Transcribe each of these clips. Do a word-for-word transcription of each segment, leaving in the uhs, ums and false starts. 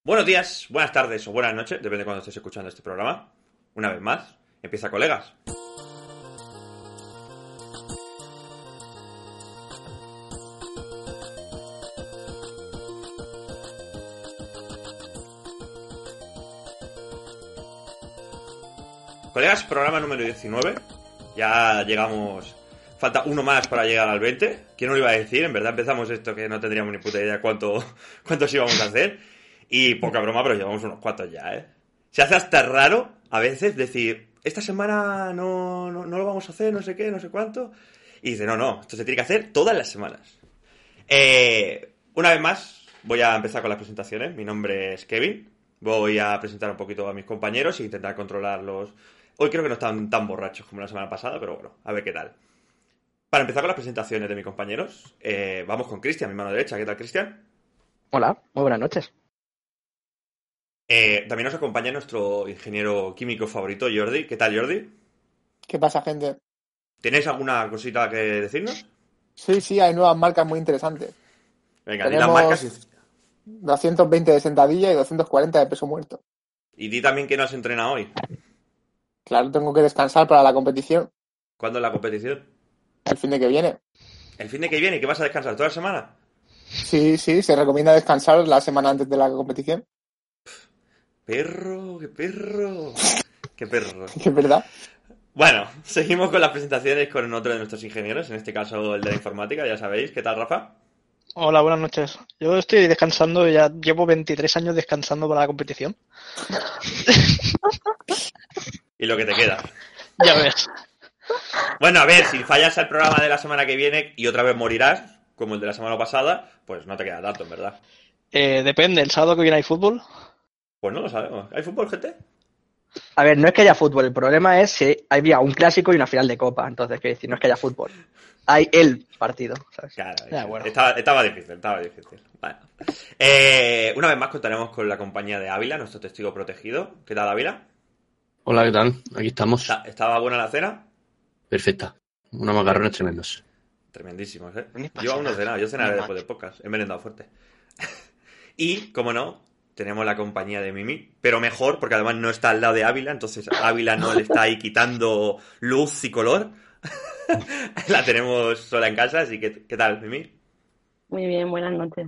Buenos días, buenas tardes o buenas noches, depende de cuando estés escuchando este programa. Una vez más, empieza Colegas. Colegas, programa número diecinueve. Ya llegamos... Falta uno más para llegar al veinte. ¿Quién no lo iba a decir? En verdad empezamos esto que no tendríamos ni puta idea cuánto, cuántos íbamos a hacer. Y poca broma, pero llevamos unos cuantos ya, ¿eh? Se hace hasta raro a veces decir, esta semana no, no, no lo vamos a hacer, no sé qué, no sé cuánto. Y dice, no, no, esto se tiene que hacer todas las semanas. Eh, una vez más, voy a empezar con las presentaciones. Mi nombre es Kevin. Voy a presentar un poquito a mis compañeros e intentar controlarlos. Hoy creo que no están tan borrachos como la semana pasada, pero bueno, a ver qué tal. Para empezar con las presentaciones de mis compañeros, eh, vamos con Cristian, mi mano derecha. ¿Qué tal, Cristian? Hola, muy buenas noches. Eh, también nos acompaña nuestro ingeniero químico favorito, Jordi. ¿Qué tal, Jordi? ¿Qué pasa, gente? ¿Tienes alguna cosita que decirnos? Sí, sí, hay nuevas marcas muy interesantes. Venga, di Tenemos las marcas. doscientos veinte de sentadilla y doscientos cuarenta de peso muerto. Y di también que no has entrenado hoy. Claro, tengo que descansar para la competición. ¿Cuándo es la competición? El fin de que viene. ¿El fin de que viene? ¿Que vas a descansar toda la semana? Sí, sí, se recomienda descansar la semana antes de la competición. Perro, qué perro. Qué perro. Es verdad. Bueno, seguimos con las presentaciones con otro de nuestros ingenieros, en este caso el de la informática, ya sabéis. ¿Qué tal, Rafa? Hola, buenas noches. Yo estoy descansando, ya llevo veintitrés años descansando para la competición. Y lo que te queda. Ya ves. Bueno, a ver, si fallas el programa de la semana que viene y otra vez morirás, como el de la semana pasada, pues no te queda tanto, en verdad. Eh, depende, ¿el sábado que viene hay fútbol? Pues no lo sabemos. ¿Hay fútbol, gente? A ver, no es que haya fútbol, el problema es que había un clásico y una final de Copa, entonces, quiero decir, no es que haya fútbol. Hay el partido, ¿sabes? Claro, Ya, bueno. estaba, estaba difícil, estaba difícil. Bueno. Eh, una vez más contaremos con la compañía de Ávila, nuestro testigo protegido. ¿Qué tal, Ávila? Hola, ¿qué tal? Aquí estamos. ¿Está- ¿Estaba buena la cena? Perfecta. Unos macarrones tremendos. Tremendísimos, ¿eh? Ni pasa Yo aún no he nada. cenado, yo cenaré Ni después del podcast. He merendado fuerte. Y, como no, tenemos la compañía de Mimi, pero mejor, porque además no está al lado de Ávila, entonces Ávila no le está ahí quitando luz y color. La tenemos sola en casa, así que, ¿qué tal, Mimi? Muy bien, buenas noches.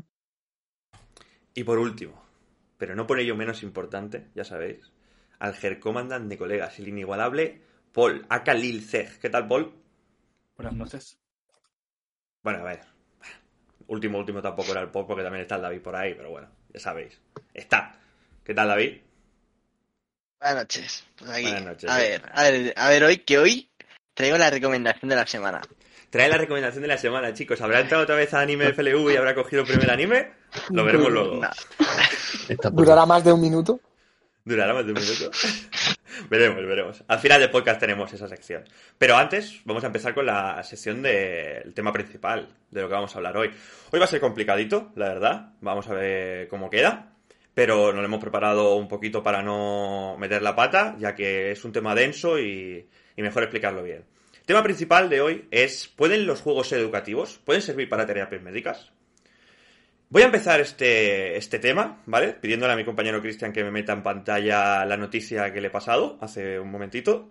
Y por último, pero no por ello menos importante, ya sabéis, al Her Commandant de Colegas, el inigualable Paul, aka Lil Zeg. ¿Qué tal, Paul? Buenas noches. Bueno, a ver. Último, último tampoco era el Paul, porque también está el David por ahí, pero bueno, ya sabéis. Está. ¿Qué tal, David? Buenas noches. Pues aquí. Buenas noches, A eh. ver, a ver, a ver, hoy que hoy traigo la recomendación de la semana. Trae la recomendación de la semana, chicos. ¿Habrá entrado otra vez a Anime F L V y habrá cogido el primer anime? Lo veremos luego. No. Está por- ¿Durará más de un minuto? ¿Durará más de un minuto? Veremos, veremos. Al final del podcast tenemos esa sección. Pero antes vamos a empezar con la sección del tema principal de lo que vamos a hablar hoy. Hoy va a ser complicadito, la verdad. Vamos a ver cómo queda. Pero nos lo hemos preparado un poquito para no meter la pata, ya que es un tema denso y, y mejor explicarlo bien. El tema principal de hoy es, ¿pueden los juegos educativos, pueden servir para terapias médicas? Voy a empezar este, este tema, ¿vale? Pidiéndole a mi compañero Cristian que me meta en pantalla la noticia que le he pasado hace un momentito.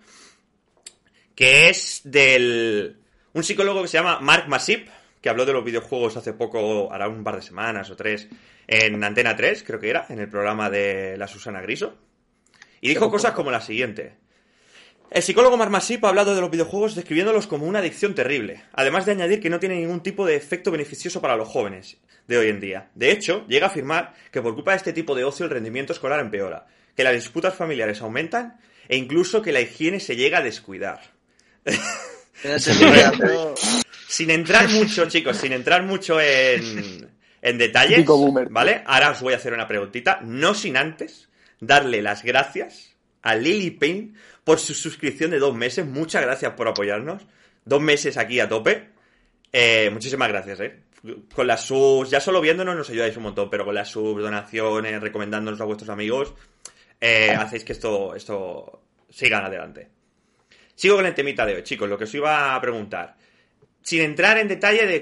Que es del... un psicólogo que se llama Mark Masip, que habló de los videojuegos hace poco, hará un par de semanas o tres, en Antena tres, creo que era, en el programa de la Susana Griso. Y dijo cosas como la siguiente. El psicólogo Mark Masip ha hablado de los videojuegos describiéndolos como una adicción terrible, además de añadir que no tiene ningún tipo de efecto beneficioso para los jóvenes de hoy en día. De hecho, llega a afirmar que por culpa de este tipo de ocio el rendimiento escolar empeora, que las disputas familiares aumentan e incluso que la higiene se llega a descuidar. Pero te digo, pero- Sin entrar mucho, chicos, sin entrar mucho en, en detalles, Típico boomer. ¿vale? Ahora os voy a hacer una preguntita, no sin antes darle las gracias a Lily Payne por su suscripción de dos meses. Muchas gracias por apoyarnos. Dos meses aquí a tope. Eh, muchísimas gracias, ¿eh? Con las subs, ya solo viéndonos nos ayudáis un montón, pero con las subs, donaciones, recomendándonos a vuestros amigos, eh, hacéis que esto, esto siga adelante. Sigo con el temita de hoy, chicos, lo que os iba a preguntar. Sin entrar en detalle de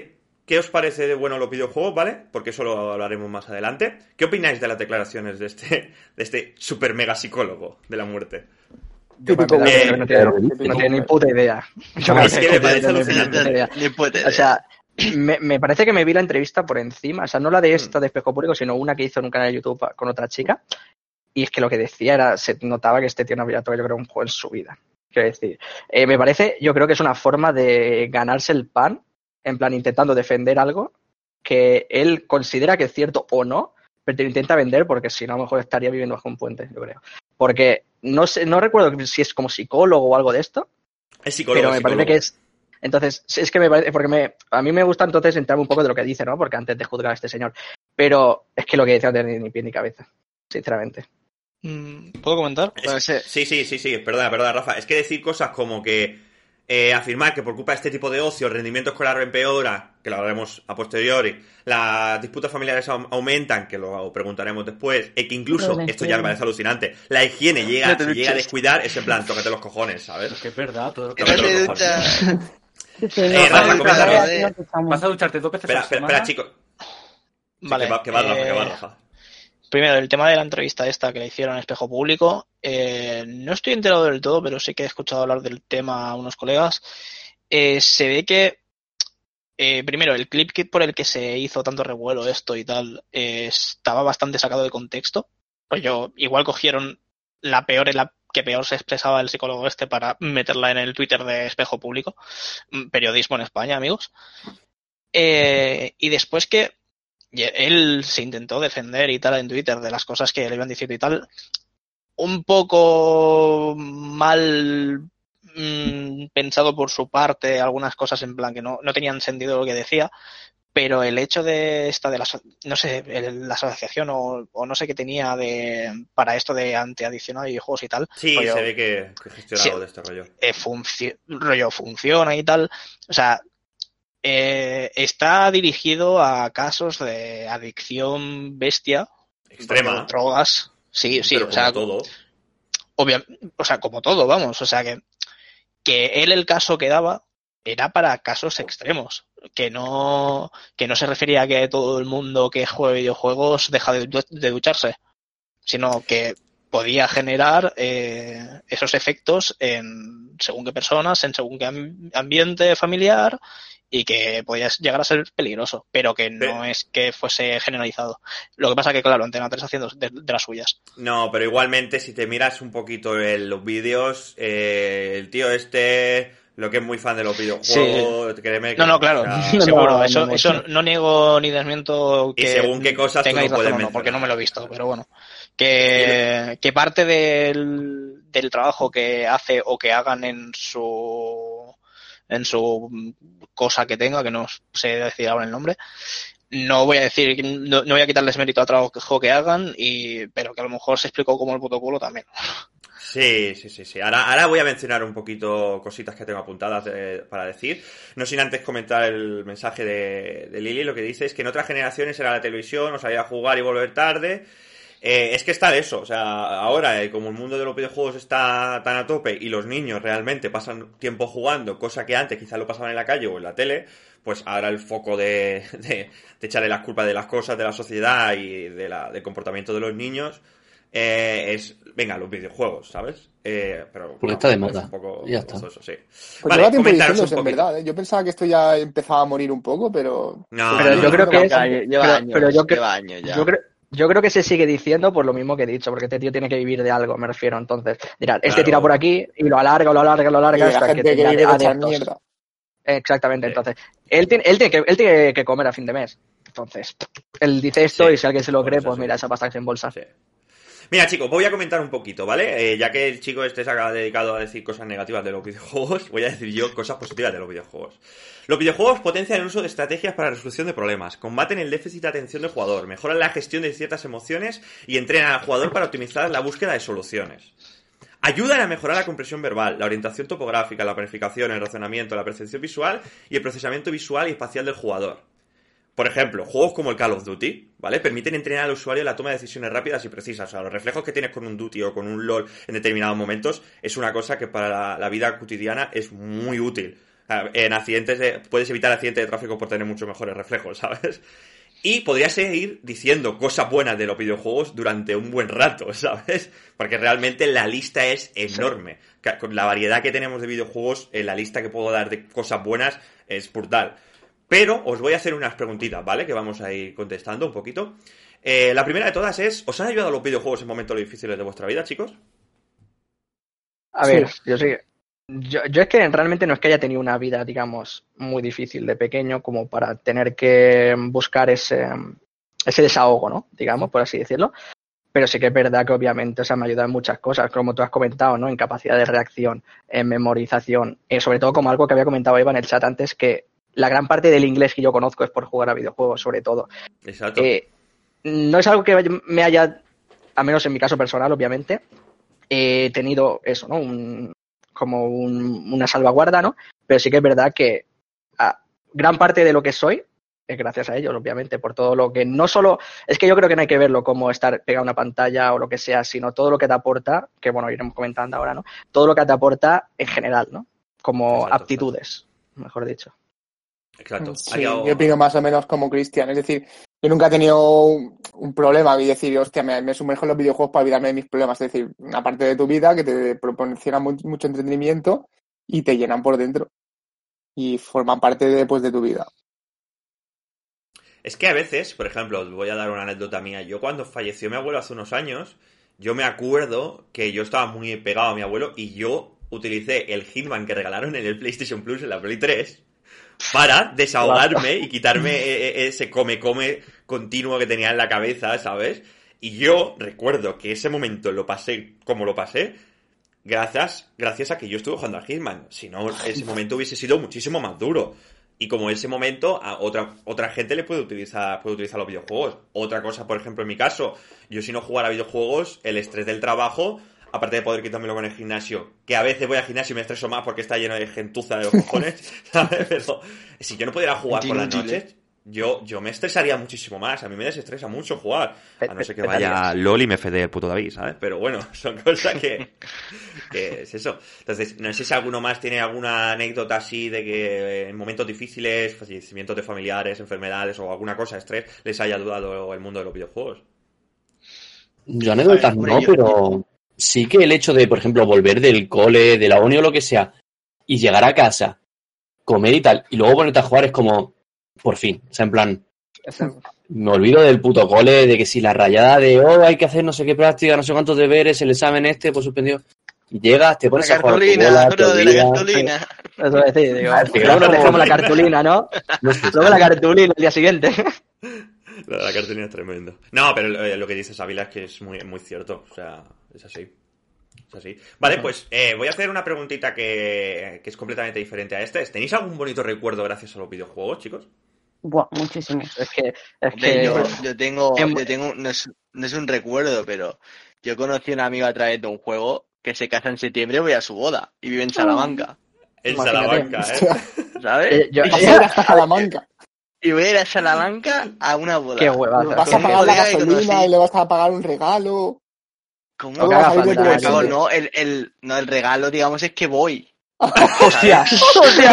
qué os parece de bueno los videojuegos, ¿vale? Porque eso lo hablaremos más adelante. ¿Qué opináis de las declaraciones de este, de este super mega psicólogo de la muerte? Yo Típico me eh, que no tiene, no tiene ni puta idea. Yo No, creo es que me parece no tiene ni alucinante. puta idea. Ni puede. O sea, me, me parece que me vi la entrevista por encima, o sea, no la de esta Mm. de Espejo Público, sino una que hizo en un canal de YouTube con otra chica. Y es que lo que decía era, se notaba que este tío no había tocado, yo creo, un juego en su vida. Quiero decir, eh, me parece, yo creo que es una forma de ganarse el pan, en plan, intentando defender algo que él considera que es cierto o no, pero te lo intenta vender porque si no, a lo mejor estaría viviendo bajo un puente, yo creo. Porque no sé, no recuerdo si es como psicólogo o algo de esto, Es psicólogo. pero me psicólogo. parece que es. Entonces, es que me parece, porque me, a mí me gusta entonces entrar un poco de lo que dice, ¿no? Porque antes de juzgar a este señor. Pero es que lo que dice no tiene ni pie ni cabeza, sinceramente. Mm, ¿Puedo comentar? Es- Puede ser. Sí, sí, sí, sí, perdona, perdona, Rafa. Es que decir cosas como que eh, afirmar que por culpa de este tipo de ocio el rendimiento escolar empeora, que lo hablaremos a posteriori, las disputas familiares au- aumentan, que lo preguntaremos después, y que incluso, Lo de esto ya me higiene. parece alucinante, la higiene llega, No te se llega a duches. descuidar, es en plan, tócate los cojones, ¿sabes? Es que es verdad. Todo... Que Tócate no te los duchas. cojones. Sí, sí, Eh, no, Rafa, no, comenta, no, Rafa. no, no, no, Vas a ducharte dos veces Espera, a la espera, semana. espera, chicos. Sí, Vale. que va, que va, Rafa, que va, eh, Rafa. Primero, el tema de la entrevista esta que le hicieron en Espejo Público. Eh, no estoy enterado del todo, pero sí que he escuchado hablar del tema a unos colegas. Eh, se ve que, eh, primero, el clip que por el que se hizo tanto revuelo esto y tal, eh, estaba bastante sacado de contexto. Pues yo, igual cogieron la peor en la que peor se expresaba el psicólogo este para meterla en el Twitter de Espejo Público. Mm, Periodismo en España, amigos. Eh, y después que y él se intentó defender y tal en Twitter de las cosas que le iban diciendo y tal, un poco mal mmm, pensado por su parte, algunas cosas en plan que no, no tenían sentido lo que decía, pero el hecho de esta de la, no sé, el, la asociación o, o no sé qué tenía de para esto de antiadicción a videojuegos y tal, Sí, rollo, se ve que, que gestiona Sí. algo de este rollo. eh, funci- rollo funciona y tal, o sea, eh, está dirigido a casos de adicción bestia, Extrema, rollo drogas, sí, sí, pero o sea, como todo. obvia- o sea, como todo, vamos, o sea que que él el caso que daba era para casos extremos, que no que no se refería a que todo el mundo que juegue videojuegos deja de, du- de ducharse, sino que podía generar eh, esos efectos en según qué personas, en según qué am- ambiente familiar y que podía llegar a ser peligroso, pero que no Pero- es que fuese generalizado. Lo que pasa que, claro, Antena tres haciendo de, de las suyas. No, pero igualmente, si te miras un poquito en los vídeos, eh, el tío este, lo que es muy fan de los videojuegos, créeme que... No, no, claro, o sea, No, seguro. no, eso, no, eso no. no niego ni desmiento Y que según qué cosas tú tengáis no puedes razón o no, porque no me lo he visto, mencionar. pero bueno. Que, que parte del, del trabajo que hace o que hagan en su en su cosa que tenga, que no sé decir ahora el nombre, no voy a decir, no, no voy a quitarles mérito al trabajo que hagan, y pero que a lo mejor se explicó como el protocolo también. Sí, sí, sí, sí. Ahora, ahora voy a mencionar un poquito cositas que tengo apuntadas de- para decir. No sin antes comentar el mensaje de, de Lili. Lo que dice es que en otras generaciones era la televisión, o salir a jugar y volver tarde. Eh, es que está de eso. O sea, ahora, eh, como el mundo de los videojuegos está tan a tope y los niños realmente pasan tiempo jugando, cosa que antes quizás lo pasaban en la calle o en la tele, pues ahora el foco de, de, de echarle las culpas de las cosas de la sociedad y de la, del comportamiento de los niños eh, es, venga, los videojuegos, ¿sabes? Eh, pero Porque no, está de es moda. un poco Ya está. gozoso, sí. Pues Vale, lleva tiempo comentaros diciéndose, un en poquito. verdad. ¿eh? Yo pensaba que esto ya empezaba a morir un poco, pero... No, Pero no, yo no, creo no. que es- Ya, lleva pero- años, pero yo cre- lleva años ya. Yo creo, yo creo que se sigue diciendo por lo mismo que he dicho, porque este tío tiene que vivir de algo, me refiero. Entonces, dirá, este Claro. tira por aquí y lo alarga, lo alarga, lo Y alarga la hasta que gente que tenga vive de echar adeptos. mierda. Exactamente, Sí. entonces, él tiene, él tiene que, él tiene que comer a fin de mes. Entonces, él dice esto Sí, y si alguien se lo por cree, eso pues sí. mira, esa pasta que se embolsa. Sí. Mira, chicos, voy a comentar un poquito, ¿vale? Eh, ya que el chico este se ha dedicado a decir cosas negativas de los videojuegos, voy a decir yo cosas positivas de los videojuegos. Los videojuegos potencian el uso de estrategias para la resolución de problemas, combaten el déficit de atención del jugador, mejoran la gestión de ciertas emociones y entrenan al jugador para optimizar la búsqueda de soluciones. Ayudan a mejorar la comprensión verbal, la orientación topográfica, la planificación, el razonamiento, la percepción visual y el procesamiento visual y espacial del jugador. Por ejemplo, juegos como el Call of Duty, ¿vale? Permiten entrenar al usuario en la toma de decisiones rápidas y precisas. O sea, los reflejos que tienes con un Duty o con un LoL en determinados momentos es una cosa que para la, la vida cotidiana es muy útil. sea, en accidentes de, puedes evitar accidentes de tráfico por tener muchos mejores reflejos, ¿sabes? Y podría seguir diciendo cosas buenas de los videojuegos durante un buen rato, ¿sabes? Porque realmente la lista es enorme. Con la variedad que tenemos de videojuegos, eh, la lista que puedo dar de cosas buenas es brutal. Pero os voy a hacer unas preguntitas, ¿vale? Que vamos a ir contestando un poquito. Eh, la primera de todas es, ¿os han ayudado los videojuegos en momentos difíciles de vuestra vida, chicos? A ver, sí. yo sí. Yo, yo es que realmente no es que haya tenido una vida, digamos, muy difícil de pequeño como para tener que buscar ese, ese desahogo, ¿no? Digamos, por así decirlo. Pero sí que es verdad que obviamente, o sea, me ayuda en muchas cosas, como tú has comentado, ¿no? En capacidad de reacción, en memorización, eh, sobre todo como algo que había comentado Eva en el chat antes, que la gran parte del inglés que yo conozco es por jugar a videojuegos, sobre todo. Exacto. Eh, no es algo que me haya, al menos en mi caso personal, obviamente, he tenido eso, ¿no? Un, como un, una salvaguarda, ¿no? Pero sí que es verdad que a, gran parte de lo que soy es gracias a ellos, obviamente, por todo lo que no solo, es que yo creo que no hay que verlo como estar pegado a una pantalla o lo que sea, sino todo lo que te aporta, que bueno, iremos comentando ahora, ¿no? Todo lo que te aporta en general, ¿no? Como exacto, aptitudes, exacto. Mejor dicho. Exacto. Sí, yo opino más o menos como Cristian, es decir, yo nunca he tenido un, un problema y decir, hostia, me, me sumerjo en los videojuegos para olvidarme de mis problemas, es decir, una parte de tu vida que te proporciona mucho, mucho entretenimiento y te llenan por dentro y forman parte de, pues, de tu vida. Es que a veces, por ejemplo, os voy a dar una anécdota mía. Yo cuando falleció mi abuelo hace unos años, yo me acuerdo que yo estaba muy pegado a mi abuelo y yo utilicé el Hitman que regalaron en el PlayStation Plus en la Play tres para desahogarme y quitarme ese come-come continuo que tenía en la cabeza, ¿sabes? Y yo recuerdo que ese momento lo pasé como lo pasé gracias, gracias a que yo estuve jugando al Hitman. Si no, ese momento hubiese sido muchísimo más duro. Y como ese momento, a otra, otra gente le puede utilizar, puede utilizar los videojuegos. Otra cosa, por ejemplo, en mi caso, yo si no jugara a videojuegos, el estrés del trabajo, aparte de poder quitármelo con el gimnasio, que a veces voy al gimnasio y me estreso más porque está lleno de gentuza de los cojones, ¿sabes? Pero si yo no pudiera jugar por las noches, yo, yo me estresaría muchísimo más. A mí me desestresa mucho jugar. A no ser que vaya a LOL y me fede el puto David, ¿sabes? Pero bueno, son cosas que, que es eso. Entonces, no sé si alguno más tiene alguna anécdota así de que en momentos difíciles, fallecimientos de familiares, enfermedades o alguna cosa, estrés, les haya ayudado el mundo de los videojuegos. Yo anécdotas no, pero sí que el hecho de, por ejemplo, volver del cole, de la uni o lo que sea, y llegar a casa, comer y tal, y luego ponerte a jugar es como... Por fin, o sea, en plan, me olvido del puto cole, de que si la rayada de, oh, hay que hacer no sé qué práctica, no sé cuántos deberes, el examen este, pues suspendido. Y llegas, te pones la a jugar cartulina, a tu bola, de la cartulina. Eso es decir, digo, luego nos dejamos la cartulina, ¿no? No sé, luego la cartulina el día siguiente. Lo de la cartulina es tremendo. No, pero lo que dices, Ávila, es que es muy, muy cierto, o sea, es así. Es así. Vale, pues eh, voy a hacer una preguntita que, que es completamente diferente a esta. ¿Tenéis algún bonito recuerdo gracias a los videojuegos, chicos? Buah, muchísimo. Es que, es Hombre, que... yo, yo tengo, yo tengo no, es, no es un recuerdo, pero yo conocí a un amigo a través de un juego que se casa en septiembre y voy a su boda y vive en Salamanca. En Salamanca, ¿eh? ¿Sabes? Eh, yo, Vas a ir hasta Salamanca. Y voy a ir a Salamanca a una boda. Qué huevazo. Vas a pagar la gasolina y le vas a pagar un regalo. ¿Cómo? No, no, no, falta, no, no, el, el, no, el regalo, digamos, es que voy. ¡Hostia! ¡Hostia!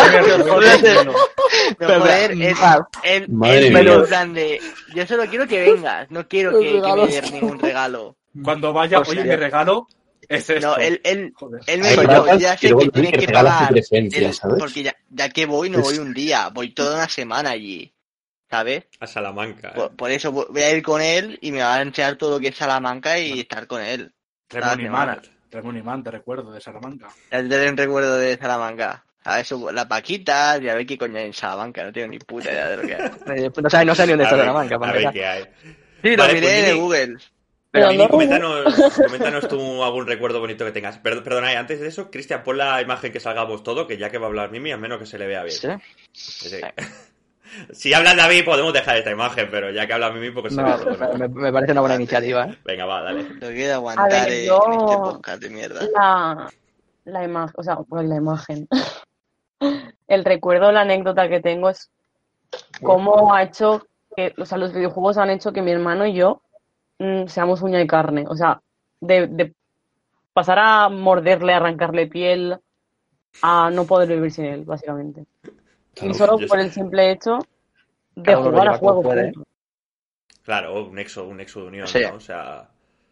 Joder, es el, Madre el, mía. en plan de, yo solo quiero que vengas, no quiero que, que me des ningún regalo. Cuando vaya, Hostia. oye, mi regalo es esto. No, él, él, Joder. él me Hay dijo, ratas ya que sé luego que tienes tienen que que regalar su pagar, presencia, el- ¿sabes? porque ya, ya que voy, no voy un día, voy toda una semana allí, ¿sabes? A Salamanca, ¿eh? Por, por eso voy a ir con él y me va a enseñar todo lo que es Salamanca y estar con él. Traigo un cada imán, semana. traigo un imán, te recuerdo, de Salamanca. Ya te doy un recuerdo de Salamanca. A eso, las paquitas y a ver qué coño hay en Salamanca, no tengo ni puta idea de lo que hay. Eh, No sabe, no sabe ni dónde A está ver, Salamanca. a para ver empezar. qué hay. Sí, lo Vale, miré pues, en Mini, Google. Pero Mini, no, coméntanos, coméntanos tú algún recuerdo bonito que tengas. Per- Perdona, y antes de eso, Cristian, pon la imagen que salgamos todo, que ya que va a hablar Mimi, al menos que se le vea bien. ¿Sí? Sí. Si habla David, podemos dejar esta imagen, pero ya que habla Mimi, porque se No, ve todo, ¿no? me, me parece una buena iniciativa, ¿eh? Venga, va, dale. Lo quiero aguantar A ver, en yo- este podcast de mierda. la, la imagen, o sea, pues la imagen. El recuerdo, la anécdota que tengo es cómo ha hecho que, o sea, los videojuegos han hecho que mi hermano y yo mm, seamos uña y carne. O sea, de, de pasar a morderle, arrancarle piel, a no poder vivir sin él, básicamente. Claro, y solo yo por sé. el simple hecho de Cada uno lo jugar a lleva como juegos. puede. punto. Claro, un nexo, un nexo de unión, Sí. ¿no? O sea...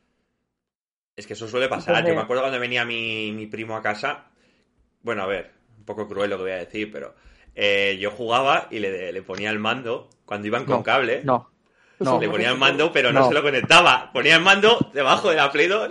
Es que eso suele pasar. Entonces- Yo me acuerdo cuando venía mi, mi primo a casa... Bueno, a ver, un poco cruel lo que voy a decir, pero... eh, yo jugaba y le, le ponía el mando cuando iban con No, cable. No, no. Le ponía el mando, pero no, No. se lo conectaba. Ponía el mando debajo de la Play dos.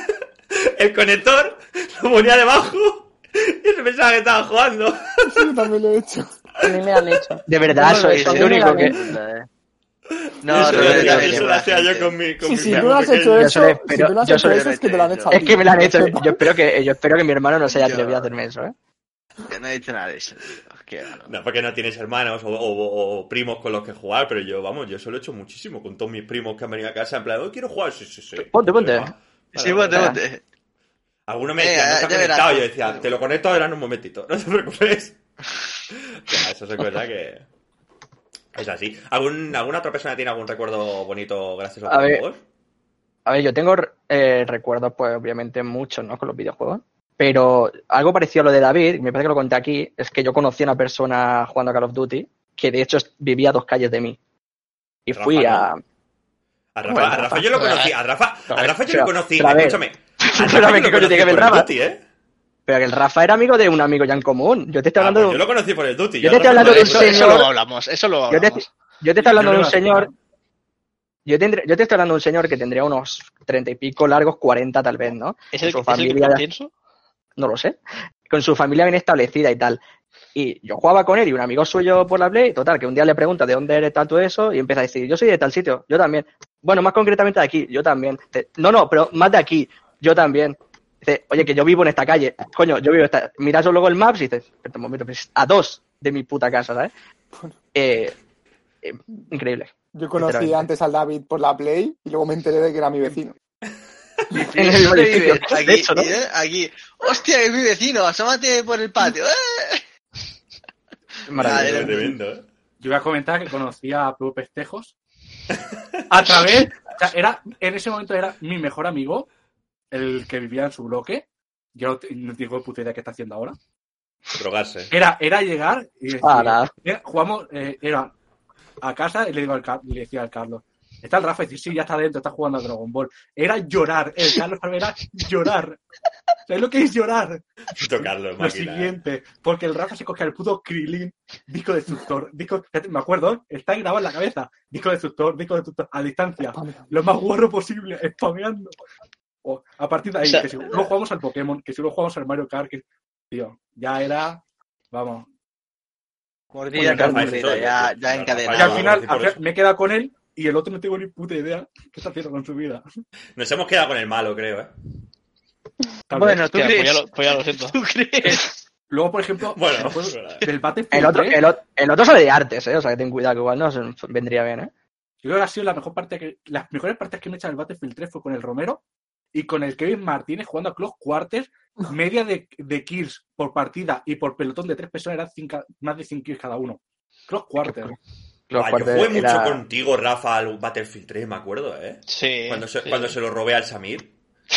El conector lo ponía debajo y se pensaba que estaba jugando. Sí, yo también lo he hecho. A mí me lo han hecho. De verdad, No, no, soy eso el no me único lo que... han No, eso no, lo no, hacía, no, eso no, lo hacía no, yo no, con mi, con Sí, mi si primo tú no has pequeño. hecho Yo eso, solo si espero- tú no has yo hecho solo eso, es que te lo han hecho a Es ti. que me lo han que hecho. lo sepas. Yo espero que, yo espero que mi hermano no se haya Yo- atrevido a hacerme eso, ¿eh? Yo no he dicho nada de eso, tío. Qué malo. No, porque no tienes hermanos o, o- o primos con los que jugar, pero yo, vamos, yo eso lo he hecho muchísimo con todos mis primos que han venido a casa en plan, "Oh, quiero jugar, sí, sí, sí. Ponte, ponte. Venga. Sí, Vale, ponte, vale. ponte. Algunos me Eh, decían, no ya está verás. conectado, yo decía, te lo conecto ahora en un momentito, no te preocupes. Ya, eso es cosa que... Es así. ¿Algún, ¿Alguna otra persona tiene algún recuerdo bonito gracias a los A ver. videojuegos? A ver, yo tengo eh, recuerdos, pues obviamente muchos, ¿no? Con los videojuegos. Pero algo parecido a lo de David, me parece que lo conté aquí, es que yo conocí a una persona jugando a Call of Duty que de hecho vivía a dos calles de mí. Y Rafa, fui ¿no? a... A Rafa, Bueno, a Rafa Rafa. yo lo conocí, a Rafa, a Rafa yo Pero- lo conocí, pero a ver. escúchame. A Rafa Espérame, yo ¿qué lo coño tiene que ver conocí por el Rafa? Duty, ¿eh? Pero que el Rafa era amigo de un amigo ya en común. Yo te estoy Ah, hablando pues de... yo lo conocí por el Duty. Yo a te estoy Rafa hablando no de lo un Eso, conozco. eso señor- lo hablamos, eso lo Yo te, hablamos. yo te estoy hablando Yo de le un iba a decir, señor... ¿no? Yo, tendré, yo te estoy hablando de un señor que tendría unos treinta y pico largos, cuarenta tal vez, ¿no? ¿Es Con el, su ¿es el que familia, pienso? no lo sé. Con su familia bien establecida y tal. Y yo jugaba con él y un amigo suyo por la Play, total, que un día le pregunta de dónde eres tal tú eso y empieza a decir, yo soy de tal sitio, yo también. Bueno, más concretamente de aquí, yo también. Dice, no, no, pero más de aquí, yo también. Dice, oye, que yo vivo en esta calle. Coño, yo vivo en esta... Miras luego el Maps y dices, espera un momento, pues, a dos de mi puta casa, ¿sabes? Eh, eh, increíble. Yo conocí Literalmente. antes al David por la Play y luego me enteré de que era mi vecino. En el mismo ¿Dónde edificio. vives? De Aquí, hecho, ¿no? ¿eh? Aquí. Hostia, es mi vecino, asómate por el patio. ¡Eh! Maravilloso. Vale, Tremendo, ¿eh? Yo iba a comentar que conocía a Pepe Pestejos a través, o sea, era, en ese momento era mi mejor amigo, el que vivía en su bloque. Yo no, te- no tengo puta idea qué está haciendo ahora. Drogarse. Era, era llegar y decir, Ah, nada. eh, jugamos, eh, era a casa y le, digo al, Car- le decía al Carlos, está el Rafa y dice, sí, ya está dentro, está jugando a Dragon Ball. Era llorar, el Carlos era llorar. ¿Sabes lo que es llorar? Puto Carlos, Lo máquina. ¿eh? siguiente, porque el Rafa se cogía el puto Krilin, disco destructor, disco, me acuerdo, está grabado en la cabeza, disco destructor, disco destructor, a distancia, lo más guarro posible, spameando. O, a partir de ahí, O sea, que si luego jugamos al Pokémon, que si luego jugamos al Mario Kart, que, tío, ya era, vamos. Mordida Oye, tras Rafa, mordida, eso, ya, yo- ya yo- encadenado. Y al no, final, no, por al final eso. me he quedado con él y el otro no tengo ni puta idea qué está haciendo con su vida. Nos hemos quedado con el malo, creo, ¿eh? Tal Bueno, vez. ¿tú Hostia, pues, ya crees? lo, pues ya lo siento. ¿Tú crees? Luego, por ejemplo, Bueno, me acuerdo bueno. del Battlefield El otro, tres, el, otro, el otro sale de artes, ¿eh? O sea, que ten cuidado, que igual no se- vendría bien, ¿eh? yo creo que ha sido la mejor parte que, las mejores partes que me he echado el Battlefield tres fue con el Romero y con el Kevin Martínez jugando a Close Quarters, media de, de kills por partida y por pelotón de tres personas eran cinco, más de cinco kills cada uno. Close Quarters. Los Buah, yo fuertes jugué era- mucho contigo, Rafa, al Battlefield tres, me acuerdo, ¿eh? Sí. Cuando se, sí. cuando se lo robé al Samir.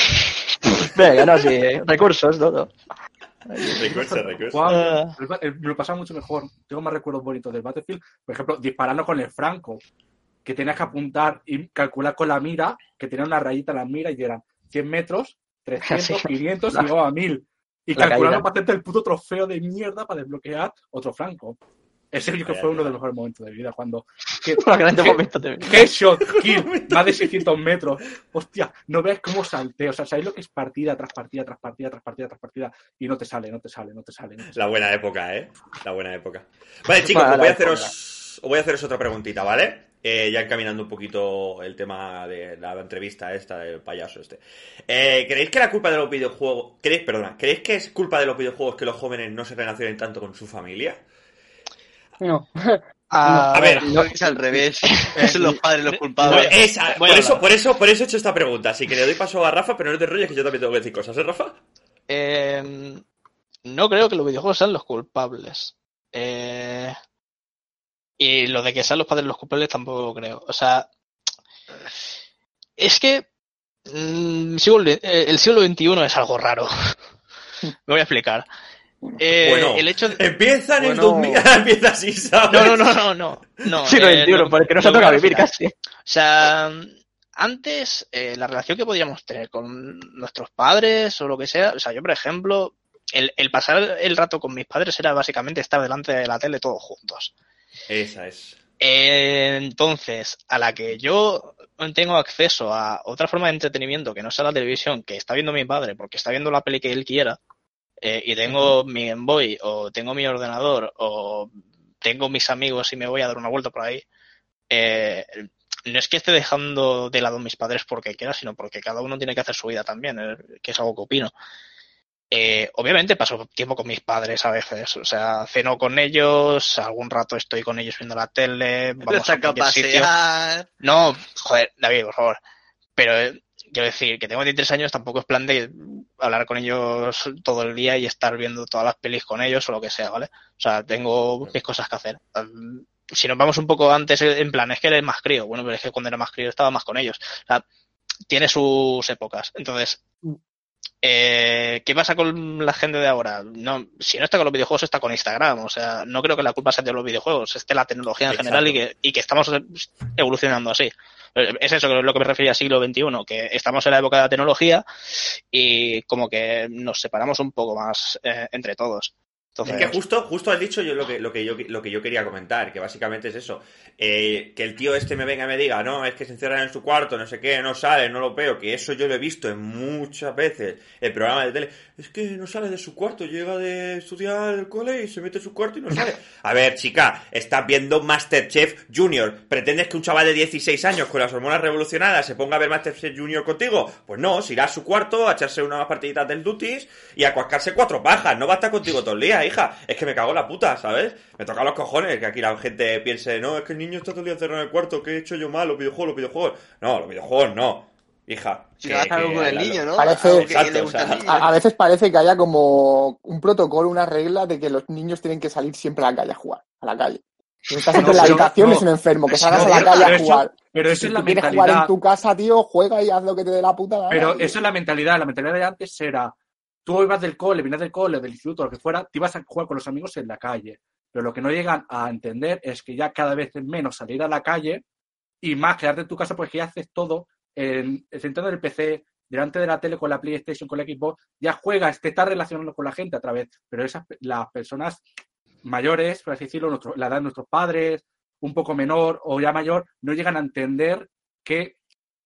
Venga, no, sí, ¿eh? Recursos, todo. Recurso, recurso. Jugaba- Ah. el ba- el- me lo pasaba mucho mejor. Tengo más recuerdos bonitos del Battlefield. Por ejemplo, disparando con el Franco, que tenías que apuntar y calcular con la mira, que tenía una rayita en la mira y eran cien metros, trescientos, Sí. quinientos La- y llegaba a mil. Y la calculando caída. para hacerte el puto trofeo de mierda para desbloquear otro Franco. Ese yo creo que Vaya fue uno mierda. de los mejores momentos de mi vida. Cuando. Que, Los grandes que- momentos de vida. Headshot, kill, más de seiscientos metros. Hostia, no ves cómo salteo. O sea, ¿sabéis lo que es partida tras partida, tras partida, tras partida, tras partida? Y no te sale, no te sale, no te sale. No te sale. La buena época, ¿eh? La buena época. Vale, chicos, Bueno, pues voy a la haceros, voy a haceros otra preguntita, ¿vale? Eh, ya encaminando un poquito el tema de la entrevista esta del payaso este. Eh, ¿Creéis que la culpa de los videojuegos... ¿Creéis, perdona, ¿creéis que es culpa de los videojuegos que los jóvenes no se relacionen tanto con su familia? No. Ah, A ver, No, es al revés. Son los padres los culpables. Pues esa- voy por, a eso, hablar. por, eso, por eso he hecho esta pregunta. Así que le doy paso a Rafa, pero no te rolles que yo también tengo que decir cosas, ¿eh, Rafa? Eh, no creo que los videojuegos sean los culpables. Eh, y lo de que sean los padres los culpables tampoco lo creo. O sea, es que mm, siglo- eh, el siglo veintiuno es algo raro. Me voy a explicar. Eh, bueno, el hecho de... empieza en el Bueno. dos mil, empieza así, ¿sabes? No, no, no, no, no. no Siglo eh, veintiuno, lo- porque nos lo ha tocado que vivir refiero. casi. O sea, antes eh, la relación que podíamos tener con nuestros padres o lo que sea, o sea, yo por ejemplo, el, el pasar el rato con mis padres era básicamente estar delante de la tele todos juntos. Esa es. Eh, entonces, a la que yo tengo acceso a otra forma de entretenimiento que no sea la televisión, que está viendo mi padre porque está viendo la peli que él quiera, eh, y tengo mi Game Boy o tengo mi ordenador o tengo mis amigos y me voy a dar una vuelta por ahí, eh, no es que esté dejando de lado a mis padres porque quiera, sino porque cada uno tiene que hacer su vida también, eh, que es algo que opino. Eh, obviamente paso tiempo con mis padres a veces, o sea, ceno con ellos, algún rato estoy con ellos viendo la tele, Lo vamos a saca a cualquier sitio. pasear. No, joder, David, por favor. Pero eh, quiero decir que tengo veintitrés años, tampoco es plan de hablar con ellos todo el día y estar viendo todas las pelis con ellos o lo que sea, ¿vale? O sea, tengo mis cosas que hacer. Um, Si nos vamos un poco antes, en plan, es que eres más crío. Bueno, pero es que cuando era más crío estaba más con ellos. O sea, tiene sus épocas. Entonces, eh, ¿qué pasa con la gente de ahora? No, si no está con los videojuegos, está con Instagram. O sea, no creo que la culpa sea de los videojuegos, es de la tecnología en Exacto. general y que, y que estamos evolucionando así. Es eso que es lo que me refería al siglo veintiuno, que estamos en la época de la tecnología y como que nos separamos un poco más eh, entre todos. Entonces, Es que justo, justo has dicho yo lo que, lo que yo lo que yo quería comentar, que básicamente es eso. Eh, que el tío este me venga y me diga, no, es que se encierran en su cuarto, no sé qué, no sale, no lo veo, que eso yo lo he visto en muchas veces. El programa de tele, es que no sale de su cuarto, llega de estudiar el cole y se mete en su cuarto y no sale. A ver, chica, estás viendo Masterchef Junior. ¿Pretendes que un chaval de dieciséis años con las hormonas revolucionadas se ponga a ver Masterchef Junior contigo? Pues no, se irá a su cuarto a echarse unas partiditas del Duties y a cuascarse cuatro pajas. No va a estar contigo todo el día, hija. Es que me cago en la puta, ¿sabes? Me toca los cojones que aquí la gente piense, no, es que el niño está todo el día encerrado en el cuarto, ¿qué he hecho yo mal? Los videojuegos, los videojuegos. No, los videojuegos no. Hija. Si que- no hace algo que- con el la- niño, ¿no? Parece- Algo que Exacto, le gusta o sea, al niño. A, a veces parece que haya como un protocolo, una regla de que los niños tienen que salir siempre a la calle a jugar, a la calle. Si estás siempre en la pero- habitación, no. es un enfermo, que Pero salgas no, a la pero calle a eso- jugar. pero eso Si es tú la quieres jugar mentalidad. en tu casa, tío, juega y haz lo que te dé la puta gana. Pero Y- eso es la mentalidad. La mentalidad de antes era, tú ibas del cole, vienes del cole, del instituto, lo que fuera, te ibas a jugar con los amigos en la calle. Pero lo que no llegan a entender es que ya cada vez es menos salir a la calle y más quedarte en tu casa porque ya haces todo en, sentado en el P C, delante de la tele con la PlayStation, con la Xbox, ya juegas, te estás relacionando con la gente a través. Pero esas las personas mayores, por así decirlo, nuestro- la edad de nuestros padres, un poco menor o ya mayor, no llegan a entender que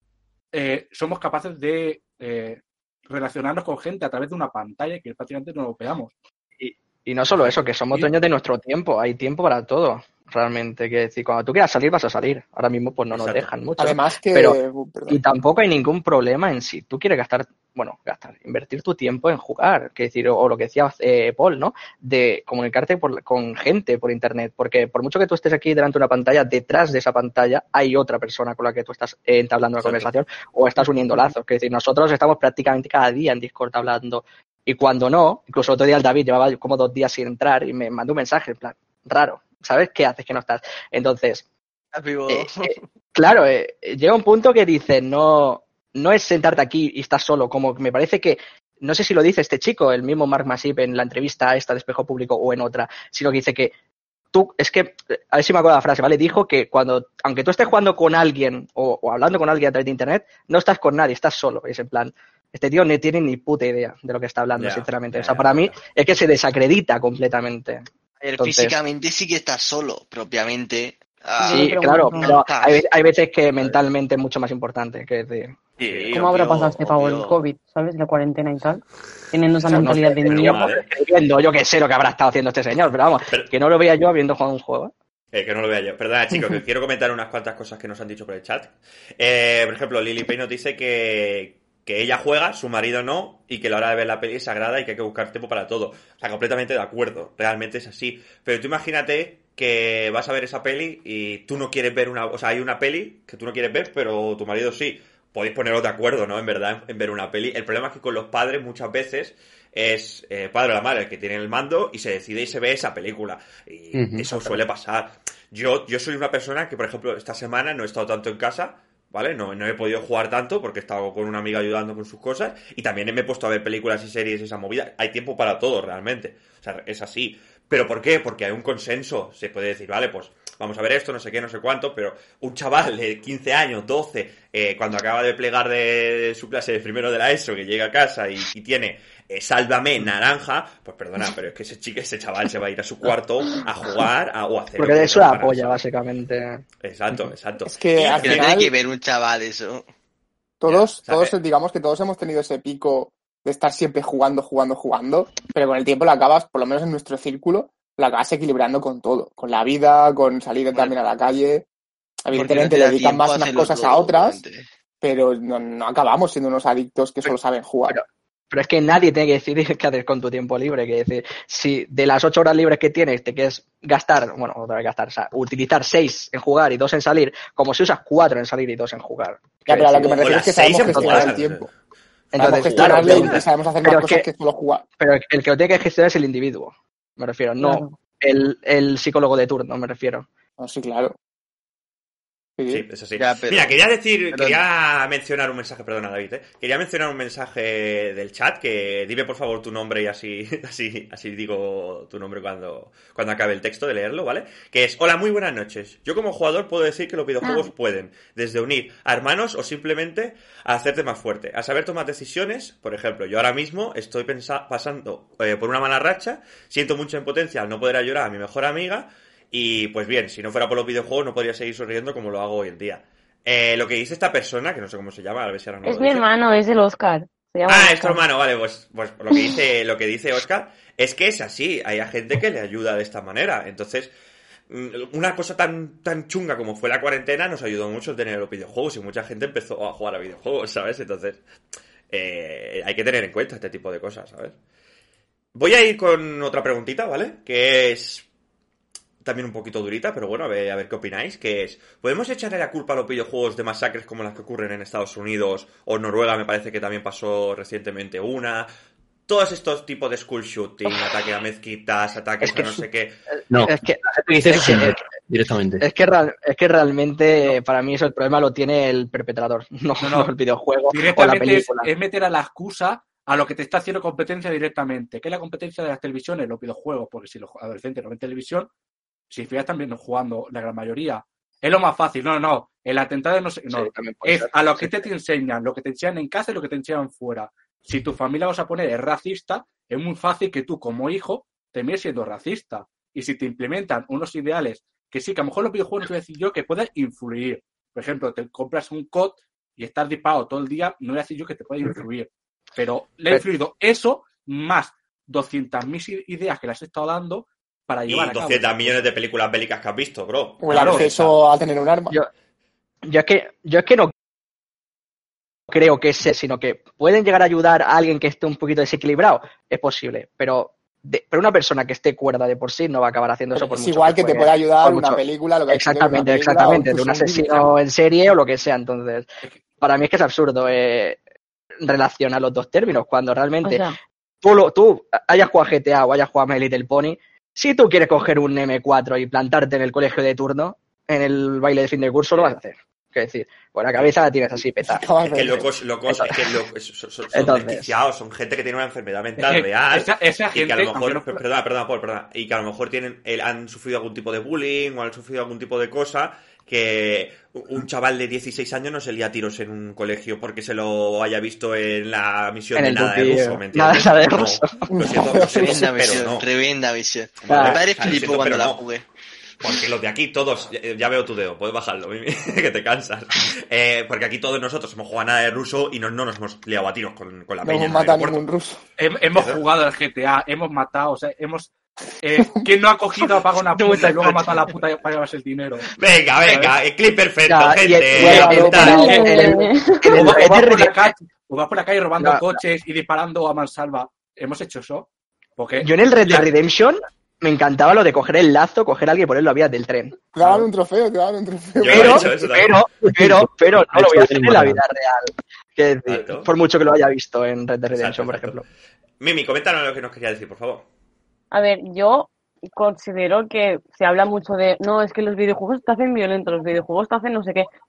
eh, somos capaces de eh, relacionarnos con gente a través de una pantalla que prácticamente no lo veamos. Y no solo eso, que somos dueños de nuestro tiempo, hay tiempo para todo, realmente. Que decir, cuando tú quieras salir, vas a salir. Ahora mismo, pues no nos Exacto. dejan mucho. Además que... Pero- uh, perdón. Y tampoco hay ningún problema en si tú quieres gastar, bueno, gastar, invertir tu tiempo en jugar, que decir, o, o lo que decía eh, Paul, ¿no? De comunicarte por, con gente por internet, porque por mucho que tú estés aquí delante de una pantalla, detrás de esa pantalla hay otra persona con la que tú estás eh, entablando una Exacto. conversación o estás uniendo lazos. Que decir, nosotros estamos prácticamente cada día en Discord hablando. Y cuando no, incluso otro día el David llevaba como dos días sin entrar y me mandó un mensaje, en plan, raro, ¿sabes qué haces que no estás? Entonces, Estás vivo. eh, eh, claro, eh, llega un punto que dices, no, no es sentarte aquí y estás solo, como me parece que, no sé si lo dice este chico, el mismo Mark Masip en la entrevista esta de Espejo Público o en otra, sino que dice que tú, es que, a ver si me acuerdo la frase, ¿vale? Dijo que cuando, aunque tú estés jugando con alguien o, o hablando con alguien a través de internet, no estás con nadie, estás solo, es en plan, este tío no tiene ni puta idea de lo que está hablando, Ya, sinceramente. ya, o sea, ya, para ya. mí es que se desacredita completamente. A ver, entonces- físicamente sí que estás solo, propiamente. Ah, Sí, pero claro, bueno, pero estás. hay, ve- hay veces que mentalmente es mucho más importante que decir. sí, ¿Cómo habrá obvio, pasado este pavo el obvio. COVID, ¿sabes? La cuarentena y tal. Teniendo esa O sea, no mentalidad sé, de pero niño. Madre. Viendo, yo que sé lo que habrá estado haciendo este señor, pero vamos, Pero- que no lo veía yo habiendo jugado un juego. Eh, que no lo vea yo. Perdona, chicos, que quiero comentar unas cuantas cosas que nos han dicho por el chat. Eh, por ejemplo, Lily Payne nos dice que, que ella juega, su marido no, y que la hora de ver la peli es sagrada y que hay que buscar tiempo para todo. O sea, completamente de acuerdo. Realmente es así. Pero tú imagínate que vas a ver esa peli y tú no quieres ver una... O sea, hay una peli que tú no quieres ver, pero tu marido sí. Podéis poneros de acuerdo, ¿no? En verdad, en ver una peli. El problema es que con los padres muchas veces es eh, padre o la madre el que tiene el mando y se decide y se ve esa película. Y Ujú. eso suele pasar. Yo, yo soy una persona que, por ejemplo, esta semana no he estado tanto en casa ¿vale? No, no he podido jugar tanto porque he estado con una amiga ayudando con sus cosas y también me he puesto a ver películas y series y esa movida. Hay tiempo para todo, realmente. O sea, es así. ¿Pero por qué? Porque hay un consenso. Se puede decir, vale, pues vamos a ver esto, no sé qué, no sé cuánto, pero un chaval de quince años, doce, eh, cuando acaba de plegar de su clase de primero de la ESO, que llega a casa y, y tiene eh, Sálvame naranja, pues perdona, pero es que ese chico, ese chaval se va a ir a su cuarto a jugar a, o a hacer... Porque de eso la polla, básicamente. Exacto, exacto. Es que al Pero final tiene que ver un chaval eso. todos, Ya, todos, ¿sabes? digamos que todos hemos tenido ese pico de estar siempre jugando, jugando, jugando, pero con el tiempo lo acabas, por lo menos en nuestro círculo, lo acabas equilibrando con todo, con la vida, con salir Bueno, también a la calle. porque no Evidentemente te le da dedican tiempo más a unas hacerlo cosas a todo, otras, obviamente. pero no, no acabamos siendo unos adictos que solo saben jugar. Pero, pero es que nadie tiene que decidir qué hacer con tu tiempo libre. Que decir, si de las ocho horas libres que tienes te quieres gastar, bueno, otra vez gastar, o sea, utilizar seis en jugar y dos en salir, como si usas cuatro en salir y dos en jugar. Ya, pero a lo que me o refiero las es que seis sabemos en gestionar jugar. el tiempo. Sabemos Entonces, gestionarle claro, y sabemos hacer más pero cosas que- que solo jugar. pero el que lo tiene que gestionar es el individuo, me refiero, no Claro. el, el psicólogo de turno, me refiero. No, sí, claro. Sí. Sí, es así. Ya, pero- Mira, quería decir, pero- quería mencionar un mensaje, perdona David, ¿eh? Quería mencionar un mensaje del chat, que dime por favor tu nombre y así, así, así digo tu nombre cuando, cuando acabe el texto de leerlo, ¿vale? Que es, hola, muy buenas noches. Yo como jugador puedo decir que los videojuegos pueden, desde unir a hermanos o simplemente a hacerte más fuerte, a saber tomar decisiones. Por ejemplo, yo ahora mismo estoy pensa- pasando eh, por una mala racha, siento mucha impotencia al no poder ayudar a mi mejor amiga. Y pues bien, si no fuera por los videojuegos no podría seguir sonriendo como lo hago hoy en día. Eh, lo que dice esta persona, que no sé cómo se llama, a ver si ahora no Es lo mi dice. hermano, es el Oscar. Se llama Ah, Oscar. es tu hermano, vale, pues, pues lo que dice, lo que dice Oscar es que es así, hay gente que le ayuda de esta manera. Entonces, mm, una cosa tan, tan chunga como fue la cuarentena nos ayudó mucho el tener los videojuegos y mucha gente empezó a jugar a videojuegos, ¿sabes? Entonces, eh, hay que tener en cuenta este tipo de cosas, ¿sabes? Voy a ir con otra preguntita, ¿vale? Que es también un poquito durita, pero bueno, a ver, a ver qué opináis, que es, ¿podemos echarle la culpa a los videojuegos de masacres como las que ocurren en Estados Unidos o Noruega? Me parece que también pasó recientemente una. Todos estos tipos de school shooting, ataque a mezquitas, ataques Es que a no sé qué. No, Es que, la gente dice es que- sin ver, directamente. es que, real- es que realmente para mí eso el problema lo tiene el perpetrador, no, No, no. no el videojuego o la Directamente es, película. es meter a la excusa a lo que te está haciendo competencia directamente. ¿Qué es la competencia de las televisiones? Los videojuegos, porque si los adolescentes no ven televisión, si fijas también jugando la gran mayoría. Es lo más fácil. No, no, no. El atentado no sé. No. Sí, también puede Es ser. a lo que te, te enseñan, lo que te enseñan en casa y lo que te enseñan fuera. Si tu familia, vas a poner, es racista, es muy fácil que tú, como hijo, termines siendo racista. Y si te implementan unos ideales que sí, que a lo mejor los videojuegos, no te voy a decir yo, que pueden influir. Por ejemplo, te compras un C O D y estás disparado todo el día, no voy a decir yo que te puede influir. Pero le ha influido eso más doscientas mil ideas que le has estado dando para Y llevar a cabo. doscientos millones de películas bélicas que has visto, bro. O el Claro, acceso a tener un arma. Yo, yo es que yo es que no creo que sea, sino que pueden llegar a ayudar a alguien que esté un poquito desequilibrado, es posible, pero de, pero una persona que esté cuerda de por sí no va a acabar haciendo Pero eso por es mucho igual que te juegue, puede ayudar por una mucho- película, lo que ha hecho Exactamente, una película, exactamente, o de un incluso asesino en serie o lo que sea. Entonces, para mí es que es absurdo eh, relacionar los dos términos cuando O realmente sea, tú, lo, tú hayas jugado a G T A o hayas jugado a My Little Pony, si tú quieres coger un M cuatro y plantarte en el colegio de turno, en el baile de fin de curso, lo vas a hacer. Es decir, pues la cabeza la tienes así petada. Acabas Es de que ver. locos, locos, es que locos, son, son, son Entonces- desquiciados, son gente que tiene una enfermedad mental Es que real. esa- esa y que gente, a lo mejor, aunque no- perdona, perdona, Paul, perdona, y que a lo mejor tienen, el- han sufrido algún tipo de bullying o han sufrido algún tipo de cosa que un chaval de dieciséis años no se lía a tiros en un colegio porque se lo haya visto en la misión En de el nada de Duty, ruso, ¿me entiendes? nada de No, ruso. lo siento, lo siento, Tremenda pero misión, no. tremenda misión. Claro. Mi padre O sea, lo flipó siento, cuando pero la no. jugué. Porque los de aquí todos, ya, ya veo tu dedo, puedes bajarlo, Mimi, que te cansas. Eh, porque aquí todos nosotros hemos jugado nada de ruso y no, no nos hemos liado a tiros con, con la No peña. hemos en el matado a aeropuerto. ningún ruso. Hem- hemos jugado al G T A, hemos matado, o sea, hemos... Eh, ¿Quién no ha cogido, ha pagado una puta y luego ha matado a la puta para llevarse el dinero? Venga, venga, el clip perfecto, Ya, y- gente. y el- ¿qué el- tal? el- el- el- eh, el- O, va- el o vas Red por Dead la calle, o vas por la calle robando No. coches y disparando a mansalva. ¿Hemos hecho eso? Porque Yo en el Red Dead la- Redemption me encantaba lo de coger el lazo, coger a alguien y ponerlo a vías del tren. Te daban un trofeo, te daban un trofeo. Yo he Pero, hecho eso también. pero, pero, pero no lo voy a hacer en la Exacto. vida real. Que decir, Exacto. por mucho que lo haya visto en Red Dead Redemption, Exacto, por exacto. ejemplo. Mimi, coméntanos lo que nos quería decir, por favor. a ver, yo considero que se habla mucho de, no, es que los videojuegos te hacen violento, los videojuegos te hacen no sé qué.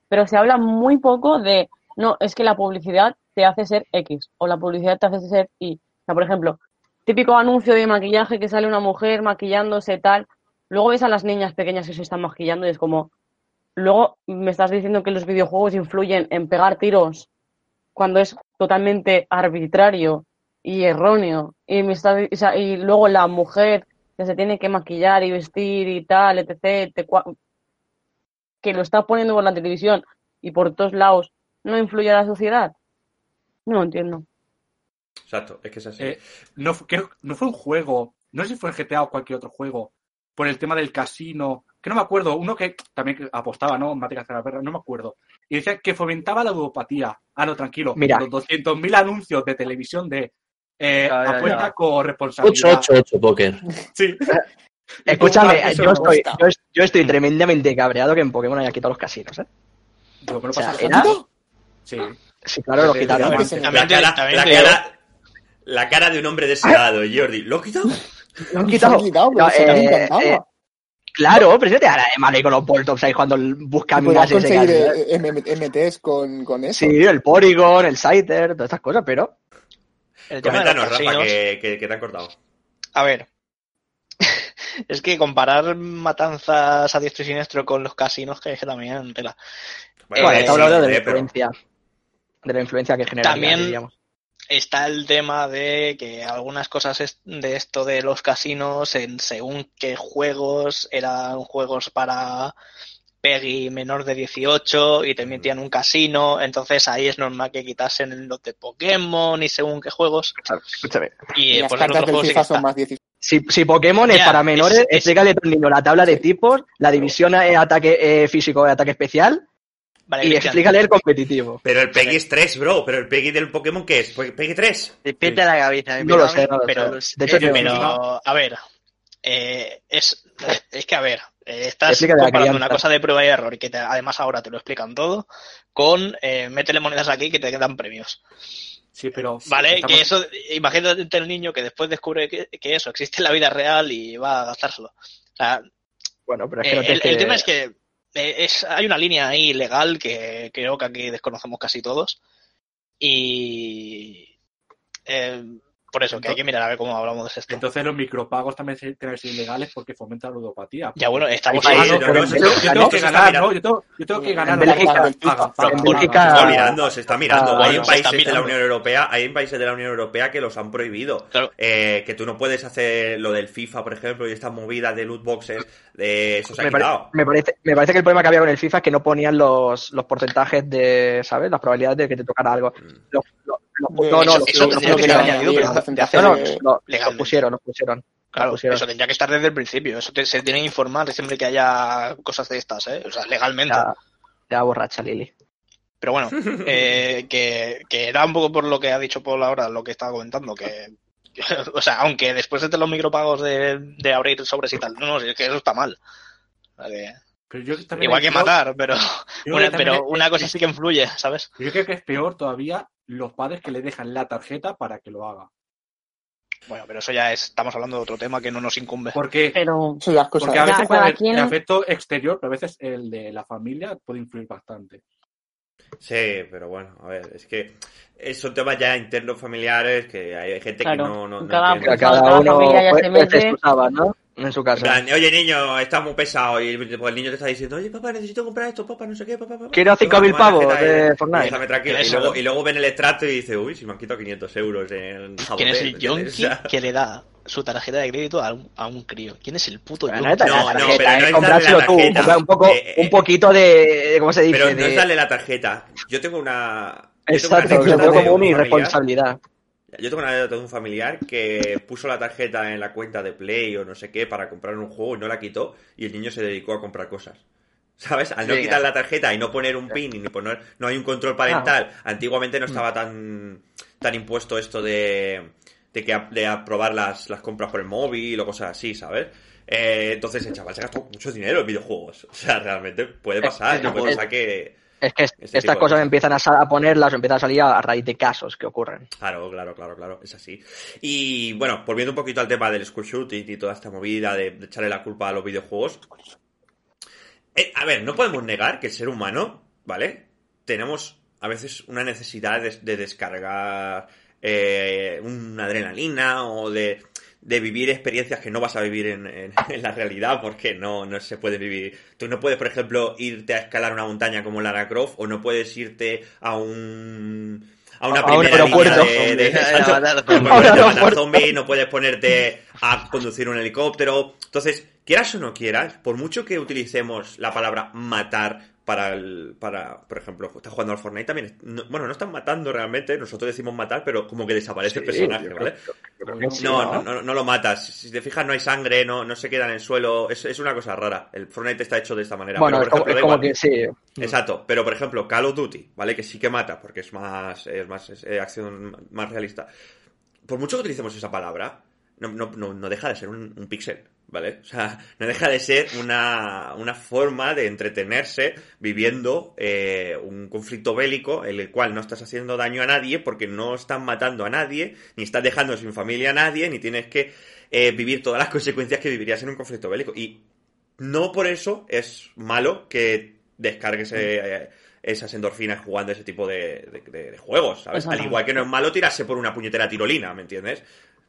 pero se habla muy poco de, no, es que la publicidad te hace ser X o la publicidad te hace ser Y. O sea, por ejemplo, típico anuncio de maquillaje que sale una mujer maquillándose tal, luego ves a las niñas pequeñas que se están maquillando y es como, luego me estás diciendo que los videojuegos influyen en pegar tiros cuando es totalmente arbitrario y erróneo y me estás, o sea, y luego la mujer que se tiene que maquillar y vestir y tal, etcétera, etcétera, que lo está poniendo por la televisión y por todos lados, ¿no influye a la sociedad? No lo entiendo. Exacto, es que es así. Eh, no, fu- creo- no fue un juego, no sé si fue el G T A o cualquier otro juego, por el tema del casino, que no me acuerdo, uno que también apostaba, ¿no? En Máticas de la Perra, no me acuerdo. Y decía que fomentaba la ludopatía. Ah, no, tranquilo. Mira. Los doscientos mil anuncios de televisión de eh, Ya, ya, apuesta ya. con ocho responsabilidad. ocho ocho póker. Sí. Escúchame, Eso yo me estoy, gusta. yo, es- yo estoy tremendamente cabreado que en Pokémon haya quitado los casinos, ¿eh? Digo, ¿me lo O sea, pasas era- rápido? Sí. Sí, claro, los Desde- quitaron. desde- También La te- cara, también la te digo- cara, la cara de un hombre deseado, Jordi. ¿Lo has quitado? Lo han Lo quitado. han quitado, pero No, eso a mí me eh, encantaba. eh, claro, pero yo te hará de mal ahí con los Voltops ahí cuando busca Podías minas y ese conseguir caso, ¿eh? eh, M- M Ts con, con eso. Sí, el Porygon, el Scyther, todas estas cosas, pero El tema de los Coméntanos, Rafa, casinos, que, que, que te han cortado. a ver, es que comparar matanzas a diestro y siniestro con los casinos, que es que también tela. bueno, Eh, está hablando de la sí, pero- influencia. De la influencia que genera. También- diríamos. Está el tema de que algunas cosas es- de esto de los casinos, en según qué juegos, eran juegos para Peggy menor de dieciocho y te metían un casino, entonces ahí es normal que quitasen los de Pokémon y según qué juegos. Escúchame. Y, Y las pues en cartas otros del juegos sí que FIFA son está. más dieciséis. Si, si Pokémon es Ya, para menores, es- es- explícale a tu niño la tabla de tipos, la división de ataque eh, físico y ataque especial, Vale, y Cristian, explícale el competitivo. Pero el Peggy es tres, bro. Pero el Peggy del Pokémon, ¿qué es? Pues Peggy tres. Despierta la cabeza. No lo sé, no lo pero, sé. De hecho, eh, yo- pero, a ver, eh, es, es que, a ver, eh, estás Explícale a la comparando crianza. una cosa de prueba y error, y que te- además ahora te lo explican todo, con eh, métele monedas aquí que te quedan premios. Sí, pero... Vale, estamos- que eso, imagínate el niño que después descubre que, que eso existe en la vida real y va a gastárselo. O sea, Bueno, pero es que eh, no te el, que- el tema es que eh, es, hay una línea ahí legal que creo que aquí desconocemos casi todos. Y eh, por eso, que hay que mirar a ver cómo hablamos de esto. Entonces los micropagos también se- tienen que ser ilegales porque fomentan la ludopatía. Ya bueno, estamos Sí, Ah, ahí. no, no, pero no, yo, sí, yo sí, tengo sí, que se está ganar, mirando. ¿no? Yo tengo, yo tengo que ganar. En Bélgica- Paga, en paga, paga, en paga. Bélgica- Se está mirando, se está mirando. Ah, hay en se está países de la mirando. Unión Europea, hay en países de la Unión Europea que los han prohibido. Claro. Eh, que tú no puedes hacer lo del FIFA, por ejemplo, y estas movidas de loot boxes, de eso se ha me, pare- quitado. me parece, me parece que el problema que había con el FIFA es que no ponían los, los porcentajes de, ¿sabes? Las probabilidades de que te tocara algo. Los- los- los- De- no, no, Eso- los- eso los- tendría los- que los- estar los- añadido, pero los- de hace no, no, años, lo- los legalmente. pusieron, los pusieron. Claro, pusieron. eso tendría que estar desde el principio. Eso te- se tiene que informar siempre que haya cosas de estas, ¿eh? O sea, legalmente. Ya, ya borracha, Lili. Pero bueno, eh, que, que era un poco por lo que ha dicho Paul ahora, lo que estaba comentando, que, o sea, aunque después de los micropagos de, de abrir sobres y tal, no, no, es que eso está mal. O sea, que- Pero yo también igual que creo- matar, pero, yo una, también pero es- una cosa sí que influye, ¿sabes? Yo creo que es peor todavía los padres que le dejan la tarjeta para que lo haga. Bueno, pero eso ya es, estamos hablando de otro tema que no nos incumbe. Porque, Pero Eso ya es cosa porque a de- veces cada el, quien- el afecto exterior, pero a veces el de la familia puede influir bastante. Sí, pero bueno, a ver, es que son temas ya internos familiares que hay gente Claro, que no, no, no cada- entiende. Que cada cada uno familia ya pues, se pues, mete. excusaba, ¿no? En su En casa. plan, oye niño, estás muy pesado y pues, el niño te está diciendo, oye papá, necesito comprar esto, papá, no sé qué, papá, papá. Quiero cinco mil Toma, toma la pavos tarjeta de y- Fortnite. Déjame tranquilo. Y Eso. luego, y luego ven el extracto y dice, uy, si me han quitado quinientos euros en Jabotel, ¿Quién es el ¿me entiendes? yonki O sea, que le da su tarjeta de crédito a un, a un crío? ¿Quién es el puto Bueno, yonki? no, No, no, tarjeta, pero no eh, es comprárselo darle la tú, tarjeta. comprar un poco, Eh, eh, un poquito de, ¿cómo se dice? Pero no De- es darle la tarjeta. Yo tengo una... yo tengo una Exacto, anécdota sentido de común un y familiar- responsabilidad. Yo tengo una anécdota de un familiar que puso la tarjeta en la cuenta de Play o no sé qué para comprar un juego y no la quitó y el niño se dedicó a comprar cosas. ¿Sabes? Al no Sí, quitar ya. la tarjeta y no poner un pin ni poner... No hay un control parental. Antiguamente no estaba tan, tan impuesto esto de, de, que, de aprobar las, las compras por el móvil o cosas así, ¿sabes? Eh, entonces el chaval se gastó mucho dinero en videojuegos. O sea, realmente puede pasar. Es- No puede es- pasar que... Es que Este tipo estas de cosas cosas. empiezan a, sa- a ponerlas o empiezan a salir a, a raíz de casos que ocurren. Claro, claro, claro, claro, es así. Y bueno, volviendo un poquito al tema del school shooting y toda esta movida de, de echarle la culpa a los videojuegos. Eh, a ver, no podemos negar que el ser humano ¿vale? Tenemos a veces una necesidad de, de descargar eh, una adrenalina o de, de vivir experiencias que no vas a vivir en, en, en la realidad porque no, no se puede vivir. Tú no puedes, por ejemplo, irte a escalar una montaña como Lara Croft o no puedes irte a un... a una A primera un línea aeropuerto. de, de, de, A matar no puedes A un ponerte a matar aeropuerto. zombies, no puedes ponerte a conducir un helicóptero. Entonces, quieras o no quieras, por mucho que utilicemos la palabra matar para, el, para por ejemplo, estás jugando al Fortnite también, no, bueno, no están matando realmente, nosotros decimos matar, pero como que desaparece el personaje, ¿vale? No, no, no, no lo matas. Si te fijas, no hay sangre, no, no se queda en el suelo. Es, es una cosa rara. El Fortnite está hecho de esta manera. Bueno, pero, es por como, ejemplo, es da como igual. que sí. Exacto, pero por ejemplo, Call of Duty, ¿vale? Que sí que mata, porque es más, es más es, eh, acción más realista. Por mucho que utilicemos esa palabra, no, no, no, no deja de ser un, un píxel, ¿vale? O sea, no deja de ser una, una forma de entretenerse viviendo eh, un conflicto bélico en el cual no estás haciendo daño a nadie porque no estás matando a nadie, ni estás dejando sin familia a nadie, ni tienes que eh, vivir todas las consecuencias que vivirías en un conflicto bélico. Y no por eso es malo que descargues eh, esas endorfinas jugando ese tipo de, de, de juegos, ¿sabes? Al igual que no es malo tirarse por una puñetera tirolina, ¿me entiendes?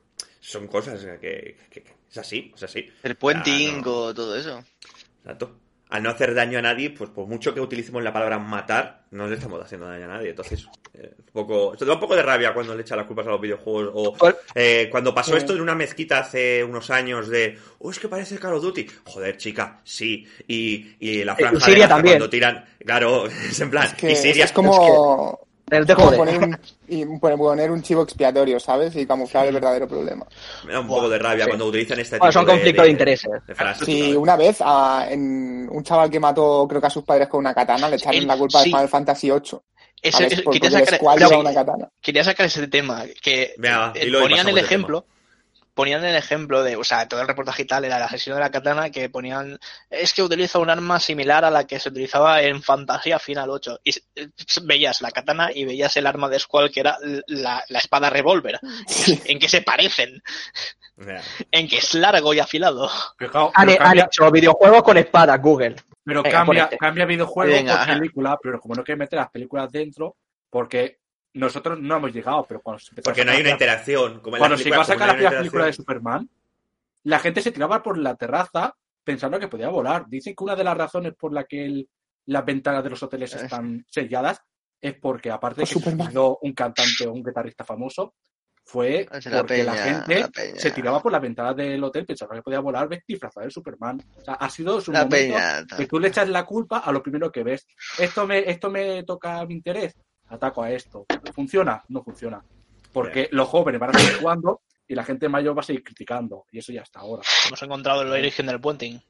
Son cosas que, que, que, que es así, es así. El puenting Ah, no. o todo eso. Exacto. Al no hacer daño a nadie, pues por mucho que utilicemos la palabra matar, no le estamos haciendo daño a nadie. Entonces, eh, un poco, esto da un poco de rabia cuando le echan las culpas a los videojuegos. O Pues- eh, cuando pasó Sí. esto en una mezquita hace unos años de, oh, es que parece Call of Duty. Joder, chica, sí. Y, y la En franja Siria de Gaza también. cuando tiran, claro, es en plan, Es que y Siria, es como, El de como joder. poner, un, y poner poner un chivo expiatorio, ¿sabes? Y camuflar el verdadero problema. me da un poco de rabia sí. cuando utilizan este Bueno, tipo son de, conflictos de intereses. de frases. Sí, ¿sabes? una vez a, en un chaval que mató, creo que a sus padres con una katana, le echaron El- la culpa sí. de Final Fantasy ocho. Ese- ¿Sabes? ese- Por- quería, porque el sacar, Squall pero lleva una katana. quería sacar ese tema, que Venga, eh, dilo y ponían pasamos el del ejemplo, ponían el ejemplo de, o sea, todo el reportaje y tal era el asesino de la katana que ponían, es que utiliza un arma similar a la que se utilizaba en Fantasía Final ocho. Y eh, veías la katana y veías el arma de Squall que era la, la espada revólver. ¿En qué se parecen? Venga. En que es largo y afilado. Pero, claro, Han, pero han cambia, hecho videojuegos con espada, Google. pero Venga, cambia, ponete. cambia videojuego Venga, por ajá. película, pero como no quieren meter las películas dentro, porque nosotros no hemos llegado, pero cuando se empezó Porque a no hay una sacar- interacción. Como en Cuando las se iba a películas, como sacar no la hay una primera película de interacción. Superman, la gente se tiraba por la terraza pensando que podía volar. Dicen que una de las razones por la que el- las ventanas de los hoteles están selladas es porque, aparte de Por que se Superman. suicidó un cantante o un guitarrista famoso, fue Es la porque la peña, gente la peña. se tiraba por las ventanas del hotel pensando que podía volar disfrazado de Superman. O sea, ha sido su La momento peña. que tú le echas la culpa a lo primero que ves. Esto me, esto me toca mi interés, ataco a esto. ¿Funciona? No funciona. Porque los jóvenes van a seguir jugando y la gente mayor va a seguir criticando. Y eso ya está ahora. Hemos encontrado el origen del puenting.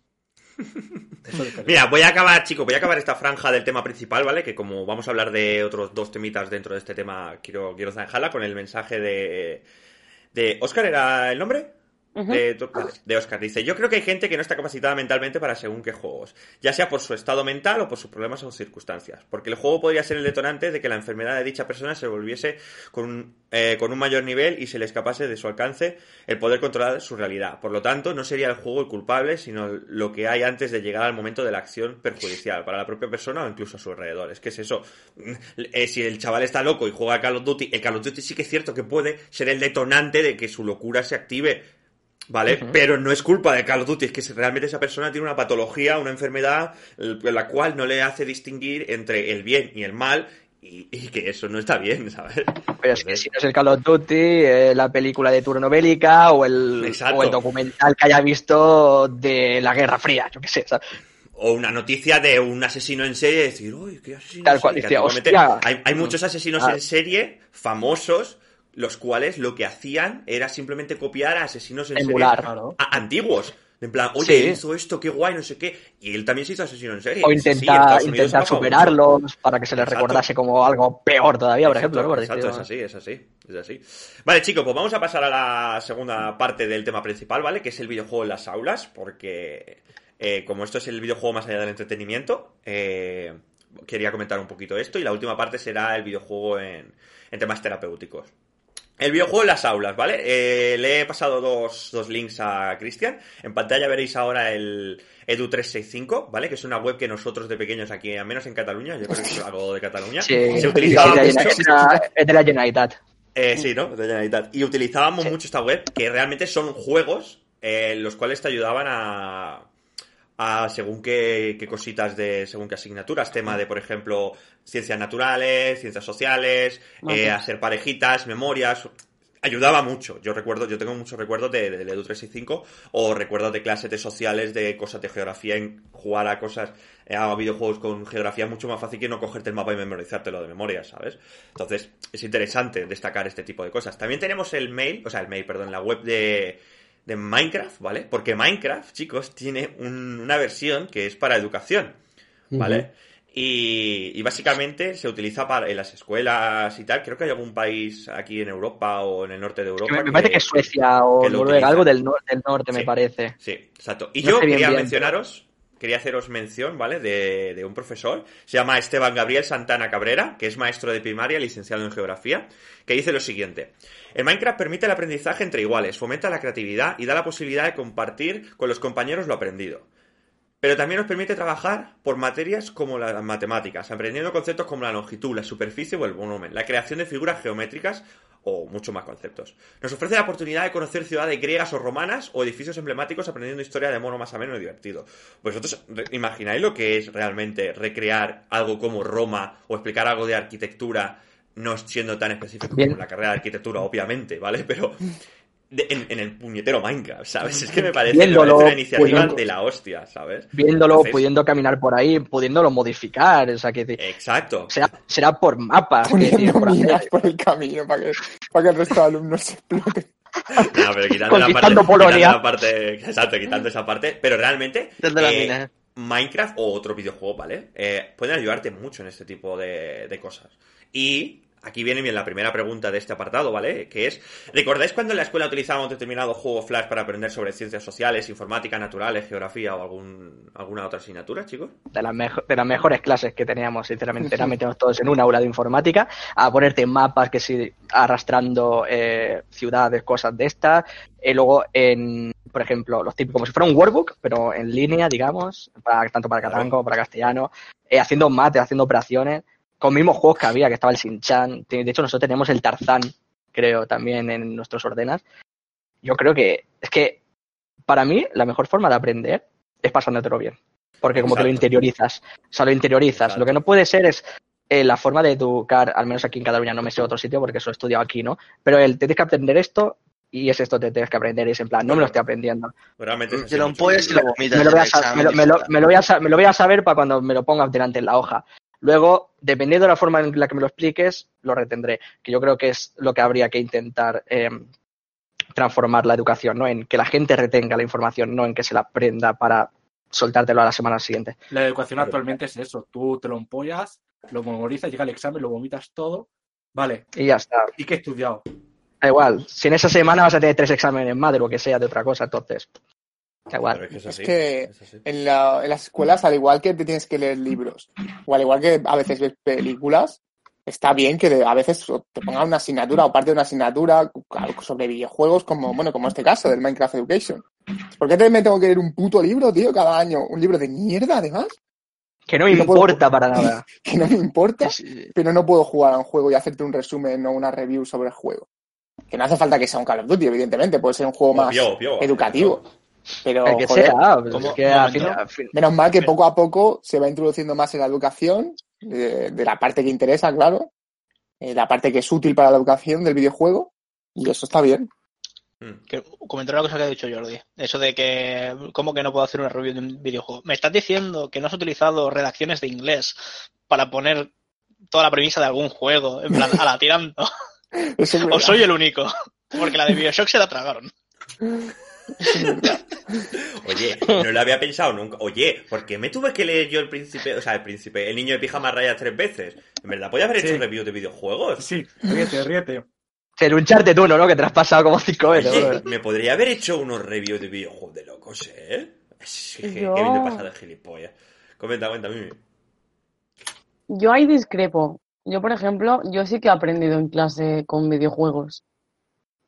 Eso de que- Mira, voy a acabar, chicos, voy a acabar esta franja del tema principal, ¿vale? Que como vamos a hablar de otros dos temitas dentro de este tema, quiero, quiero zanjarla con el mensaje de... de ¿Oscar era el nombre? Ujú. De, vale, de Oscar. Dice, yo creo que hay gente que no está capacitada mentalmente para según qué juegos, ya sea por su estado mental o por sus problemas o circunstancias, porque el juego podría ser el detonante de que la enfermedad de dicha persona se volviese con un, eh, con un mayor nivel y se le escapase de su alcance el poder controlar su realidad. Por lo tanto, no sería el juego el culpable, sino lo que hay antes de llegar al momento de la acción perjudicial para la propia persona o incluso a su alrededor. Es que es eso. Eh, si el chaval está loco y juega a Call of Duty, el Call of Duty sí que es cierto que puede ser el detonante de que su locura se active, ¿vale? Uh-huh. Pero no es culpa de Call of Duty, es que realmente esa persona tiene una patología, una enfermedad, la cual no le hace distinguir entre el bien y el mal, y, y que eso no está bien, ¿sabes? Pero es que si no es el Call of Duty, eh, la película de turno bélica o el, o el documental que haya visto de la Guerra Fría, yo qué sé, ¿sabes? O una noticia de un asesino en serie y decir, uy, qué asesino Tal en cual, serie. decía, hostia. Hay, hay muchos asesinos ah. en serie famosos, los cuales lo que hacían era simplemente copiar a asesinos en Emular. serie a, a, antiguos. En plan, oye, sí. hizo esto, qué guay, no sé qué. Y él también se hizo asesino en serie. O intenta, sí, intentar superarlos mucho. Para que se les Exacto. recordase como algo peor todavía, por Exacto, ejemplo. ¿no? Exacto, es así, es así, es así. Vale, chicos, pues vamos a pasar a la segunda parte del tema principal, ¿vale? Que es el videojuego en las aulas, porque eh, como esto es el videojuego más allá del entretenimiento, eh, quería comentar un poquito esto. Y la última parte será el videojuego en, en temas terapéuticos. El videojuego en las aulas, ¿vale? Eh, le he pasado dos, dos links a Cristian. En pantalla veréis ahora el Edu trescientos sesenta y cinco, ¿vale? Que es una web que nosotros de pequeños aquí, al menos en Cataluña, yo creo que es algo de Cataluña, Sí, se utilizaba es de la mucho. Generalitat, es de la Generalitat. Eh, sí, ¿no? De Generalitat. Y utilizábamos Sí. mucho esta web, que realmente son juegos eh, los cuales te ayudaban a, a según qué, qué cositas de según qué asignaturas, tema de, por ejemplo, ciencias naturales, ciencias sociales, Vale. eh, hacer parejitas, memorias. Ayudaba mucho. Yo recuerdo, yo tengo muchos recuerdos de, de, del Edu trescientos sesenta y cinco o recuerdos de clases de sociales, de cosas de geografía, en jugar a cosas, eh, a videojuegos con geografía es mucho más fácil que no cogerte el mapa y memorizártelo de memoria, ¿sabes? Entonces, es interesante destacar este tipo de cosas. También tenemos el mail, o sea, el mail, perdón, la web de, de Minecraft, ¿vale? Porque Minecraft, chicos, tiene un, una versión que es para educación, ¿vale? Ujú. Y, y básicamente se utiliza para en las escuelas y tal. Creo que hay algún país aquí en Europa o en el norte de Europa. Me, me parece que es Suecia o que lo Noruega, utiliza. algo del, nor- del norte, Sí. me parece. Sí, exacto. Y No yo sé bien, quería bien, mencionaros, quería haceros mención, ¿vale? De, de un profesor. Se llama Esteban Gabriel Santana Cabrera, que es maestro de primaria, licenciado en geografía, que dice lo siguiente. El Minecraft permite el aprendizaje entre iguales, fomenta la creatividad y da la posibilidad de compartir con los compañeros lo aprendido. Pero también nos permite trabajar por materias como las matemáticas, aprendiendo conceptos como la longitud, la superficie o el volumen, la creación de figuras geométricas o muchos más conceptos. Nos ofrece la oportunidad de conocer ciudades griegas o romanas o edificios emblemáticos aprendiendo historia de modo más ameno y divertido. ¿Vosotros re- imagináis lo que es realmente recrear algo como Roma o explicar algo de arquitectura no siendo tan específico Bien. como la carrera de arquitectura, obviamente, ¿vale? Pero de- en, en el puñetero Minecraft, ¿sabes? Es que me parece, me Viéndolo, parece una iniciativa pudiendo- de la hostia, ¿sabes? Viéndolo, Entonces, pudiendo caminar por ahí, pudiéndolo modificar, o sea, que decir, Exacto. será, será por mapas, que decir, Poniendo por minas hacer, por el camino para que, para que el resto de alumnos se exploten. No, pero quitando la parte, Conquistando Polonia. quitando la parte, exacto, quitando esa parte, pero realmente Desde la eh, mina. Minecraft o otro videojuego, ¿vale? Eh, pueden ayudarte mucho en este tipo de, de cosas. Y aquí viene bien la primera pregunta de este apartado, ¿vale? Que es, ¿recordáis cuando en la escuela utilizábamos determinado juego flash para aprender sobre ciencias sociales, informática, naturales, geografía o algún, alguna otra asignatura, chicos? de las, mejo- de las mejores clases que teníamos, sinceramente, era meternos todos en un aula de informática, a ponerte mapas, que sí, arrastrando eh, ciudades, cosas de estas, y luego en, por ejemplo, los típicos, como si fuera un workbook, pero en línea, digamos, para, tanto para catalán como para castellano, eh, haciendo mates, haciendo operaciones, con mismos juegos que había, que estaba el Shin-Chan, de hecho nosotros tenemos el Tarzán, creo, también en nuestros ordenas. Yo creo que, es que, para mí, la mejor forma de aprender es pasándotelo bien. Porque como que lo Exacto. interiorizas. O sea, lo interiorizas. Exacto. Lo que no puede ser es eh, la forma de educar, al menos aquí en Cataluña, no me sé otro sitio porque eso he estudiado aquí, ¿no? Pero el tienes que aprender esto y es esto que tienes que aprender. Y es en plan, no me lo estoy aprendiendo. Realmente es así Te lo mucho. empollas y lo vomitas Me lo, en voy a el sa- examen me, lo, y me lo- fuera. me lo voy a sa- me lo voy a saber para cuando me lo ponga delante en la hoja. Luego, dependiendo de la forma en la que me lo expliques, lo retendré. Que yo creo que es lo que habría que intentar eh, transformar la educación, ¿no? En que la gente retenga la información, no en que se la aprenda para soltártelo a la semana siguiente. La educación Claro. actualmente es eso. Tú te lo empollas, lo memorizas, llega el examen, lo vomitas todo. Vale. Y ya está. ¿Y qué he estudiado? Da igual. Si en esa semana vas a tener tres exámenes más de lo que sea de otra cosa, entonces. Da Pero igual. es que es Es así. que es así. En, la- en las escuelas, al igual que te tienes que leer libros, o al igual que a veces ves películas, está bien que de- a veces te pongan una asignatura o parte de una asignatura sobre videojuegos, como, bueno, como este caso del Minecraft Education. ¿Por qué te- me tengo que leer un puto libro, tío, cada año? Un libro de mierda, además, Que no me No puedo- importa para nada. que no me importa, Sí, sí. pero no puedo jugar a un juego y hacerte un resumen o una review sobre el juego. Que no hace falta que sea un Call of Duty, evidentemente, puede ser un juego más Obvio, obvio, educativo. Pero, El que joder, sea. Pues ¿cómo? es que Un al momento. final- al fin- menos mal que poco a poco se va introduciendo más en la educación, de, de la parte que interesa, claro, eh, la parte que es útil para la educación del videojuego, y eso está bien. Mm. Que, comentar una cosa que ha dicho Jordi. Eso de que, ¿cómo que no puedo hacer una review de un videojuego? ¿Me estás diciendo que no has utilizado redacciones de inglés para poner toda la premisa de algún juego? En plan, a la tirando. Eso es ¿O verdad. soy el único? Porque la de Bioshock se la tragaron. Oye, no lo había pensado nunca. Oye, ¿por qué me tuve que leer yo el príncipe, o sea, el príncipe, el niño de pijama raya tres veces? En verdad, podía haber hecho Sí. un review de videojuegos. Sí, ríete, ríete. Ser un Uncharted uno, ¿no? Que te has pasado como cinco veces. Oye, ¿no? me podría haber hecho unos reviews de videojuegos de locos, ¿eh? Es que, que Yo- bien me pasa de gilipollas. Comenta, comenta, Mimi. Yo ahí discrepo. Yo, por ejemplo, yo sí que he aprendido en clase con videojuegos.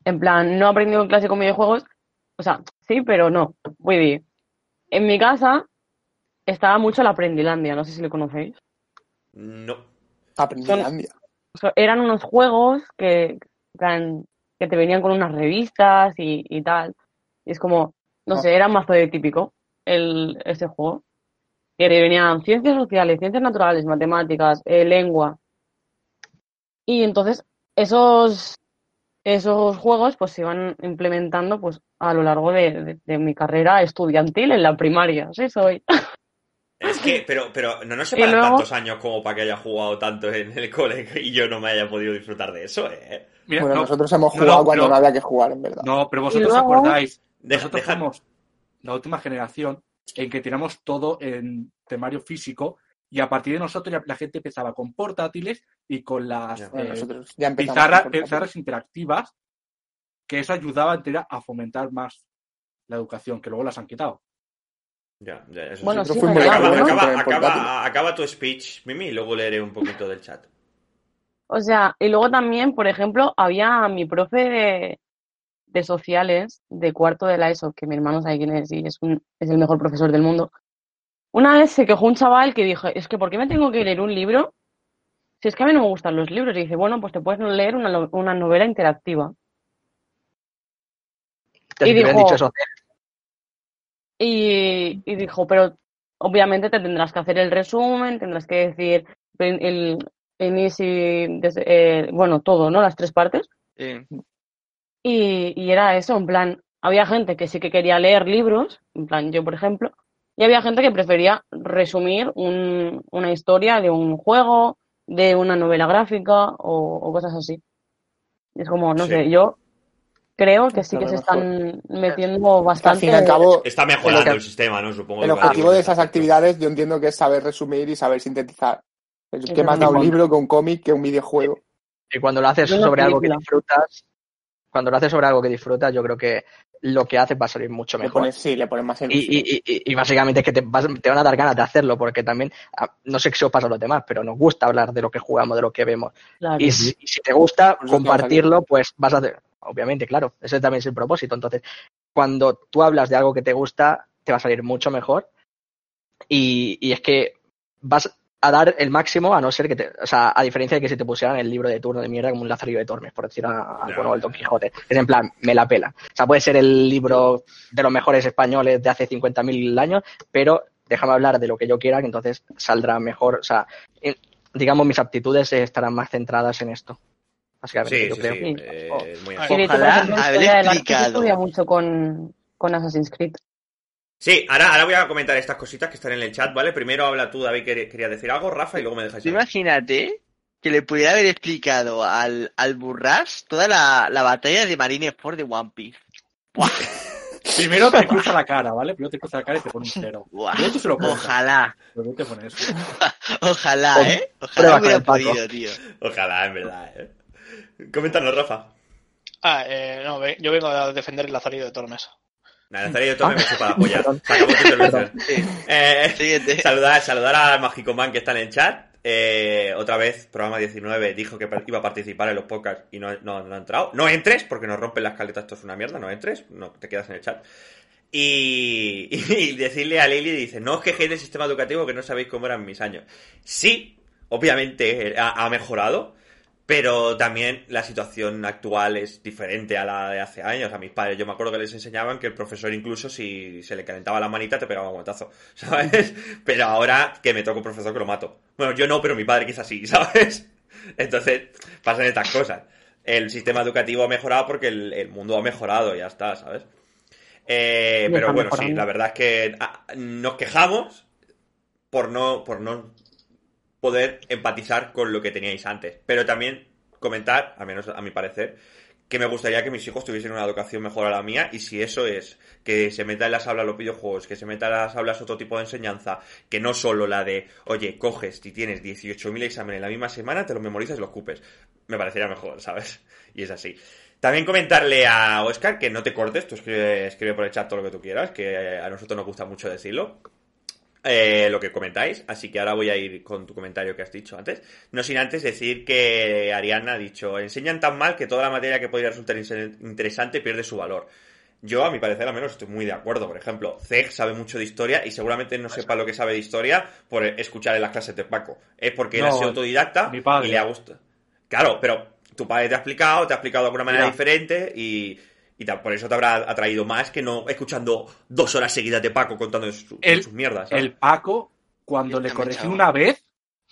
En plan, no he aprendido en clase con videojuegos. O sea, sí, pero no. Vull dir, en mi casa estaba mucho la Prendilandia, no sé si lo conocéis. No. Aprendilandia. O sea, eran unos juegos que, que, que te venían con unas revistas y, y tal. Y es como, no sé, era mazo de típico el, ese juego. Y ahí venían ciencias sociales, ciencias naturales, matemáticas, eh, lengua. Y entonces esos, esos juegos pues se iban implementando pues a lo largo de, de, de mi carrera estudiantil en la primaria. Sí, soy. Es que, pero, pero no nos Y separan luego- tantos años como para que haya jugado tanto en el cole y yo no me haya podido disfrutar de eso, ¿eh? Mira, Bueno, no, nosotros hemos no, jugado no, cuando pero- no había que jugar, en verdad. No, pero vosotros Y luego- acordáis, Deja- nosotros deja- somos la última generación en que tiramos todo en temario físico y a partir de nosotros ya la gente empezaba con portátiles y con las Ya. Bueno, eh, nosotros ya empezamos. pizarra- con portátiles. pizarras interactivas, que eso ayudaba entera a fomentar más la educación, que luego las han quitado. Ya, ya, eso Bueno, sí. Nosotros sí, fuimos ¿verdad? los Acaba, primeros en acaba, tener portátiles. acaba, acaba tu speech, Mimi, y luego leeré un poquito del chat. O sea, y luego también, por ejemplo, había mi profe de, de sociales de cuarto de la ESO, que mi hermano sabe quién es y es, un, es el mejor profesor del mundo. Una vez se quejó un chaval que dijo, es que ¿por qué me tengo que leer un libro si es que a mí no me gustan los libros? Y dice, bueno, pues te puedes leer una, no- una novela interactiva. Te Y hubieran dijo- dicho eso. Y, y dijo, pero obviamente te tendrás que hacer el resumen, tendrás que decir el, el inicio, desde- eh, bueno, todo, ¿no? Las tres partes. Sí. Y, y era eso, en plan, había gente que sí que quería leer libros, en plan, yo por ejemplo, y había gente que prefería resumir un- una historia de un juego, de una novela gráfica o, o cosas así. Y es como, no Sí. sé, yo creo que sí Está que se mejor. están metiendo Es que al bastante. fin y al cabo, Está mejorando el, el sistema, ¿no? Supongo el que objetivo va de en esas ese aspecto. actividades yo entiendo que es saber resumir y saber sintetizar. Es Eso que más da un mismo. libro que un cómic que un videojuego. Y cuando lo haces Yo una sobre algo que película. disfrutas, cuando lo haces sobre algo que disfrutas, yo creo que lo que haces va a salir mucho Le mejor. pones, sí, le pones más Y, ilusión. y, y, y básicamente es que te, vas- te van a dar ganas de hacerlo, porque también, ah, no sé si os pasa a los demás, pero nos gusta hablar de lo que jugamos, de lo que vemos. Claro. Y si, y si te gusta Por eso estamos compartirlo, pues vas a hacer, obviamente, claro, ese también es el propósito. Entonces, cuando tú hablas de algo que te gusta, te va a salir mucho mejor. Y, y es que vas a dar el máximo, a no ser que te, o sea, a diferencia de que si te pusieran el libro de turno de mierda como un Lazarillo de Tormes, por decir a- algo, ¿no? El Don Quijote. Es en plan, me la pela. O sea, puede ser el libro de los mejores españoles de hace cincuenta mil años, pero déjame hablar de lo que yo quiera, que entonces saldrá mejor. O sea, en- digamos, mis aptitudes estarán más centradas en esto. Básicamente, Sí, yo sí, creo. sí. Sí. eh, muy Sí, así. Sí, de hecho, por Ojalá ejemplo, en haber historia del arte se explicado. estudia mucho con, con Assassin's Creed. Sí, ahora, ahora voy a comentar estas cositas que están en el chat, ¿vale? Primero habla tú, David, que quería decir algo, Rafa, y luego me dejáis Tú hablar. imagínate que le pudiera haber explicado al, al Burras toda la, la batalla de Marineford de One Piece. Buah, Primero te cruza la cara, ¿vale? Primero te cruza la cara y te pone un cero. buah. Luego tú se lo cuentas. Ojalá, Luego te pone eso. ojalá, ¿eh? Ojalá Prueba con hubiera el Paco. podido, tío. Ojalá, en verdad, ¿eh? Coméntanos, Rafa. Ah, eh, no, ve- yo vengo a defender el Lazarillo de Tormes. Nada, Nazario Torres me chupa la polla. Se acabó tu intervención. Sí. Eh, Siguiente. saludar, saludar al Mágico Man que está en el chat. Eh, otra vez, programa diecinueve, dijo que iba a participar en los podcasts y no, no, no ha entrado. No entres, porque nos rompen las caletas, esto es una mierda, no entres, no te quedas en el chat. Y, y decirle a Lili, dice, no os quejéis del sistema educativo que no sabéis cómo eran mis años. Sí, obviamente ha, ha mejorado, pero también la situación actual es diferente a la de hace años. A mis padres, yo me acuerdo que les enseñaban que el profesor incluso si se le calentaba la manita te pegaba un guantazo, ¿sabes? Pero ahora que me toca un profesor que lo mato. Bueno, yo no, pero mi padre que es así, ¿sabes? Entonces pasan estas cosas. El sistema educativo ha mejorado porque el, el mundo ha mejorado, ya está, ¿sabes? Eh, Y pero está bueno, sí, mejorando. la verdad es que ah, nos quejamos por no, por no poder empatizar con lo que teníais antes. Pero también comentar, al menos a mi parecer, que me gustaría que mis hijos tuviesen una educación mejor a la mía, y si eso es que se meta en las aulas los videojuegos, que se meta en las aulas otro tipo de enseñanza, que no solo la de, oye, coges y tienes dieciocho mil exámenes en la misma semana, te los memorizas y los cupes. Me parecería mejor, ¿sabes? Y es así. También comentarle a Oscar que no te cortes, tú escribe, escribe por el chat todo lo que tú quieras, que a nosotros nos gusta mucho decirlo. eh, lo que comentáis, así que ahora voy a ir con tu comentario que has dicho antes. No sin antes decir que Ariana ha dicho, enseñan tan mal que toda la materia que podría resultar interesante pierde su valor. Yo, a mi parecer, al menos estoy muy de acuerdo. Por ejemplo, Zeg sabe mucho de historia y seguramente no sepa lo que sabe de historia por escuchar en las clases de Paco. Es porque él No, ha sido autodidacta mi padre. y le ha gustado. Claro, pero tu padre te ha explicado, te ha explicado de alguna manera Mira. diferente y, y ta- por eso te habrá atraído más que no escuchando dos horas seguidas de Paco contando su- El- sus mierdas. ¿sabes? El Paco, cuando Yo le también, corregí chaval. una vez,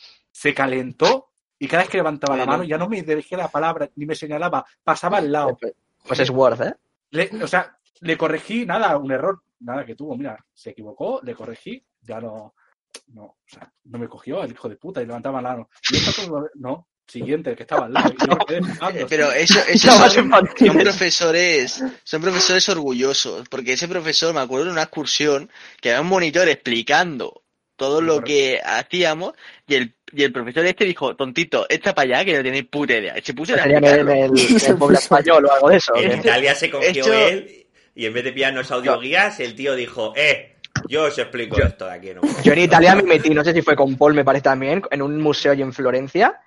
se calentó y cada vez que levantaba la Bueno. mano ya no me dirigía la palabra ni me señalaba, pasaba al lado. Pues es worth, ¿eh? Le- o sea, le corregí, nada, un error, nada que tuvo, mira, se equivocó, le corregí, ya no, no, o sea, no me cogió el hijo de puta y levantaba la mano. Y esto como- no, siguiente, el que estaba al lado. Y yo me quedé flipando. Eh, Pero eso, eso Chavas son, infantiles. son profesores, son profesores orgullosos, porque ese profesor, me acuerdo de una excursión que había un monitor explicando todo lo que hacíamos y el, y el profesor este dijo, tontito, echa para allá que no tenéis puta idea. Y se puso a Sería en el, explicarlo. en el- en el pueblo español o algo de eso. ¿o En qué? Italia se cogió Esto- él y en vez de pillarnos audioguías, el tío dijo, eh, yo os explico Yo- esto de aquí en un Yo en Italia me metí, no sé si fue con Paul, me parece también, en un museo allí en Florencia,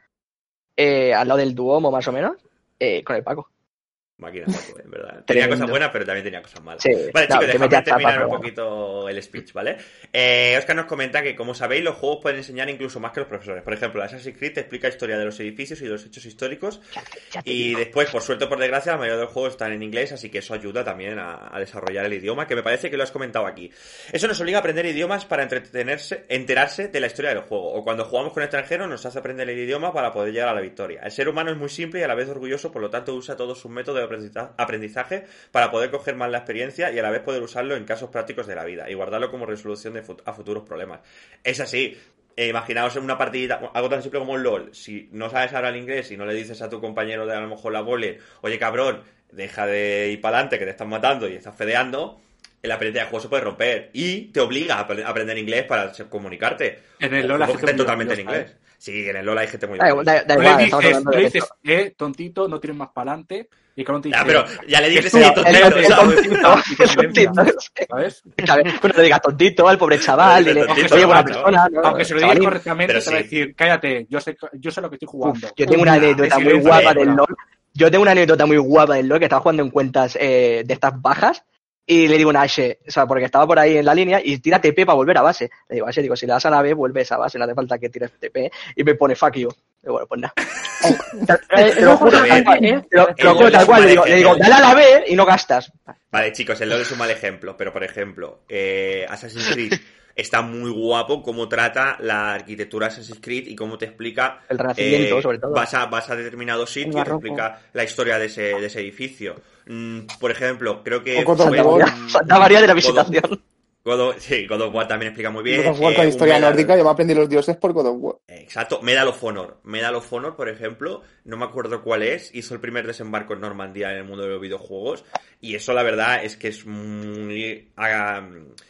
eh, al lado del Duomo más o menos, eh, con el Paco. Máquina Paco, en verdad. Tenía Tremendo. cosas buenas, pero también tenía cosas malas. Sí, Vale, no, chicos, te metí dejadme a chapa, terminar un pero- poquito el speech, ¿vale? Eh, Oscar nos comenta que, como sabéis, los juegos pueden enseñar incluso más que los profesores. Por ejemplo, Assassin's Creed te explica historia de los edificios y de los hechos históricos. Ya te Y digo. después, por suerte o por desgracia, la mayoría de los juegos están en inglés, así que eso ayuda también a, a desarrollar el idioma, que me parece que lo has comentado aquí. Eso nos obliga a aprender idiomas para entretenerse, enterarse de la historia del juego. O cuando jugamos con extranjeros nos hace aprender el idioma para poder llegar a la victoria. El ser humano es muy simple y a la vez orgulloso, por lo tanto usa todos sus métodos de aprendiza- aprendizaje para poder coger más la experiencia y a la vez poder usarlo en casos prácticos de la vida y guardarlo como resolución de fut- a futuros problemas. Es así. Eh, imaginaos en una partida, algo tan simple como el LOL. Si no sabes hablar inglés y no le dices a tu compañero de a lo mejor la vole, oye cabrón, deja de ir para adelante que te están matando y estás fedeando, la experiencia de juego se puede romper y te obliga a apre- a aprender inglés para se- comunicarte. En el O LoL hay juegos que gente estén muy totalmente en orgullosa, inglés. Sí, en el LOL hay gente muy Da igual, da- da No igual, le estamos dices, hablando no de le esto. dices, eh, tontito, no tienes más para adelante. Y cabrón te dice, Ya, pero ya le dices Esto- sí, El- tontito, el- el ¿sabes? tontito, Y te el tontito, silencia. ¿sabes? ¿sabes? Bueno, le digas tontito al pobre chaval, Pero dile, tontito, oye, buena chaval, persona. ¿no? Aunque se lo digas Chavalín. correctamente, Pero te va a sí. decir, cállate, yo sé, yo sé lo que estoy jugando. Uf, yo tengo una anécdota de muy silencio, guapa fuera. del LOL. Yo tengo una anécdota muy guapa del LOL que estaba jugando en cuentas eh, de estas bajas y le digo a Ashe, o sea, porque estaba por ahí en la línea y tira T P para volver a base. Le digo, Ashe, digo, si le das a la B, vuelves a base, no hace falta que tires T P. Y me pone fuck you. Y bueno, pues nada. Te, te lo juro, Eso bien. por ejemplo, te lo, te lo El juro LOL tal es cual. un Le digo, mal le digo, ejemplo. dale a la B y no gastas. Vale, chicos, el LoL es un mal ejemplo, pero por ejemplo, eh, Assassin's Creed está muy guapo cómo trata la arquitectura Assassin's Creed y cómo te explica... El renacimiento, eh, sobre todo. Vas a, vas a determinado sitio y te barroco. explica la historia de ese, de ese edificio. Mm, por ejemplo, creo que... O God of fue War. un- Santa María de la God of- visitación. God of- sí, God of War también explica muy bien. God of War con eh, historia un Medal- nórdica, yo me aprendí los dioses por God of War. Exacto, Medal of Honor. Medal of Honor, por ejemplo, no me acuerdo cuál es, hizo el primer desembarco en Normandía en el mundo de los videojuegos y eso la verdad es que es muy... ah,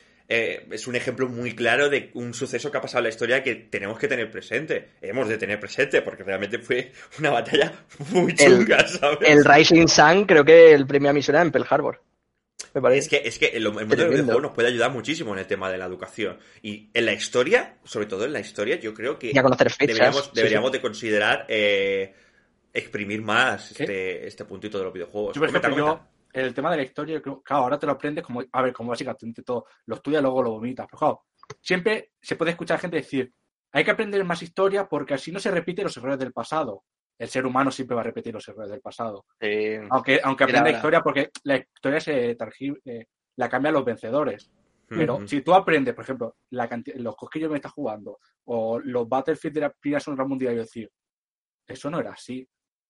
eh, es un ejemplo muy claro de un suceso que ha pasado en la historia que tenemos que tener presente. Hemos de tener presente porque realmente fue una batalla muy chunga, ¿sabes? El Rising Sun, creo que el premio a misión era en Pearl Harbor. Me parece. Es que, es que el, el mundo de los Tremendo. videojuegos nos puede ayudar muchísimo en el tema de la educación. Y en la historia, sobre todo en la historia, yo creo que Y a conocer fechas. deberíamos, Sí, deberíamos sí. de considerar eh, exprimir más ¿Qué? este, este puntito de los videojuegos. Yo, por Comenta, ejemplo, comenta. yo, el tema de la historia, yo creo, claro, ahora te lo aprendes como, a ver, como básicamente todo, lo estudias, luego lo vomitas. Pero claro, siempre se puede escuchar gente decir, hay que aprender más historia porque así no se repiten los errores del pasado. El ser humano siempre va a repetir los errores del pasado. Sí. Aunque, aunque Mira aprenda ahora. historia, porque la historia se targi- eh, la cambian los vencedores. Pero Ujú. si tú aprendes, por ejemplo, la canti- los cosquillos que me estás jugando, o los Battlefield de la Primera Guerra Mundial, y decir, eso no era así.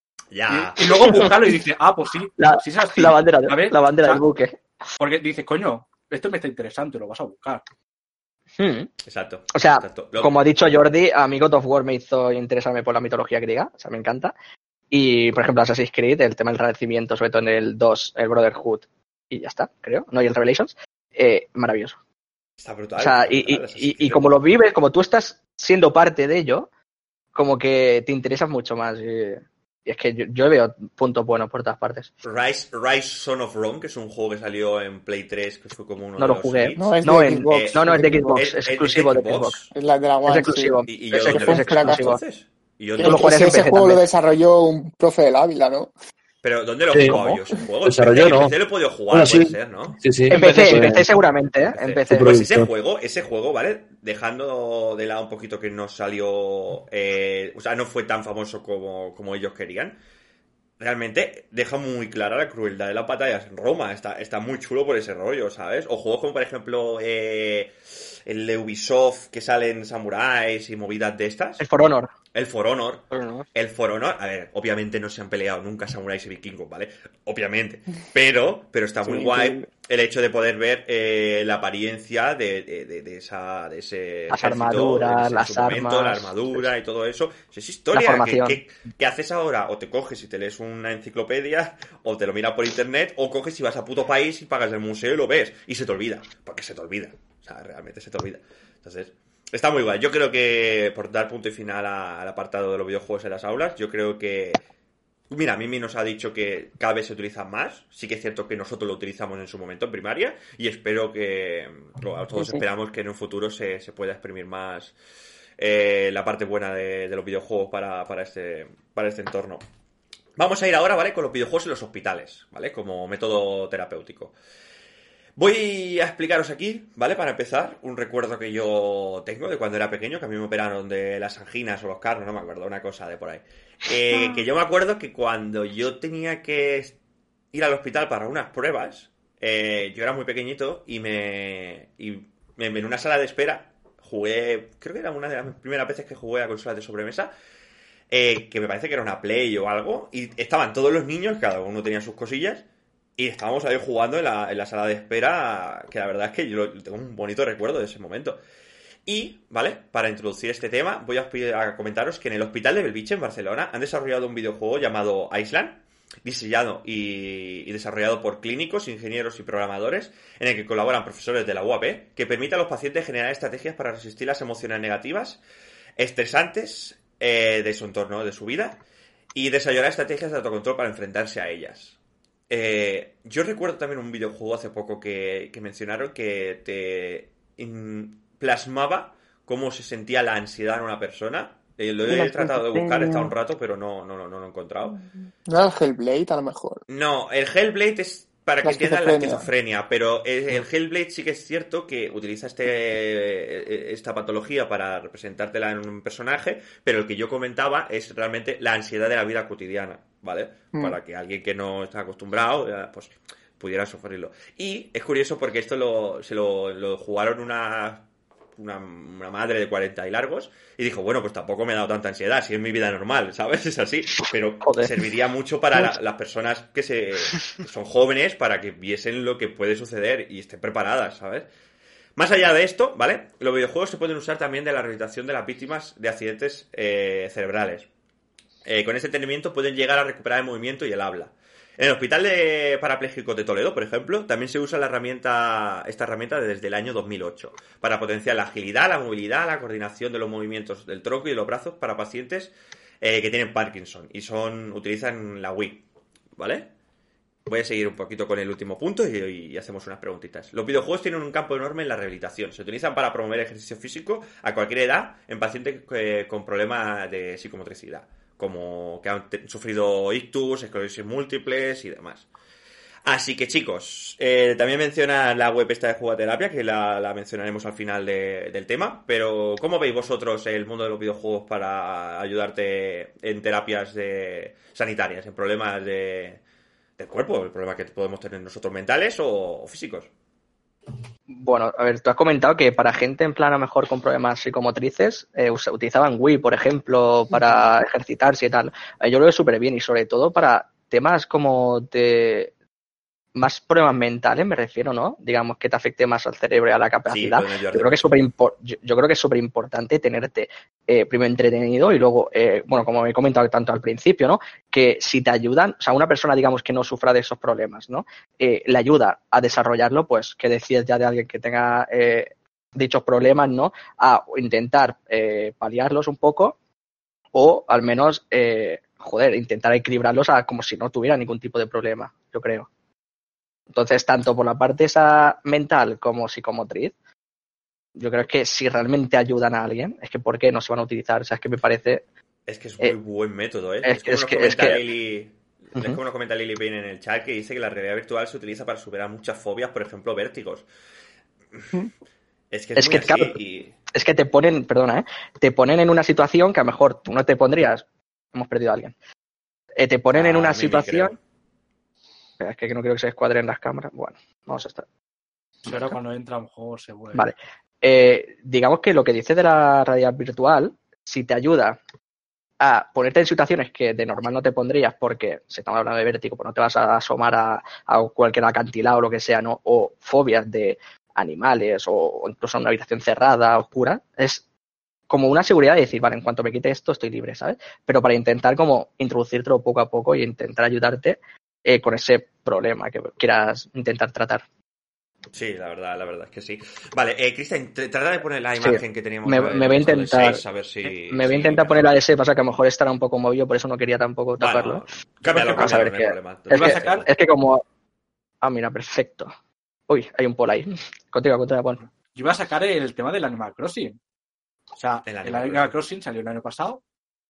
Ya. Y, y luego buscarlo y dices, ah, pues sí, La, sí es así. la bandera, de- ¿sabes? la bandera O sea, del buque. Porque dices, coño, esto me está interesante, lo vas a buscar. Hmm. Exacto. O sea, exacto. Lo- como ha dicho Jordi, a mí God of War me hizo interesarme por la mitología griega, o sea, me encanta. Y, por ejemplo, Assassin's Creed, el tema del renacimiento, sobre todo en el dos, el Brotherhood, y ya está, creo, no, y el Revelations, eh, maravilloso. Está brutal. O sea, está y, y, brutal, Assassin's y, y Creed. como lo vives, como tú estás siendo parte de ello, como que te interesas mucho más. y- Y es que yo, yo veo puntos buenos por todas partes. Rise, Rise Son of Rome, que es un juego que salió en Play tres, que fue como uno no de lo los jugué. hits. No, es No, de en- Xbox. eh, No, no, es de Xbox, ¿Es- es de exclusivo de Xbox? Xbox. Es la de la Es One, exclusivo. ¿Y, y yo Es dónde que lo fue un he exclusivo. fracaso. entonces? ¿Y yo Ese, dónde lo lo juegas ese- en ese P C juego lo también. desarrolló un profe del Ávila, ¿no? Pero ¿dónde lo he Sí. jugado ¿Cómo? yo ese juego? Desarrolló, En P C, no. en P C lo he podido jugar, Bueno, puede sí. ser, ¿no? Sí, sí. En P C, en Pues- P C seguramente, ¿eh? En P C. Sí, Pues ese producto. juego, ese juego, ¿vale? Dejando de lado un poquito que no salió, eh, o sea, no fue tan famoso como, como ellos querían. Realmente deja muy clara la crueldad de las batallas en Roma. Está, está muy chulo por ese rollo, ¿sabes? O juegos como, por ejemplo, eh, el de Ubisoft, que salen samuráis y movidas de estas. El For Honor. El For Honor. For Honor. El For Honor, a ver, obviamente no se han peleado nunca samuráis y vikingos, ¿vale? Obviamente. Pero, pero está muy Sí, guay increíble. el hecho de poder ver eh, la apariencia de, de, de, de esa, de ese Las ejército, armaduras, en ese- en las su momento, armas, la armadura sí. y todo eso. Si es historia, La formación. ¿qué, qué, qué haces ahora? O te coges y te lees una enciclopedia, o te lo miras por internet, o coges y vas a puto país y pagas el museo y lo ves. Y se te olvida, porque se te olvida. O sea, realmente se te olvida. Entonces, está muy guay. Yo creo que, por dar punto y final a- al apartado de los videojuegos en las aulas, yo creo que... Mira, Mimi nos ha dicho que cada vez se utilizan más. Sí que es cierto que nosotros lo utilizamos en su momento en primaria. Y espero que... bueno, todos Sí, sí. esperamos que en un futuro se, se pueda exprimir más eh, la parte buena de, de los videojuegos para, para, este, para este entorno. Vamos a ir ahora, ¿vale? Con los videojuegos en los hospitales, ¿vale? Como método terapéutico. Voy a explicaros aquí, ¿vale? Para empezar, un recuerdo que yo tengo de cuando era pequeño, que a mí me operaron de las anginas o los carnos, no me acuerdo, una cosa de por ahí. Eh, que yo me acuerdo que cuando yo tenía que ir al hospital para unas pruebas, eh, yo era muy pequeñito y me, y me en una sala de espera jugué, creo que era una de las primeras veces que jugué a consolas de sobremesa, eh, que me parece que era una Play o algo, y estaban todos los niños, cada uno tenía sus cosillas, y estábamos ahí jugando en la, en la sala de espera, que la verdad es que yo tengo un bonito recuerdo de ese momento. Y, ¿vale? Para introducir este tema, voy a, a comentaros que en el Hospital de Belviche, en Barcelona, han desarrollado un videojuego llamado Island, diseñado y, y desarrollado por clínicos, ingenieros y programadores, en el que colaboran profesores de la U A P, que permite a los pacientes generar estrategias para resistir las emociones negativas, estresantes eh, de su entorno, de su vida, y desarrollar estrategias de autocontrol para enfrentarse a ellas. Eh, yo recuerdo también un videojuego hace poco que, que mencionaron que te in, plasmaba cómo se sentía la ansiedad en una persona. Eh, lo he tratado de buscar, he estado un rato, pero no, no, no, no lo he encontrado. No era el Hellblade, a lo mejor. No, el Hellblade es para que La entiendan la esquizofrenia. esquizofrenia, pero el, el Hellblade sí que es cierto que utiliza este, esta patología para representártela en un personaje, pero el que yo comentaba es realmente la ansiedad de la vida cotidiana, ¿vale? Mm. Para que alguien que no está acostumbrado, ya, pues pudiera sufrirlo. Y es curioso porque esto lo, se lo, lo jugaron una... Una, una madre de cuarenta y largos y dijo, bueno, pues tampoco me ha dado tanta ansiedad, si es mi vida normal, ¿sabes? Es así, pero Joder. serviría mucho para la- las personas que se son jóvenes para que viesen lo que puede suceder y estén preparadas, ¿sabes? Más allá de esto, ¿vale? Los videojuegos se pueden usar también de la rehabilitación de las víctimas de accidentes eh, cerebrales. Eh, con este entendimiento pueden llegar a recuperar el movimiento y el habla. En el Hospital de Parapléjicos de Toledo, por ejemplo, también se usa la herramienta, esta herramienta desde el año dos mil ocho para potenciar la agilidad, la movilidad, la coordinación de los movimientos del tronco y de los brazos para pacientes eh, que tienen Parkinson y son utilizan la Wii, ¿vale? Voy a seguir un poquito con el último punto y, y hacemos unas preguntitas. Los videojuegos tienen un campo enorme en la rehabilitación. Se utilizan para promover ejercicio físico a cualquier edad en pacientes eh, con problemas de psicomotricidad, como que han te- sufrido ictus, esclerosis múltiples y demás. Así que chicos, eh, también menciona la web esta de Jugaterapia, que la, la mencionaremos al final de- del tema, pero ¿cómo veis vosotros el mundo de los videojuegos para ayudarte en terapias de, sanitarias, en problemas de, del cuerpo, el problema que podemos tener nosotros mentales o, o físicos? Bueno, a ver, tú has comentado que para gente en plan a lo mejor con problemas psicomotrices eh, us- utilizaban Wii, por ejemplo, para ejercitarse y tal. Eh, yo lo veo súper bien y sobre todo para temas como de más problemas mentales, me refiero, ¿no? Digamos que te afecte más al cerebro y a la Sí, capacidad. pueden ayudarte Yo creo que es mucho. súper impor- yo, yo creo que es súper importante tenerte eh, primero entretenido y luego, eh, bueno, como he comentado tanto al principio, ¿no? Que si te ayudan, o sea, una persona, digamos, que no sufra de esos problemas, ¿no? Eh, le ayuda a desarrollarlo, pues, que decías ya de alguien que tenga eh, dichos problemas, ¿no? A intentar eh, paliarlos un poco o al menos eh, joder, intentar equilibrarlos a como si no tuviera ningún tipo de problema, yo creo. Entonces, tanto por la parte esa mental como psicomotriz, yo creo que si realmente ayudan a alguien, es que ¿por qué no se van a utilizar? O sea, es que me parece... Es que es muy eh, buen método, ¿eh? Es, Es como es nos que... comenta Es que Lili... uh-huh. Es como nos comenta Lili Payne en el chat, que dice que la realidad virtual se utiliza para superar muchas fobias, por ejemplo, vértigos. Es que es, es muy que, así claro, y... es que te ponen, perdona, ¿eh? Te ponen en una situación que a lo mejor tú no te pondrías. Hemos perdido a alguien. Eh, te ponen Ah, en una Mimi, situación... creo. Es que no creo que se escuadren las cámaras. Bueno, vamos a estar. Y ahora cuando entra un juego se vuelve. Vale. Eh, digamos que lo que dice de la realidad virtual, si te ayuda a ponerte en situaciones que de normal no te pondrías porque se estamos hablando de vértigo, pues no te vas a asomar a, a cualquier acantilado o lo que sea, ¿no? O fobias de animales o, o incluso en una habitación cerrada, oscura, es como una seguridad de decir, vale, en cuanto me quite esto estoy libre, ¿sabes? Pero para intentar como introducírtelo poco a poco y intentar ayudarte eh, con ese problema que quieras intentar tratar. Sí, la verdad, la verdad es que sí. Vale, eh, Cristian, trata de poner la imagen sí. que teníamos me, me me voy a intentar seis, a ver si, me voy si a intentar poner la de ese, pasa que a lo mejor estará un poco movido, por eso no quería tampoco taparlo. Bueno, cámbialo, Vamos a cámbialo, ver no que, hay problema. es, Iba a que, sacar- es que como ah, mira, perfecto. Uy, hay un poll ahí. Continúa, continúa, Paul. Yo iba a sacar el tema del Animal Crossing. O sea, El el Animal Animal, Crossing. Crossing salió el año pasado.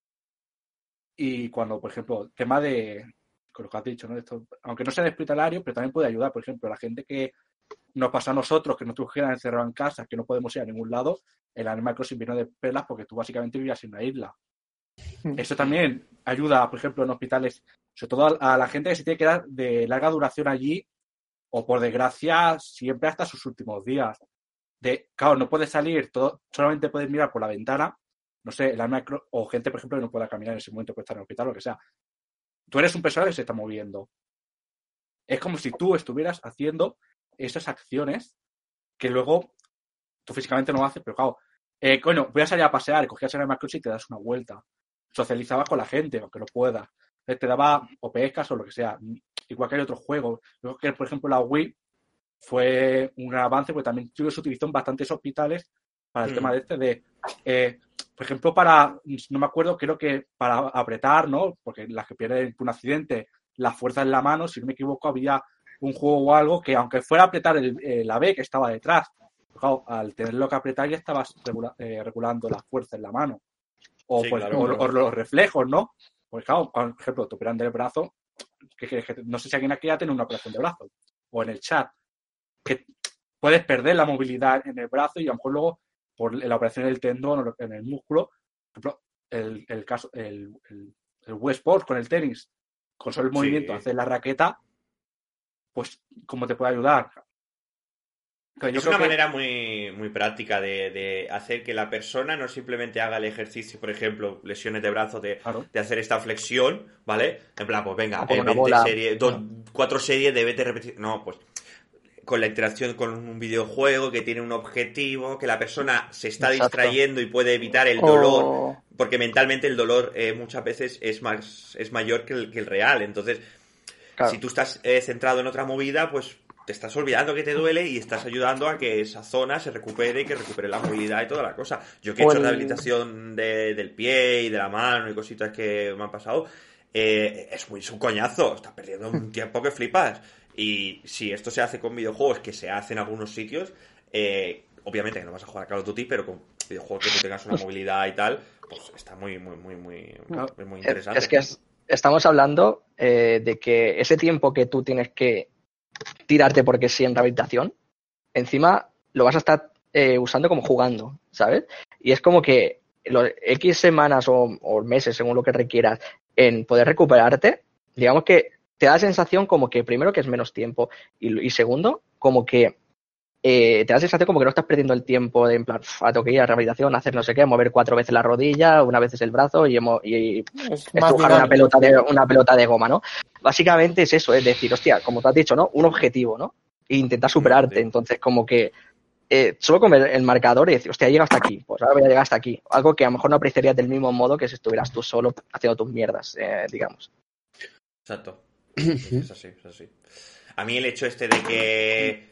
Y cuando, por ejemplo, tema de, con lo que has dicho, ¿no? Esto, aunque no sea de hospitalario, pero también puede ayudar, por ejemplo, a la gente que nos pasa a nosotros, que nos tuvieran encerrado en casa, que no podemos ir a ningún lado, el Animal Crossing vino de pelas porque tú básicamente vivías en una isla. Eso también ayuda, por ejemplo, en hospitales, sobre todo a, a la gente que se tiene que dar de larga duración allí, o por desgracia, siempre hasta sus últimos días. De, claro, no puedes salir, todo, solamente puedes mirar por la ventana, no sé, el Animal Crossing, o gente, por ejemplo, que no pueda caminar en ese momento, puede estar en el hospital, lo que sea. Tú eres un personaje que se está moviendo. Es como si tú estuvieras haciendo esas acciones que luego tú físicamente no haces, pero claro, eh, coño, voy a salir a pasear, cogías el Animal Crossing y te das una vuelta. Socializabas con la gente, aunque no puedas. Te daba o pescas o lo que sea. Igual que hay otros juegos. Creo que, por ejemplo, la Wii fue un avance, porque también se utilizó en bastantes hospitales para el mm. tema de este de, eh, por ejemplo, para, no me acuerdo, creo que para apretar, ¿no? Porque las que pierden un accidente, la fuerza en la mano, si no me equivoco, había un juego o algo que, aunque fuera a apretar el, eh, la B que estaba detrás, claro, al tenerlo que apretar ya estabas regula, eh, regulando la fuerza en la mano. O, sí, pues, claro, o, claro. o los reflejos, ¿no? Pues claro, por ejemplo, te operan del brazo, que, que, que no sé si alguien aquí ya tiene una operación de brazo, o en el chat, que puedes perder la movilidad en el brazo y a lo mejor luego, por la operación del tendón o en el músculo, por ejemplo, el, el caso, el, el, el Wii Sports con el tenis, con solo el movimiento, sí. hacer la raqueta, pues, ¿cómo te puede ayudar? Yo es una que... manera muy, muy práctica de, de hacer que la persona no simplemente haga el ejercicio, por ejemplo, lesiones de brazo, de, claro. de hacer esta flexión, ¿vale? En plan, pues venga, eh, veinte series, dos, cuatro series de veinte repeticiones. No, pues con la interacción con un videojuego que tiene un objetivo, que la persona se está Exacto. distrayendo y puede evitar el dolor, oh. porque mentalmente el dolor eh, muchas veces es más es mayor que el, que el real. Entonces, claro. si tú estás eh, centrado en otra movida, pues te estás olvidando que te duele y estás ayudando a que esa zona se recupere y que recupere la movilidad y toda la cosa. Yo que he hecho el... rehabilitación de, del pie y de la mano y cositas que me han pasado, eh, es muy es un coñazo, estás perdiendo un tiempo que flipas. Y si esto se hace con videojuegos, que se hace en algunos sitios, eh, obviamente que no vas a jugar a Call of Duty, pero con videojuegos que tú tengas una movilidad y tal, pues está muy, muy, muy, muy, muy, muy interesante. Es que es, estamos hablando eh, de que ese tiempo que tú tienes que tirarte porque sí en rehabilitación, encima lo vas a estar eh, usando como jugando, ¿sabes? Y es como que los X semanas o, o meses, según lo que requieras, en poder recuperarte, digamos que te da la sensación como que primero que es menos tiempo y, y segundo, como que eh, te da la sensación como que no estás perdiendo el tiempo de en plan, a tengo que ir a rehabilitación, hacer no sé qué, mover cuatro veces la rodilla, una vez el brazo y, y, y estrujar una pelota de una pelota de goma, ¿no? Básicamente es eso, es decir, hostia, como tú has dicho, ¿no? Un objetivo, ¿no? E intentar superarte. Entonces, como que eh, solo con el, el marcador y decir, hostia, he llegado hasta aquí, pues ahora voy a llegar hasta aquí. Algo que a lo mejor no apreciarías del mismo modo que si estuvieras tú solo haciendo tus mierdas, eh, digamos. Exacto. Es así, es así. A mí el hecho este de que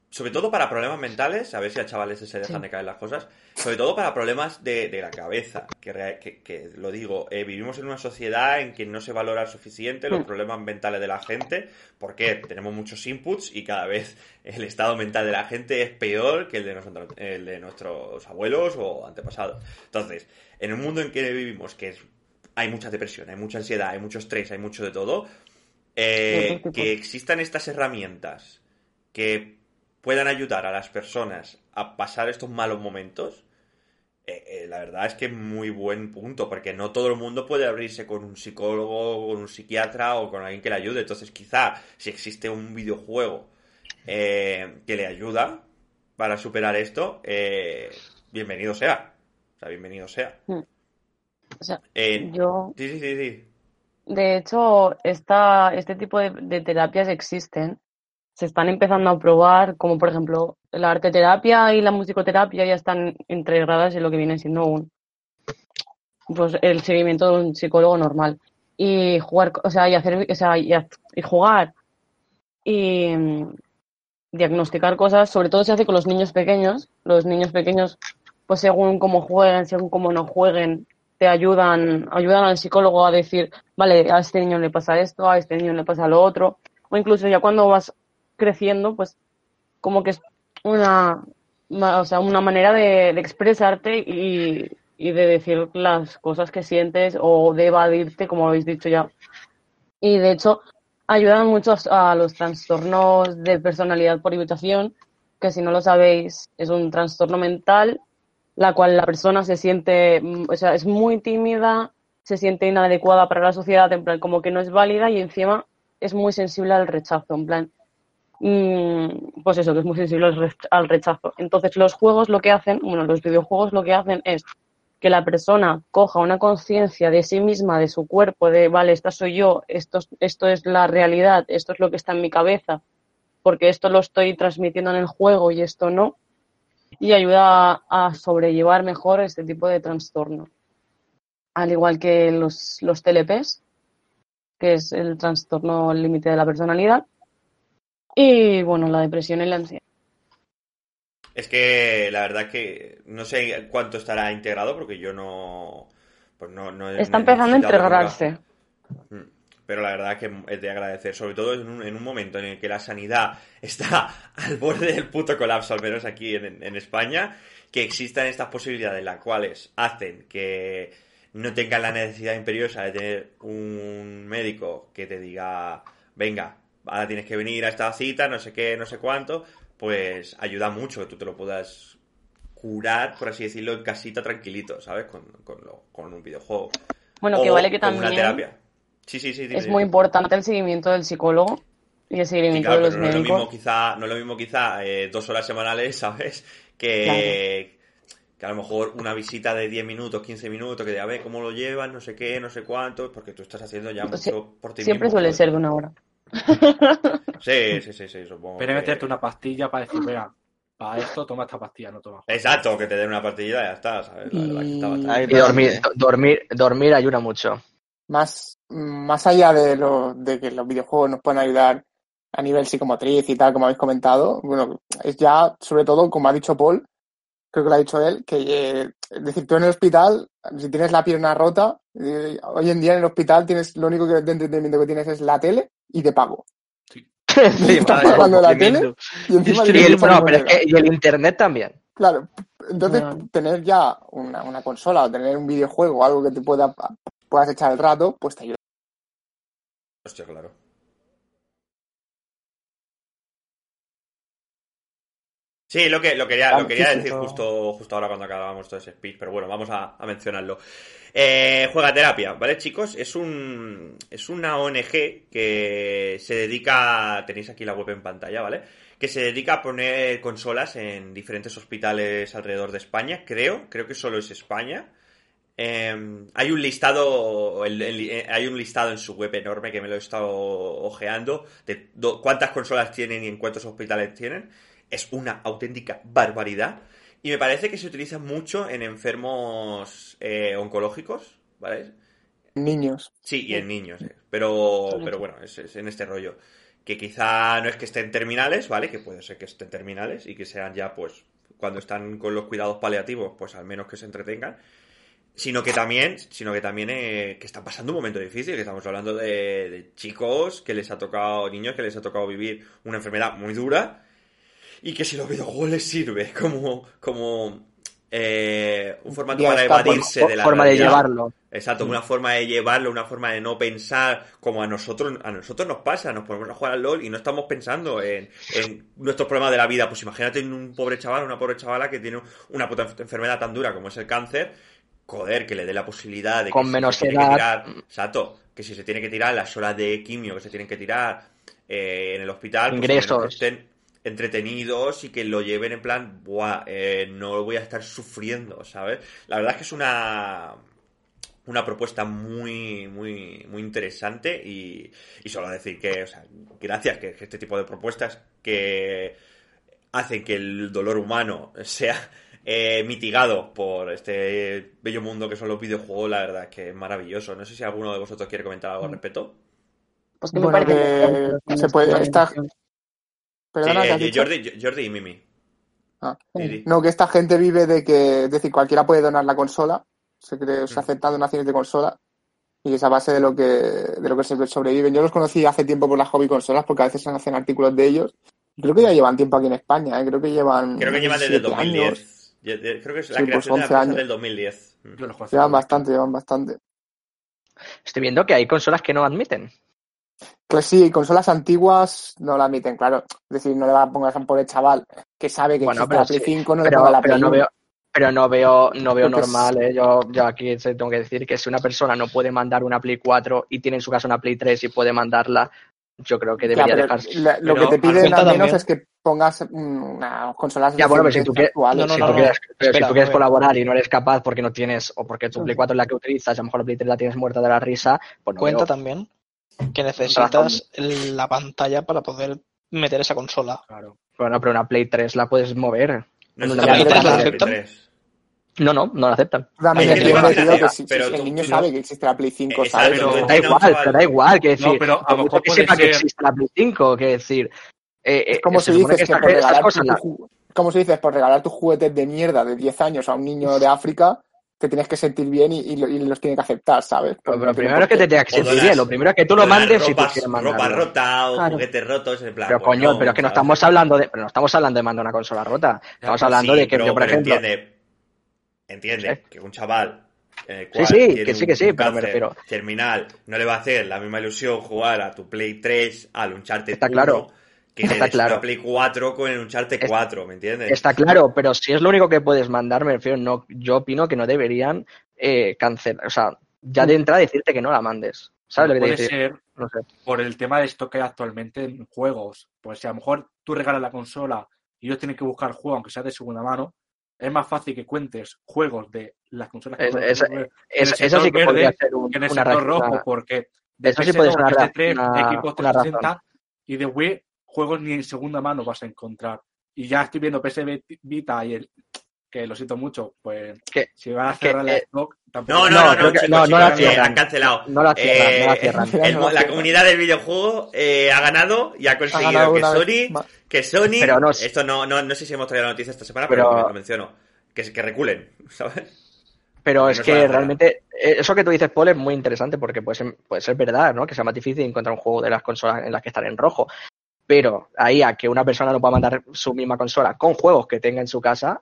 sobre todo para problemas mentales, a ver si a chavales se dejan Sí. de caer las cosas, sobre todo para problemas de, de la cabeza, que, rea- que, que lo digo, eh, vivimos en una sociedad en que no se valora suficiente los Mm. problemas mentales de la gente, porque tenemos muchos inputs y cada vez el estado mental de la gente es peor que el de, nosotros, el de nuestros abuelos o antepasados. Entonces, en un mundo en que vivimos, que es- hay mucha depresión, hay mucha ansiedad, hay mucho estrés, hay mucho de todo, De eh, otros tipos. que existan estas herramientas que puedan ayudar a las personas a pasar estos malos momentos, eh, eh, la verdad es que es muy buen punto, porque no todo el mundo puede abrirse con un psicólogo, con un psiquiatra o con alguien que le ayude. Entonces, quizá si existe un videojuego eh, que le ayuda para superar esto, eh, bienvenido sea. O sea, bienvenido sea. Mm. O sea, Eh, yo, sí, sí, sí, sí. de hecho, esta, este tipo de, de terapias existen. Se están empezando a probar, como por ejemplo, la arteterapia y la musicoterapia ya están integradas en lo que viene siendo un, pues el seguimiento de un psicólogo normal. Y jugar, o sea, y hacer, o sea, y, haz- y jugar y mm, diagnosticar cosas, sobre todo se hace con los niños pequeños. Los niños pequeños, pues según cómo jueguen, según cómo no jueguen, te ayudan, ayudan al psicólogo a decir, vale, a este niño le pasa esto, a este niño le pasa lo otro. O incluso ya cuando vas creciendo, pues como que es una, ma- o sea, una manera de, de expresarte y, y de decir las cosas que sientes o de evadirte, como habéis dicho ya. Y de hecho, ayudan mucho a los trastornos de personalidad por imitación, que si no lo sabéis, es un trastorno mental, la cual la persona se siente, mm, o sea, es muy tímida, se siente inadecuada para la sociedad, en plan, como que no es válida y encima es muy sensible al rechazo, en plan, mm, pues eso, que es muy sensible al rech- al rechazo. Entonces, los juegos lo que hacen, bueno, los videojuegos lo que hacen es que la persona coja una conciencia de sí misma, de su cuerpo, de, vale, esta soy yo, esto, es- esto es la realidad, esto es lo que está en mi cabeza, porque esto lo estoy transmitiendo en el juego y esto no, y ayuda a, a sobrellevar mejor este tipo de trastorno. Al igual que los, los T L Ps, que es el trastorno límite de la personalidad, y bueno, la depresión y la ansiedad. Es que la verdad que no sé cuánto estará integrado porque yo no, pues no, no he Está ne- empezando a necesitado nunca. integrarse. Mm. Pero la verdad que es de agradecer, sobre todo en un, en un momento en el que la sanidad está al borde del puto colapso, al menos aquí en, en España, que existan estas posibilidades, las cuales hacen que no tengan la necesidad imperiosa de tener un médico que te diga, venga, ahora tienes que venir a esta cita, no sé qué, no sé cuánto, pues ayuda mucho que tú te lo puedas curar, por así decirlo, en casita tranquilito, ¿sabes? Con, con, lo- con un videojuego. Bueno, que O vale que con una también terapia. Sí, sí, sí, dime, es muy dime. importante el seguimiento del psicólogo y el Sí, seguimiento claro, de los pero no es lo mismo médicos. quizá, no es lo mismo quizá eh, dos horas semanales, ¿sabes? Claro. Que, que a lo mejor una visita de diez minutos, quince minutos, que de a ver cómo lo llevas, no sé qué, no sé cuánto, porque tú estás haciendo ya Sie- mucho por ti Siempre mismo, suele ¿sabes? ser de una hora. Sí, sí, sí, sí, supongo Pero que... meterte una pastilla para decir, vea, para esto toma esta pastilla, no toma. Exacto, que te den una partida y ya está, ¿sabes? La verdad que está Y bastante Ay, Y bien. dormir, grande. do- dormir, dormir ayuda mucho. más, más allá de, lo, de que los videojuegos nos pueden ayudar a nivel psicomotriz y tal, como habéis comentado, bueno, es ya, sobre todo, como ha dicho Paul, creo que lo ha dicho él, que eh, es decir, tú en el hospital, si tienes la pierna rota, eh, hoy en día en el hospital tienes lo único que de entretenimiento que tienes es la tele y de pago. Encima, Estás eh, pagando la tele Tremendo. y encima Es y tienes el, mucha no, pero es moneda. que, y el internet también. Claro, entonces Bueno, tener ya una, una consola o tener un videojuego o algo que te pueda puedas echar el rato, pues te ayuda. Hostia, claro. Sí, lo que lo quería, lo Ah, quería sí, sí. decir justo, justo ahora cuando acabamos todo ese speech, pero bueno, vamos a, a mencionarlo. Eh, Juegaterapia, ¿vale, chicos? Es un es una O N G que se dedica, tenéis aquí la web en pantalla, ¿vale? Que se dedica a poner consolas en diferentes hospitales alrededor de España, creo, creo que solo es España. Eh, hay un listado, el- el- eh, hay un listado en su web enorme que me lo he estado ojeando de do- cuántas consolas tienen y en cuántos hospitales tienen. Es una auténtica barbaridad. Y me parece que se utiliza mucho en enfermos eh, oncológicos, ¿vale? Niños. Sí, y en niños, eh. Pero, sobre pero todo. bueno, es, es en este rollo. que quizá no es que estén terminales, ¿vale? Que puede ser que estén terminales y que sean ya, pues, cuando están con los cuidados paliativos, pues al menos que se entretengan. Sino que también, sino que también eh, que están pasando un momento difícil, que estamos hablando de, de chicos que les ha tocado, niños que les ha tocado vivir una enfermedad muy dura y que si los videojuegos les sirve como, como eh, un formato Ya para está, evadirse por- de la forma de realidad. llevarlo. Exacto, una forma de llevarlo, una forma de no pensar como a nosotros a nosotros nos pasa, nos ponemos a jugar al LOL y no estamos pensando en, en nuestros problemas de la vida. Pues imagínate un pobre chaval, una pobre chavala que tiene una puta enfermedad tan dura como es el cáncer, joder, que le dé la posibilidad de que Con si menos se tiene que edad. tirar, exacto, que si se tiene que tirar las horas de quimio que se tienen que tirar eh, en el hospital, pues al menos Ingresos. que estén entretenidos y que lo lleven en plan, buah, eh, no voy a estar sufriendo, ¿sabes? La verdad es que es una una propuesta muy, muy, muy interesante y, y solo decir que, o sea, gracias que, que este tipo de propuestas que hacen que el dolor humano sea eh, mitigado por este bello mundo que son los videojuegos, la verdad es que es maravilloso. No sé si alguno de vosotros quiere comentar algo al respecto. Pues que me Bueno, parece que que se puede, esta, Perdona, Sí, ¿qué has eh, dicho? Jordi, Jordi y Mimi. Ah. Di, di. No, que esta gente vive de que, es decir, cualquiera puede donar la consola, se, cree, se Mm. aceptan donaciones de consola y es a base de lo que de lo que se sobreviven. Yo los conocí hace tiempo por las hobby consolas porque a veces se hacen artículos de ellos. Y creo que ya llevan tiempo aquí en España, ¿eh? Creo que llevan Creo que no sé llevan si desde el siete dos mil años. diez. Ye- de- Creo que es la Sí, pues creación de la once empresa años. del dos mil diez. Mm. Yo los conozco. Llevan bastante, llevan bastante. Estoy viendo que hay consolas que no admiten. Pues sí, consolas antiguas no la admiten, claro. Es decir, no le va a poner a por el chaval que sabe que Bueno, existe pero la Play sí, cinco, no le pero, ponga la pero Play no uno. veo, pero no veo, no veo Creo que normal, ¿eh? Yo, yo aquí te tengo que decir que si una persona no puede mandar una Play cuatro y tiene en su casa una Play tres y puede mandarla, yo creo que Ya, debería pero dejarse. la- lo Pero que te piden cuenta al menos también- es que pongas mm, una consolas Ya, bueno, pero si decentes tú quieres, actuales. No, no, si no, tú no. quieres, pero Espera, si tú quieres a ver. colaborar y no eres capaz porque no tienes, o porque tu Play cuatro es la que utilizas, y a lo mejor la Play tres la tienes muerta de la risa, pues no Cuenta veo también que razón. necesitas la pantalla para poder meter esa consola. Claro. Bueno, pero una Play tres la puedes mover. No en se una está Play Play tres la la tres. aceptan. Play tres. No, no, no la aceptan. También Hay gente que entiende, lo tío, acepta, que si, pero si tú- el niño tú sabe no- que existe la Play cinco, Eh, ¿sabes? exacto, No- tú Da entiendes a un igual, chaval- pero da igual, que decir, No, pero a lo por mucho mejor que puede sepa que ser- existe la Play cinco, que decir, eh, Es eh, como se si supone dices que esta- por estas regalar cosas tu, la- ju- como si dices por regalar tus juguetes de mierda de diez años a un niño de África, te tienes que sentir bien y, y lo- y los tiene que aceptar, ¿sabes? Pero, Pues pero no tiene primero por es que qué. te tengas que O sentir donas- bien. Lo primero es que tú lo donar mandes si tú ropas- quieres ropa mandarlo. rota o Claro. juguetes rotos, en plan, Pero pues coño, no, pero es que no ¿sabes? estamos hablando de, pero no estamos hablando de mandar una consola rota. Estamos pero hablando Sí, de que bro, yo, por pero ejemplo, entiende, entiende Sí. que un chaval en el Sí, cual sí, tiene que sí, un- que sí, un pero me cáncer refiero- terminal no le va a hacer la misma ilusión jugar a tu Play tres al Uncharted Está uno claro. que le Está des claro. una Play cuatro con el Uncharted Es- cuatro, ¿me entiendes? está claro, pero si es lo único que puedes mandar, me refiero, no, yo opino que no deberían eh, cancelar, o sea, ya de entrada decirte que no la mandes. ¿Sabes lo que te Puede quiero decir? ser No sé. por el tema de esto que hay actualmente en juegos. Pues si a lo mejor tú regalas la consola y ellos tienen que buscar juego, aunque sea de segunda mano, es más fácil que cuentes juegos de las consolas que Es- pueden es- ver en el Es- sector eso sí que verde podría ser un- que en el una sector reacción. rojo, porque de Eso sí P S puede dos, ser una P S tres, ra- una- Xbox una trescientos sesenta y de Wii, juegos ni en segunda mano vas a encontrar. Y ya estoy viendo P S Vita y el que lo siento mucho, pues Que- si van a que, cerrar la eh, stock, tampoco. No, no, No, no, no, creo que- chicos, no, no chicos, la que cierran. han cancelado. No la cierran, Eh, no la cierran. el- No la la cierran. comunidad del videojuego eh, ha ganado y ha conseguido ganado que una vez Sony, más. que Sony, Pero no es- esto no, no, no sé si hemos traído la noticia esta semana, pero, Pero- lo, lo menciono, que, que reculen, ¿sabes? Pero Que es no se van a que cerrar. realmente eh, eso que tú dices, Paul, es muy interesante porque puede ser, puede ser verdad, ¿no? Que sea más difícil encontrar un juego de las consolas en las que están en rojo. Pero ahí a que una persona no pueda mandar su misma consola con juegos que tenga en su casa,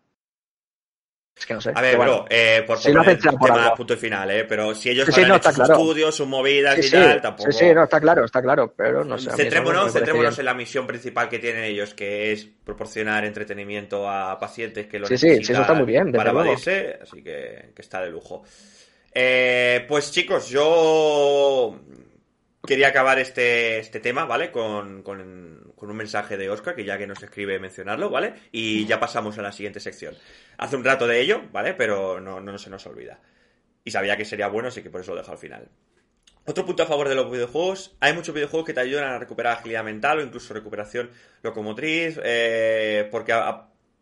es que no sé. A ver, que bueno. bro, eh, por, Si por lo poner hacen el por tema algo. punto y final, ¿eh? Pero si ellos Sí, sí, han no, hecho está sus claro. estudios, sus movidas Sí, y sí, tal, tampoco... sí, sí, no, está claro, está claro, pero no sé. a mí eso Centrémonos, me parece centrémonos bien. en la misión principal que tienen ellos, que es proporcionar entretenimiento a pacientes que lo Sí, sí, necesitan sí, eso está muy bien, desde para luego. evadirse, así que, que está de lujo. Eh, pues chicos, yo quería acabar este, este tema, ¿vale? Con, con, con un mensaje de Óscar, que ya que nos escribe mencionarlo, ¿vale? Y ya pasamos a la siguiente sección. Hace un rato de ello, ¿vale? Pero no, no se nos olvida. Y sabía que sería bueno, así que por eso lo dejo al final. Otro punto a favor de los videojuegos, hay muchos videojuegos que te ayudan a recuperar agilidad mental o incluso recuperación locomotriz, eh, porque a, a,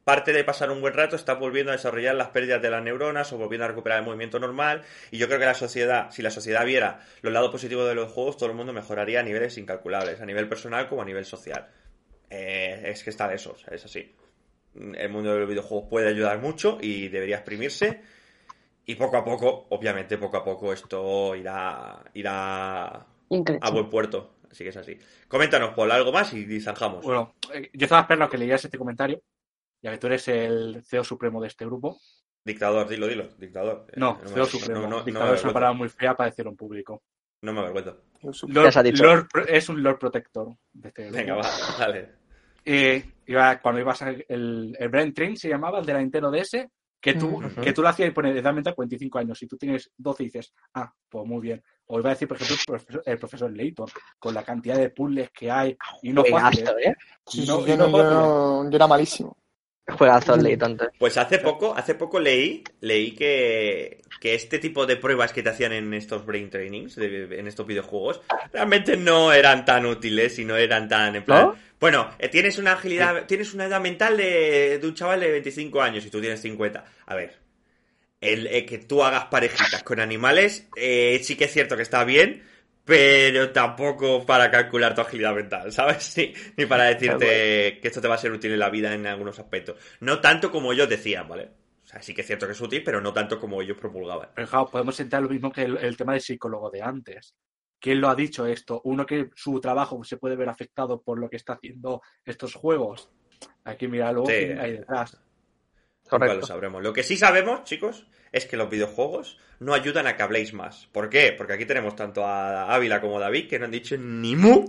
parte de pasar un buen rato, estás volviendo a desarrollar las pérdidas de las neuronas o volviendo a recuperar el movimiento normal. Y yo creo que la sociedad, si la sociedad viera los lados positivos de los juegos, todo el mundo mejoraría a niveles incalculables, a nivel personal como a nivel social. Eh, es que está de eso, o sea, es así. El mundo de los videojuegos puede ayudar mucho y debería exprimirse. Y poco a poco, obviamente, poco a poco esto irá, irá a buen puerto. Así que es así. Coméntanos, Paul, algo más y zanjamos. Bueno, eh, yo estaba esperando que leías este comentario, ya que tú eres el C E O supremo de este grupo. Dictador, dilo, dilo, dictador. No, Eh, C E O me- supremo. no, no, no Dictador me es una avergüenzo. palabra muy fea para decirlo en público. No me avergüenzo. Lord, has dicho. Lord Pro- es un Lord Protector de este grupo. Venga, va, dale. Eh, iba, cuando ibas a el, el Brain Train se llamaba, el de la Nintendo D S, que tú, Ujú. que tú lo hacías y pones edad mental cuarenta y cinco años. Si tú tienes doce y dices, ah, pues muy bien. O iba a decir, por ejemplo, el profesor, el profesor Layton, con la cantidad de puzzles que hay, y no fáciles. Juegazo, ¿eh? Sí, No, sí, yo, y no no- yo, fáciles. no- yo era malísimo. Juegazo el Layton. Pues hace poco, hace poco leí, leí que, que este tipo de pruebas que te hacían en estos brain trainings, de- en estos videojuegos, realmente no eran tan útiles y no eran tan en plan. ¿No? Bueno, eh, tienes una agilidad, tienes una edad mental de, de un chaval de veinticinco años y tú tienes cincuenta. A ver, el eh, que tú hagas parejitas con animales, eh, sí que es cierto que está bien, pero tampoco para calcular tu agilidad mental, ¿sabes? Ni, ni para decirte que esto te va a ser útil en la vida en algunos aspectos. No tanto como ellos decían, ¿vale? O sea, sí que es cierto que es útil, pero no tanto como ellos promulgaban. Pero claro, podemos entrar lo mismo que el, el tema del psicólogo de antes. ¿Quién lo ha dicho esto? Uno que su trabajo se puede ver afectado por lo que está haciendo estos juegos. Aquí mira luego Sí. quién hay detrás. Nunca Correcto. lo sabremos. Lo que sí sabemos, chicos, es que los videojuegos no ayudan a que habléis más. ¿Por qué? Porque aquí tenemos tanto a Ávila como a David que no han dicho ni mu.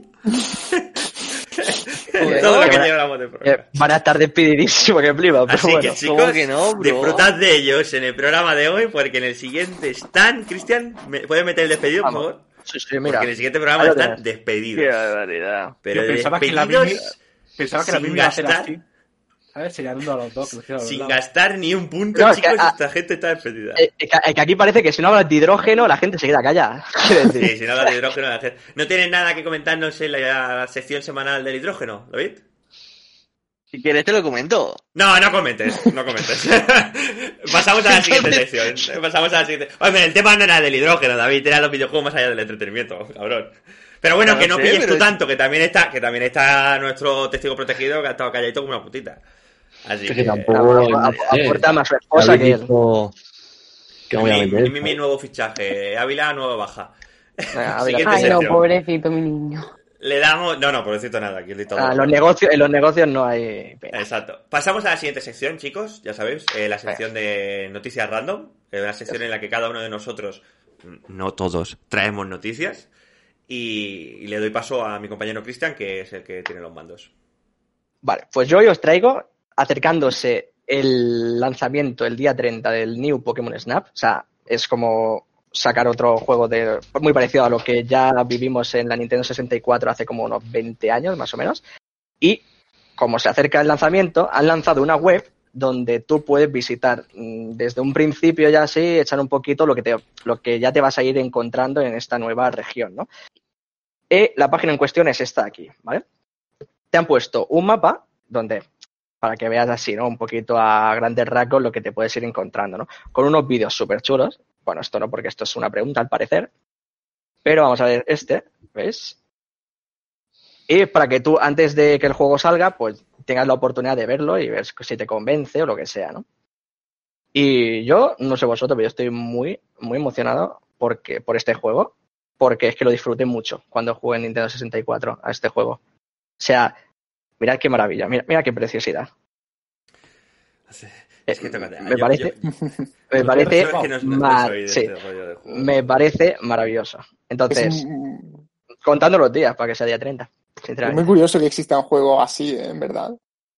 Todo lo que llevamos de programa. Eh, van a estar despedidísimos, que flipa. Pero Así bueno. que, ¿cómo chicos, que no, bro? disfrutad de ellos en el programa de hoy, porque en el siguiente están... Cristian, ¿me ¿puedes meter el despedido, por Vamos. favor? Sí, sí, mira. Porque en el siguiente programa Ahí lo están tienes. despedidos. Qué barbaridad. Pero Yo pensaba que la despedidos Mimi- Pensaba que la sin misma iba a hacer gastar- así. ¿Sabes? Señalando a los dos. Que lo hicieron a los sin lados. gastar ni un punto, No, es que, chicos, ah, esta gente está despedida. Eh, eh, que- que aquí parece que si no hablas de hidrógeno, la gente se queda callada. Quiero decir. Sí, si no hablas de hidrógeno, la gente... ¿No tienes nada que comentarnos en la sección semanal del hidrógeno, David? Si quieres te lo comento. No, no comentes, no comentes. Pasamos a la siguiente sección. Pasamos a la siguiente. Hombre, el tema no era del hidrógeno, David, era los videojuegos más allá del entretenimiento, cabrón. Pero bueno, No que no sé, pilles pero tú es- tanto, que también está, que también está nuestro testigo protegido que ha estado calladito como una putita. Así Es que, que tampoco. A- a- no sé, aporta más su esposa que habéis él. visto que mi, obviamente. mi, mi- mi nuevo fichaje, Ávila nueva baja. Venga, Ávila. Siguiente Ay, no, sección. pobrecito mi niño. Le damos, no, no, por decirte nada, aquí el dictador. Ah, los negocios, en los negocios no hay pena. Exacto. Pasamos a la siguiente sección, chicos. Ya sabéis, eh, la sección de noticias random. Eh, una sección en la que cada uno de nosotros, no todos, traemos noticias. Y, y le doy paso a mi compañero Cristian, que es el que tiene los mandos. Vale, pues yo hoy os traigo, acercándose el lanzamiento el día treinta del New Pokémon Snap. O sea, es como sacar otro juego de muy parecido a lo que ya vivimos en la Nintendo sesenta y cuatro hace como unos veinte años, más o menos. Y como se acerca el lanzamiento, han lanzado una web donde tú puedes visitar mm, desde un principio ya así, echar un poquito lo que, te, lo que ya te vas a ir encontrando en esta nueva región, ¿no? Y la página en cuestión es esta aquí, ¿vale? Te han puesto un mapa donde, para que veas así, ¿no? Un poquito a grandes rasgos lo que te puedes ir encontrando, ¿no? Con unos vídeos súper chulos. Bueno, esto no, porque esto es una pregunta al parecer. Pero vamos a ver este, ¿ves? Y para que tú, antes de que el juego salga, pues tengas la oportunidad de verlo y ver si te convence o lo que sea, ¿no? Y yo, no sé vosotros, pero yo estoy muy, muy emocionado porque, por este juego, porque es que lo disfruté mucho cuando jugué en Nintendo sesenta y cuatro a este juego. O sea, mirad qué maravilla, mira, mira qué preciosidad. Es que toca- me yo- parece, yo- me parece, Yo es que no- no- no ma- soy de sí, este rollo de juego. me parece maravilloso. Entonces, Es, un- contando los días para que sea día treinta, es sinceramente. muy curioso que exista un juego así, ¿eh? En verdad.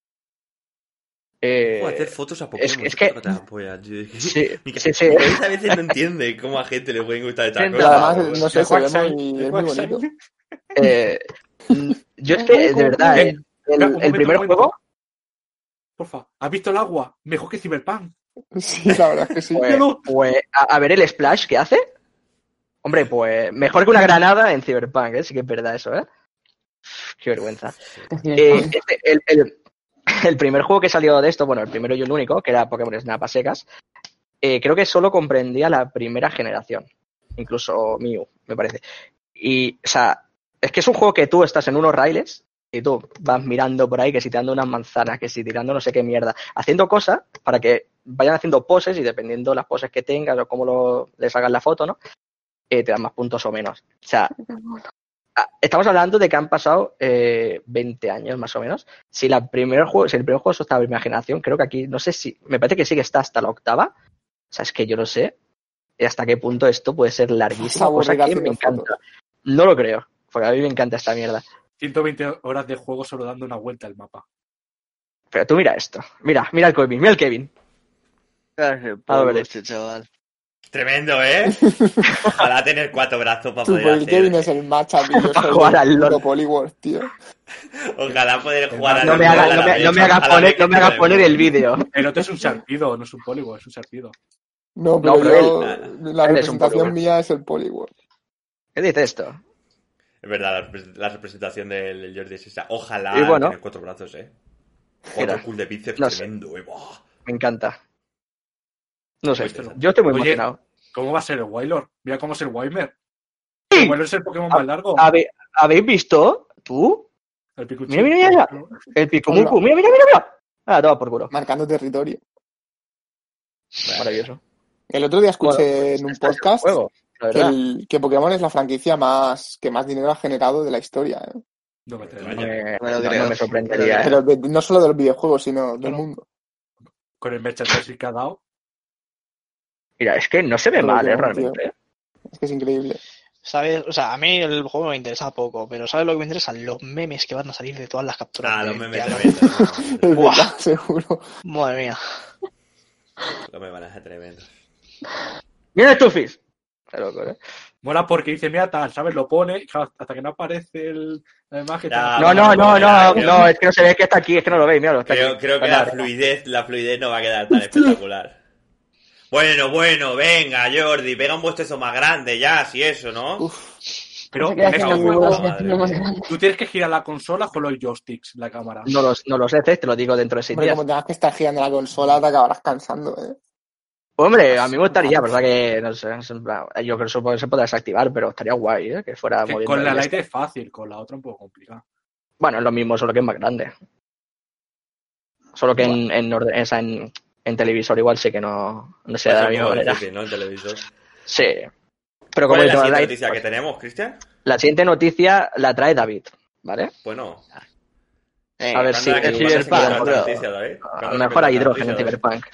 Eh, ¿Cómo hacer fotos a Pokémon? es, es que, Tócate la polla, tío. sí, Mi ca- sí, sí. mi cabeza a veces no entiende cómo a gente le pueden gustar estas Pero Pero cosas. además, no sé, se ve muy, El es muy Quagsire. bonito. Eh, yo es que, de verdad, eh, el, Un el momento, primer un momento. juego, Porfa, ¿has visto el agua? Mejor que Cyberpunk. Sí, la verdad es que sí. pues, Míralo. pues, a, a ver el splash que hace. Hombre, pues mejor que una granada en Cyberpunk, ¿eh? Sí que es verdad eso, ¿eh? Qué vergüenza. Eh, este, el, el, el primer juego que salió de esto, bueno, el primero y el único, que era Pokémon Snap a secas, eh, creo que solo comprendía la primera generación. Incluso Mew, me parece. Y, o sea, es que es un juego que tú estás en unos raíles y tú vas mirando por ahí que si tirando unas manzanas, que si tirando no sé qué mierda, haciendo cosas para que vayan haciendo poses y dependiendo las poses que tengas o cómo lo, les hagas la foto, ¿no? Eh, te dan más puntos o menos. O sea, estamos hablando de que han pasado eh, veinte años más o menos. Si, la primer juego, si el primer juego es hasta la primera generación, creo que aquí, no sé si, me parece que sí que está hasta la octava. O sea, es que yo no sé hasta qué punto esto puede ser larguísimo, cosa que me encanta. Fotos. No lo creo, porque a mí me encanta esta mierda. ciento veinte horas de juego solo dando una vuelta al mapa. Pero tú mira esto. Mira, mira el Kevin, mira el Kevin. Gracias, A ver, este chaval. Tremendo, ¿eh? Ojalá tener cuatro brazos para poder Super hacer. Kevin es el matcha, tío. Para jugar al LoL. Polywars, tío. Ojalá poder jugar al no LoL. me hagas no me, no me haga poner, no me haga poner el vídeo. El otro es un Sharpido, no es un Polywars, es un Sharpido. No, pero, No, pero yo, él- la él es un representación Polywars. mía es el Polywars. ¿Qué dice esto? Es verdad, la, repre- la representación del Jordi es esa. Ojalá Y bueno. tener cuatro brazos, ¿eh? Cuatro Mira, cool de bíceps no sé. tremendo, ¿eh? Buah. Me encanta. No sé, Pues, yo estoy muy Oye, emocionado. ¿Cómo va a ser el Wailord? Mira cómo es el Waymer. El Wailord es el Pokémon más largo. ¿Habe- ¿Habéis visto? ¿Tú? El Pikachu. Mira, mira, mira. El Pikumuku. Mira, mira, mira, mira. Ah, toma por culo. Marcando territorio. Maravilloso. El otro día escuché Bueno, pues en un este es el podcast juego, la que, verdad. el, que Pokémon es la franquicia más que más dinero ha generado de la historia. ¿eh? No me atrevo. No me, Me lo no, creo. no me sorprendería, ¿eh? Pero de- no solo de los videojuegos, sino del Claro. mundo. Con el merchandising que ha dado. Mira, es que no se ve Todo mal, ¿eh? Pokémon, tío. Realmente. Es que es increíble. ¿Sabes? O sea, a mí el juego me interesa poco, pero ¿sabes lo que me interesa? Los memes que van a salir de todas las capturas. Ah, de- los memes que hagan. tremendos. Es Buah. verdad, seguro. Madre mía. Los memes van a ser tremendos. Mira el Tufis. Qué loco, ¿eh? Mola porque dice, mira tal, ¿sabes? Lo pone y claro, hasta que no aparece el, la imagen. Ya, tal. No, no, no, no, creo- no, es que no se ve que está aquí, es que no lo veis, míralo, está Creo, aquí. creo que Está la nada, fluidez, la fluidez no va a quedar tan espectacular. Bueno, bueno, venga, Jordi, pega un bostezo más grande ya, si eso, ¿no? Uf, Pero Se queda venga, haciendo un muy juego, bueno, madre haciendo más mía. grande. Tú tienes que girar la consola con los joysticks, la cámara. No los, no los heces, te lo digo dentro de seis hombre, días. como tengas que estar girando la consola, te acabarás cansando, ¿eh? Hombre, a mí me gustaría, verdad que, no sé, es en plan- yo creo que supongo que se podrá desactivar, pero estaría guay, ¿eh? Que fuera Que moviendo con la el Lite este. es fácil, con la otra un poco complicado. Bueno, es lo mismo, solo que es más grande. Solo que en, en, orden- esa, en, en televisor igual sí que no, no se da de la Parece un misma poco manera. difícil, ¿no? En televisor. Sí. Pero como ¿Cuál es la digo, siguiente la- noticia que tenemos, Cristian? la siguiente noticia la trae David, ¿vale? Bueno, Eh, A ver ¿cuándo si- era que el tú vas a Cyberpunk, sacar bro. esta noticia, David? ¿Cuándo A has mejor sacado a esta hidrógeno en noticia, David? Cyberpunk.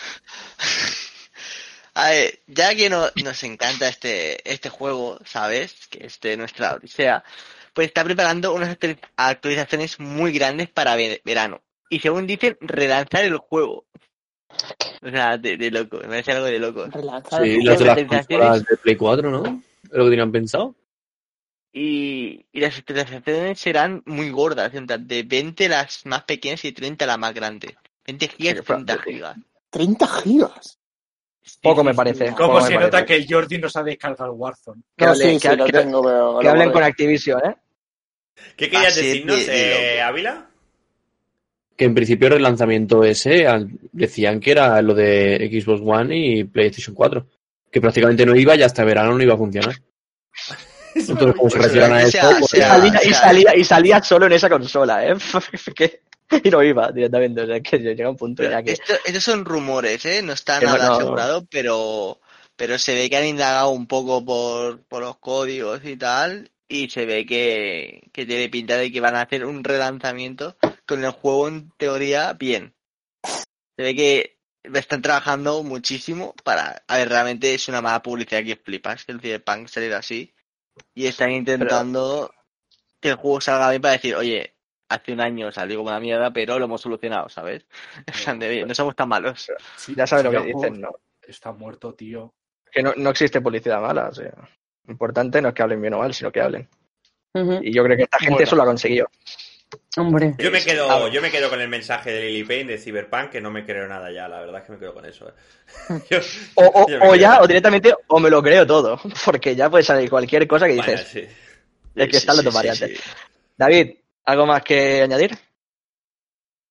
A ver, ya que no, nos encanta este, este juego, ¿sabes? Que es de nuestra Odisea, pues está preparando unas actu- actualizaciones muy grandes para ve- verano. Y según dicen, relanzar el juego. O sea, de, de loco, me parece algo de loco. Relanzar Sí, el las de juego. las consolas de Play cuatro, ¿no? Es lo que tenían pensado. Y, y las actualizaciones serán muy gordas, en plan, de veinte las más pequeñas y treinta las más grandes. veinte gigas, Sí, treinta sí. gigas. treinta gigas. Poco Sí, me sí, parece. sí. Poco ¿Cómo me se parece. nota que el Jordi no se ha descargado el Warzone? Que No, hable- sí, que- sí, lo que- tengo, pero... Que lo hablen borré. con Activision, ¿eh? ¿Qué querías Va a ser decirnos, de- de eh, loco. Ávila? Que en principio el relanzamiento ese al- decían que era lo de Xbox One y PlayStation cuatro. Que prácticamente no iba y hasta verano no iba a funcionar. Entonces, como se Pues refieran a que esto, sea- pues Y sea- salía, y, sea- salía, y salía solo en esa consola, ¿eh? Que- y no iba directamente. O sea, que llega un punto ya que. Esto- estos son rumores, ¿eh? No está Que no, nada no. asegurado, pero, pero se ve que han indagado un poco por, por los códigos y tal, y se ve que, que tiene pinta de que van a hacer un relanzamiento con el juego en teoría bien. Se ve que están trabajando muchísimo para... A ver, realmente es una mala publicidad que flipas, que el Cyberpunk saliera así, y están intentando que el juego salga bien para decir, oye, hace un año salió como una mierda, pero lo hemos solucionado, ¿sabes? En plan de bien, no somos tan malos. Sí, Ya sabes lo sí, que el juego dicen, ¿no? Está muerto, tío. Que no, no existe publicidad mala. O sea, lo importante no es que hablen bien o mal, sino que hablen. Ujú. Y yo creo que esta gente Bueno. eso lo ha conseguido. Hombre. Yo me A quedo, ver. yo me quedo con el mensaje de Lily Payne de Cyberpunk, que no me creo nada ya, la verdad es que me quedo con eso. eh. Yo- O, o, yo me o quedo ya, con- o directamente, o me lo creo todo. Porque ya puede salir cualquier cosa que Bueno, dices. sí. Es que Sí, están las sí, dos sí, variantes. sí. David, ¿algo más que añadir?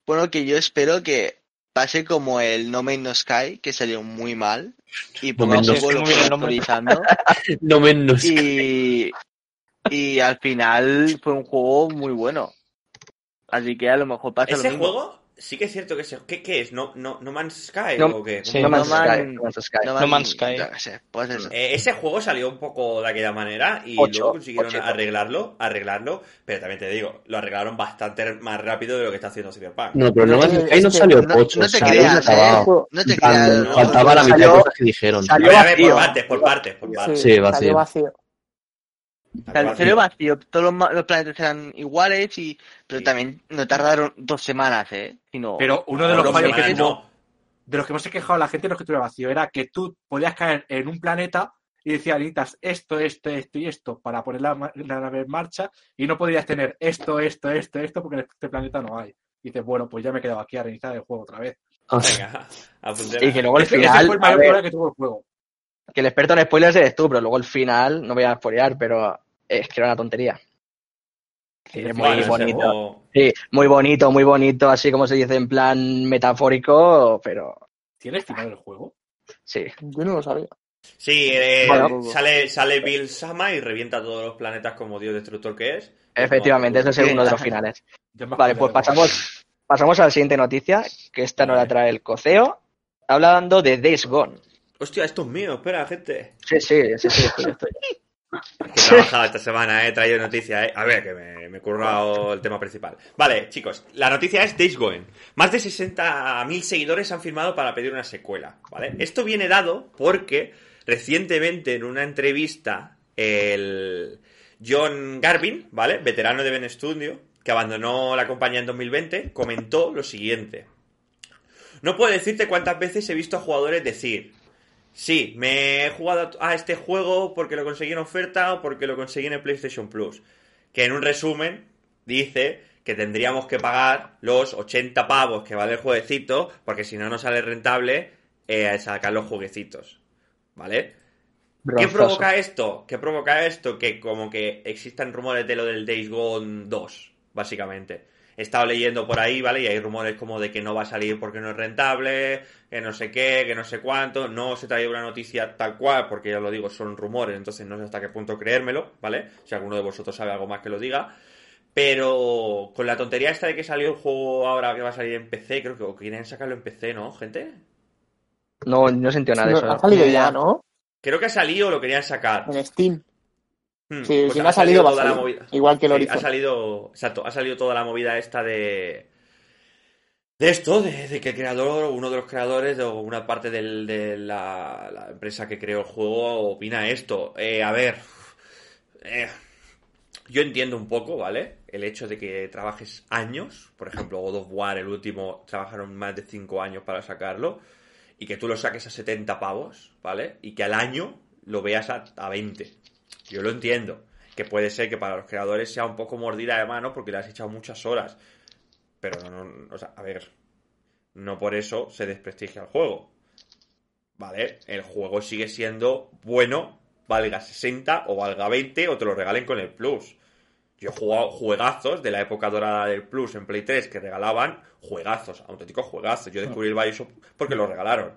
Bueno, que yo espero que pase como el No Man's No Sky, que salió muy mal, y poco a Man's No poco Sky, lo muy bien fue el nombre. actualizando, No menos. y, y al final fue un juego muy bueno. Así que a lo mejor pasa lo Ese mismo. juego, sí que es cierto que ese... ¿Qué, qué es? ¿No, no, no Man's Sky No, o qué? sí, No Man's No Sky. Man- No Man's Sky. No, No Man's Sky. yo qué sé, pues eso. Eh, ese juego salió un poco de aquella manera y Ocho, luego consiguieron ochito. arreglarlo, arreglarlo, pero también te digo, lo arreglaron bastante más rápido de lo que está haciendo Cyberpunk. No, pero Pero no es Man's que- Sky no es que salió no- pocho, no te salió creas, inacabado. ¿eh? No te En plan, creas, no. faltaba la mitad de Salió- cosas que dijeron. salió- Pero a ver, por vacío. partes, por partes, por partes. Sí, va a salió ser. vacío. Sal- Salió vacío, todos los, ma- los planetas eran iguales, y pero Sí. también no tardaron dos semanas, ¿eh? Sino, Pero uno de No, los dos fallos que semanas tuvo, no. de los que hemos quejado la gente no es que estuviera vacío, era que tú podías caer en un planeta y decías, necesitas esto, esto, esto y esto para poner la, ma- la nave en marcha, y no podías tener esto, esto, esto, esto, porque en este planeta no hay. Y dices, bueno, pues ya me he quedado aquí a reiniciar el juego otra vez. Venga, apuntemos. Y que luego el Ese, ese final, fue el a mayor ver, problema que tuvo el juego. que el experto en spoilers eres tú, pero luego el final, no voy a spoilear, pero es que era una tontería. Sí, es muy Bueno, ese bonito. juego- Sí, muy bonito, muy bonito, así como se dice en plan metafórico, pero ¿Tiene final el juego? sí. Yo no lo sabía. Sí, eh, Bueno. sale, sale Bill Sama y revienta todos los planetas como dios destructor que es. Efectivamente, ese es Sí. uno de los finales. Ya me Vale, acordé pues de pasamos, pasamos a la siguiente noticia, que esta no la Vale. trae el coceo, hablando de Days Gone. Hostia, esto es mío, espera, gente. Sí, sí, sí, sí, estoy, estoy. Que he trabajado esta semana, eh, he traído noticias, eh. A ver, que me, me he currado el tema principal. Vale, chicos, la noticia es Days Gone. Más de sesenta mil seguidores han firmado para pedir una secuela, ¿vale? Esto viene dado porque recientemente en una entrevista el John Garvin, ¿vale? Veterano de Ben Studio, que abandonó la compañía en dos mil veinte, comentó lo siguiente. No puedo decirte cuántas veces he visto a jugadores decir: sí, me he jugado a este juego porque lo conseguí en oferta o porque lo conseguí en el PlayStation Plus. Que en un resumen dice que tendríamos que pagar los ochenta pavos que vale el jueguecito, porque si no nos sale rentable eh, sacar los jueguecitos. ¿Vale? ¿Qué Bronzoso. provoca esto? ¿Qué provoca esto? Que como que existan rumores de lo del Days Gone dos, básicamente. He estado leyendo por ahí, ¿vale? Y hay rumores como de que no va a salir porque no es rentable, que no sé qué, que no sé cuánto. No os he traído una noticia tal cual, porque ya lo digo, son rumores, entonces no sé hasta qué punto creérmelo, ¿vale? Si alguno de vosotros sabe algo más que lo diga. Pero con la tontería esta de que salió el juego ahora que va a salir en P C, creo que o quieren sacarlo en P C, ¿no, gente? No, no he sentido nada de No, eso. ha salido Ni idea. ya, ¿no? Creo que ha salido o lo querían sacar. En Steam. Hmm, Sí, pues si no ha salido, va a toda la salir. movida. Igual que el Sí, Horizon. ha salido, exacto, ha salido toda la movida esta de de esto, de, de que el creador, uno de los creadores o una parte del- de la, la empresa que creó el juego opina esto. Eh, a ver, eh, yo entiendo un poco, ¿vale? El hecho de que trabajes años, por ejemplo, God of War, el último, trabajaron más de cinco años para sacarlo, y que tú lo saques a setenta pavos, ¿vale? Y que al año lo veas a, a veinte. Yo lo entiendo. Que puede ser que para los creadores sea un poco mordida de mano porque le has echado muchas horas. Pero no, no, o sea, a ver, no por eso se desprestigia el juego. ¿Vale? El juego sigue siendo bueno, valga sesenta o valga veinte o te lo regalen con el Plus. Yo he jugado juegazos de la época dorada del Plus en Play tres que regalaban juegazos, auténticos juegazos. Yo descubrí el Bioshock porque lo regalaron.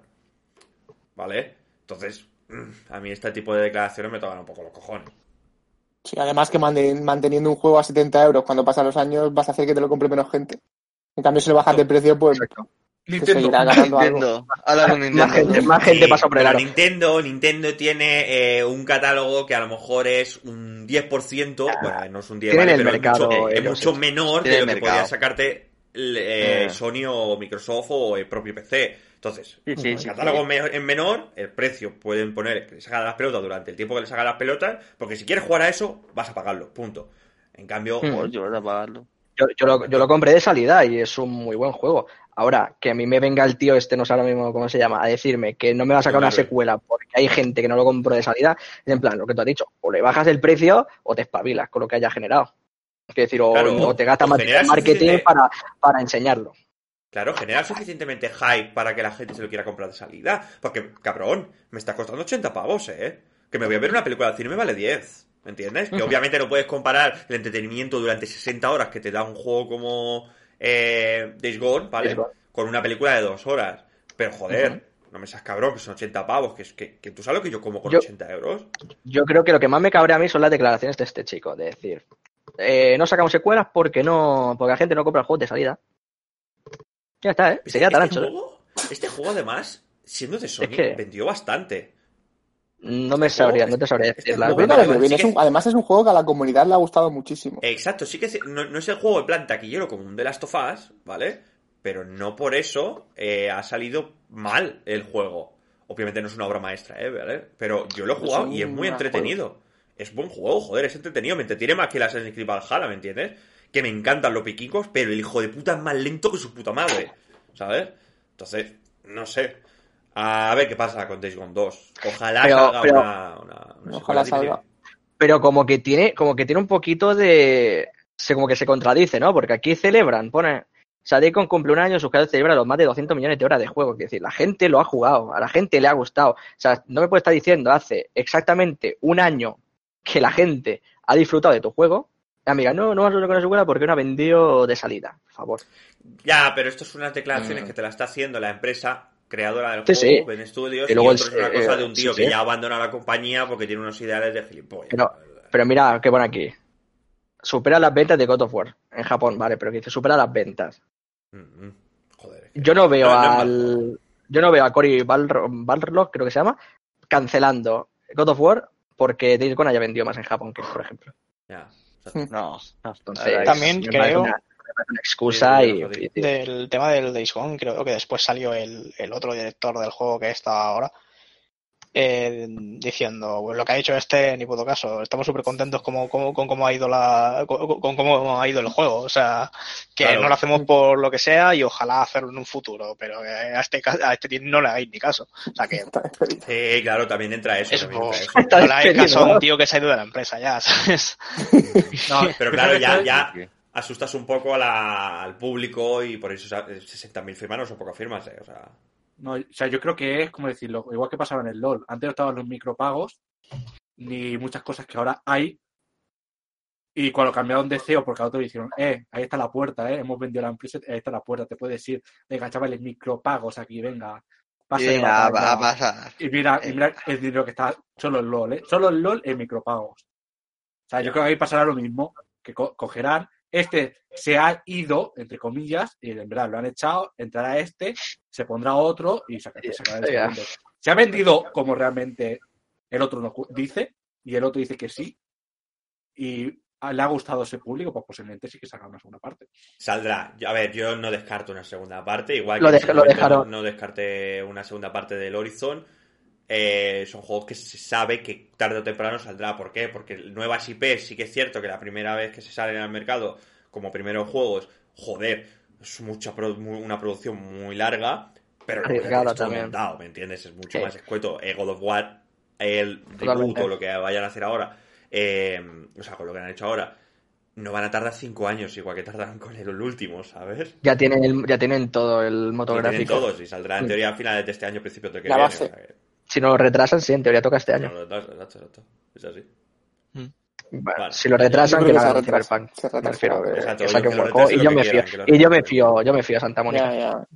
¿Vale? Entonces, a mí este tipo de declaraciones me tocan un poco los cojones. Sí, además que mande- manteniendo un juego a setenta euros cuando pasan los años vas a hacer que te lo compre menos gente. En cambio, si lo bajas de precio, pues te Nintendo. seguirá ganando algo. Nintendo. Habla con Nintendo. Más gente, más gente Sí, pasa por el pero aro. Nintendo, Nintendo tiene eh, un catálogo que a lo mejor es un diez por ciento, bueno, no es un diez, Tienen vale, el pero mercado, es mucho, es ellos, mucho sí. menor de Tienen lo que el mercado. podría sacarte eh, Eh. Sony o Microsoft o el propio P C. Entonces, Sí, sí, el sí, catálogo sí. me- es menor, el precio pueden poner que les haga las pelotas durante el tiempo que les haga las pelotas, porque si quieres jugar a eso, vas a pagarlo, punto. En cambio, Hmm. Joder, yo voy a pagarlo. Yo, yo, lo, yo lo compré de salida y es un muy buen juego. Ahora, que a mí me venga el tío este, no sé ahora mismo cómo se llama, a decirme que no me va a sacar una Claro. secuela porque hay gente que no lo compró de salida, es en plan, lo que tú has dicho, o le bajas el precio o te espabilas con lo que haya generado. Es decir, o, Claro, o te gastas o más generas en marketing suficiente- para, para enseñarlo. claro, generar suficientemente hype para que la gente se lo quiera comprar de salida. Porque, cabrón, me está costando ochenta pavos, ¿eh? Que me voy a ver una película de cine me vale diez. ¿Me entiendes? Que obviamente no puedes comparar el entretenimiento durante sesenta horas que te da un juego como eh, Days Gone, ¿vale? Days Gone. Con una película de dos horas. Pero joder, Ujú. no me seas cabrón, que son ochenta pavos, que, es, que, que tú sabes lo que yo como con Yo- ochenta euros. Yo creo que lo que más me cabrea a mí son las declaraciones de este chico, de decir, eh, no sacamos secuelas porque no, porque la gente no compra el juego de salida. Ya está, ¿eh? Este, Sería tan este ancho, ¿eh? juego, este juego, además, siendo de Sony, que- vendió bastante. No me Este juego- sabría, no te sabría este decir la Yo juego creo que verdad. ha vendido bien. sí Es que- un- además es un juego que a la comunidad le ha gustado muchísimo. Exacto, sí que no, no es el juego en plan taquillero como un The Last of Us, ¿vale? Pero no por eso eh, ha salido mal el juego. Obviamente no es una obra maestra, ¿eh? ¿Vale? Pero yo lo he Es jugado un y es muy gran entretenido. Es buen juego, joder, es entretenido. Me entretiene más que el Assassin's Creed Valhalla, ¿me entiendes? Que me encantan los piquicos, pero el hijo de puta es más lento que su puta madre, ¿sabes? Entonces, no sé. A ver qué pasa con Days Gone dos. Ojalá Pero- salga pero- una, una, una Ojalá secuela. Dime, salga. dime. Pero como que tiene, como que tiene un poquito de. Se, como que se contradice, ¿no? Porque aquí celebran, pone. Sadicon cumple un año, sus creadores celebran los más de doscientos millones de horas de juego. Es decir, la gente lo ha jugado, a la gente le ha gustado. O sea, no me puedes estar diciendo hace exactamente un año que la gente ha disfrutado de tu juego. Amiga, no, no vas a con la secuela porque no ha vendido de salida. Por favor. Ya, pero esto son unas declaraciones Mm. que te la está haciendo la empresa creadora del Sí, juego, sí. Ben Studios, Y y, luego otro el- es una eh, cosa de un tío sí, que sí. ya abandona la compañía porque tiene unos ideales de gilipollas. Pero- Pero mira, qué pone aquí. Supera las ventas de God of War en Japón, vale, pero que dice supera las ventas. Mm, mm. Joder, es que- Yo no veo no- no es mal al. juego. Yo no veo a Cory Balro- Balrog, creo que se llama, cancelando God of War porque Days Gone haya vendido más en Japón que, por ejemplo. Ya, exacto. No, no. Entonces, También me parece creo- una, me parece una excusa Sí, y, sí, sí, sí. y- Del tema del Days Gone, creo que después salió el, el otro director del juego que está ahora eh, diciendo pues, lo que ha hecho este ni puto caso. Estamos súper contentos como, como- con cómo ha ido la con, con cómo ha ido el juego. O sea, que Claro. no lo hacemos por lo que sea y ojalá hacerlo en un futuro, pero que a este ca- a este tío no le hagáis ni caso. O sea que Está despedido. Sí, claro, también entra eso. eso, también entra pues, eso. Está no le hagáis despedido, caso a un ¿no? tío que se ha ido de la empresa ya, ¿sabes? No, Pero claro, ya, ya Sí, sí. asustas un poco a la- al público y por eso sesenta mil firmas no son pocas firmas, eh. O sea, No, o sea, yo creo que es como decirlo, igual que pasaba en el LOL. Antes no estaban los micropagos, ni muchas cosas que ahora hay. Y cuando cambiaron de C E O, porque a otro dijeron, eh, ahí está la puerta, eh, hemos vendido la empresa, ahí está la puerta, te puedes ir. Venga, chavales, micropagos aquí, venga. Pasa Y de venga, batalla. va a pasar. Y mira, y mira el dinero que está solo el LOL, ¿eh? Solo el LOL en micropagos. O sea, yo creo que ahí pasará lo mismo, que co- cogerán, este se ha ido, entre comillas, y en verdad lo han echado, entrará este, se pondrá otro y saca- sacará el Ya. segundo. Se ha vendido como realmente el otro no cu- dice, y el otro dice que sí, y a- le ha gustado ese público, pues posiblemente sí que saca una segunda parte. saldrá. A ver, yo no descarto una segunda parte, igual Lo que en dej- su lo momento dejaron. no, no descarté una segunda parte del Horizon. Eh, son juegos que se sabe que tarde o temprano saldrá. ¿Por qué? Porque nuevas I P sí que es cierto que la primera vez que se salen al mercado como primeros juegos, joder, es mucha produ- muy- una producción muy larga, pero luego ya Arriesgada tienes todo también. montado, ¿me entiendes? Es mucho Sí. más escueto. Eh, God of War, el reboot Totalmente. o lo que vayan a hacer ahora, eh, o sea, con lo que han hecho ahora, no van a tardar cinco años, igual que tardaron con el último, ¿sabes? ya tienen el- ya tienen todo el Lo motográfico. tienen todos y saldrá en Mm. teoría a finales de este año, principios del que La viene. base. o sea que- Si no lo retrasan, sí, en teoría toca este año. no, exacto, exacto, exacto. Es así. Bueno, Vale. si lo Yo retrasan, creo que que no se hagan retrasa, Cyberpunk. se retrasa, Me refiero, eh, que- exacto, que saquen que lo un juego. retrasen Y lo yo que me quieran, fío, que lo y yo me retrasen. fío, yo me fío a Santa Mónica. Ya, ya.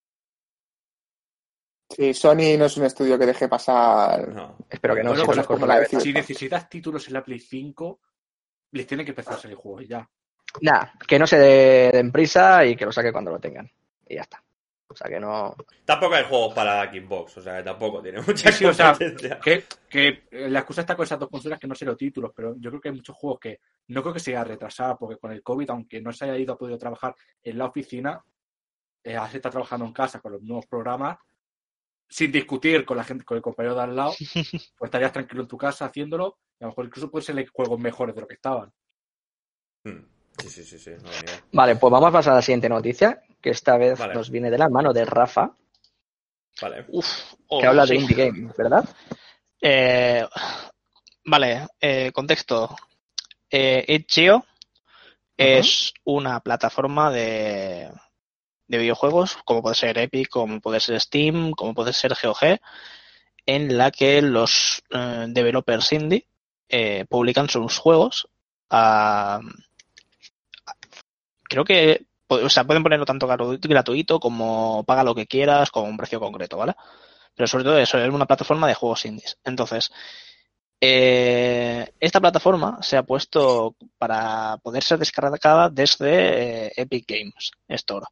Sí, Sony no es un estudio que deje pasar. No. Espero que no, Bueno, si cosas las como cosas- la de Si Cyberpunk. necesitas títulos en la Play cinco, les tienen que empezar a salir juegos ya. Nah, que no se de- den prisa y que lo saque cuando lo tengan. Y ya está. O sea que no. Tampoco hay juegos para Xbox, o sea, que tampoco tiene mucha Sí, sí, o sea, competencia. Que, que eh, la excusa está con esas dos consolas que no sé los títulos, pero yo creo que hay muchos juegos que no creo que se haya retrasado, porque con el COVID, aunque no se haya ido a podido trabajar en la oficina, eh, se está trabajando en casa con los nuevos programas, sin discutir con la gente, con el compañero de al lado, pues estarías tranquilo en tu casa haciéndolo, y a lo mejor incluso pueden ser juegos mejores de lo que estaban. Mm. Sí, sí, sí, sí. No, ni idea. Vale, pues vamos a pasar a la siguiente noticia, que esta vez Vale. nos viene de la mano de Rafa, Vale. Uf, oh, que habla sí. de Indie Game, ¿verdad? Eh, vale, eh, contexto. Eh, itch punto i o es una plataforma de, de videojuegos, como puede ser Epic, como puede ser Steam, como puede ser G O G, en la que los eh, developers indie eh, publican sus juegos a, creo que O sea, pueden ponerlo tanto gratuito como paga lo que quieras con un precio concreto, ¿vale? Pero sobre todo eso, es una plataforma de juegos indies. Entonces, eh, esta plataforma se ha puesto para poder ser descargada desde eh, Epic Games Store.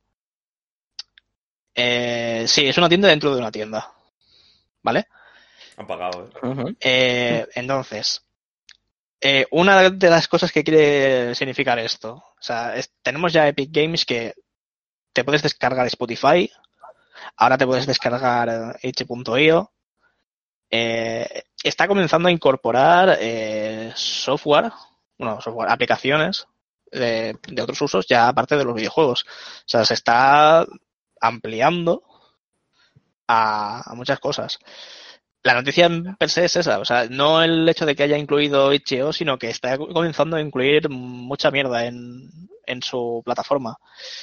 Eh, sí, es una tienda dentro de una tienda, ¿vale? Han pagado, ¿eh? Uh-huh. Eh, entonces, eh, una de las cosas que quiere significar esto, o sea, es, tenemos ya Epic Games que te puedes descargar Spotify, ahora te puedes descargar H punto i o, eh, está comenzando a incorporar eh, software, bueno, software, aplicaciones de, de otros usos ya aparte de los videojuegos. O sea, se está ampliando a, a muchas cosas. La noticia per se es esa, o sea, no el hecho de que haya incluido itch punto i o, sino que está comenzando a incluir mucha mierda en, en su plataforma.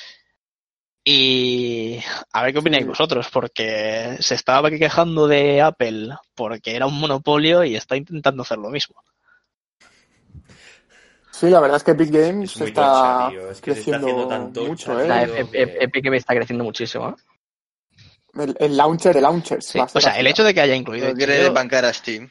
Y a ver qué opináis vosotros, porque se estaba quejando de Apple porque era un monopolio y está intentando hacer lo mismo. Sí, la verdad es que Epic Games Es muy está tocha, tío. Es que se está creciendo haciendo tan tocha, mucho, tío. ¿eh? La que- Epic Games está creciendo muchísimo, ¿eh? El, el launcher de launchers. Sí, va a ser o sea, así, el ¿no? hecho de que haya incluido No quiere itch punto i o, bancar a Steam.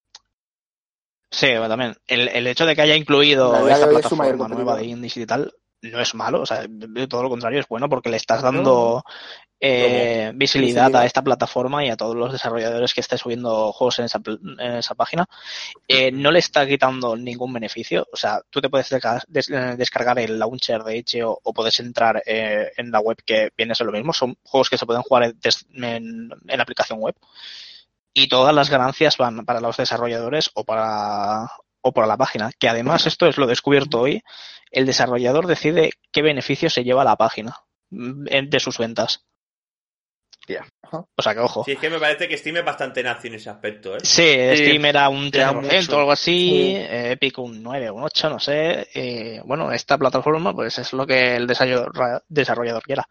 sí, bueno, también. El, el hecho de que haya incluido La idea esta de hoy es su mayor plataforma nueva de competidor. indies y tal, no es malo. O sea, de todo lo contrario, es bueno porque le estás dando eh, visibilidad Visibilidad. a esta plataforma y a todos los desarrolladores que estén subiendo juegos en esa, pl- en esa página. Eh, no le está quitando ningún beneficio. O sea, tú te puedes descargar, des- eh, descargar el launcher de itch punto i o o puedes entrar eh, en la web que viene a ser lo mismo. Son juegos que se pueden jugar en, des- en, en la aplicación web. Y todas las ganancias van para los desarrolladores o para o para la página. Que además, esto es lo descubierto hoy, el desarrollador decide qué beneficio se lleva a la página mm, en- de sus ventas. Yeah. O sea que ojo. Sí, es que me parece que Steam es bastante nazi en ese aspecto, ¿eh? Sí, Sí, Steam era un te da tres por ciento mucho. o algo así, Sí. eh, Epic un nueve, un ocho, no sé. Eh, bueno, esta plataforma pues es lo que el desarrollador, desarrollador quiera.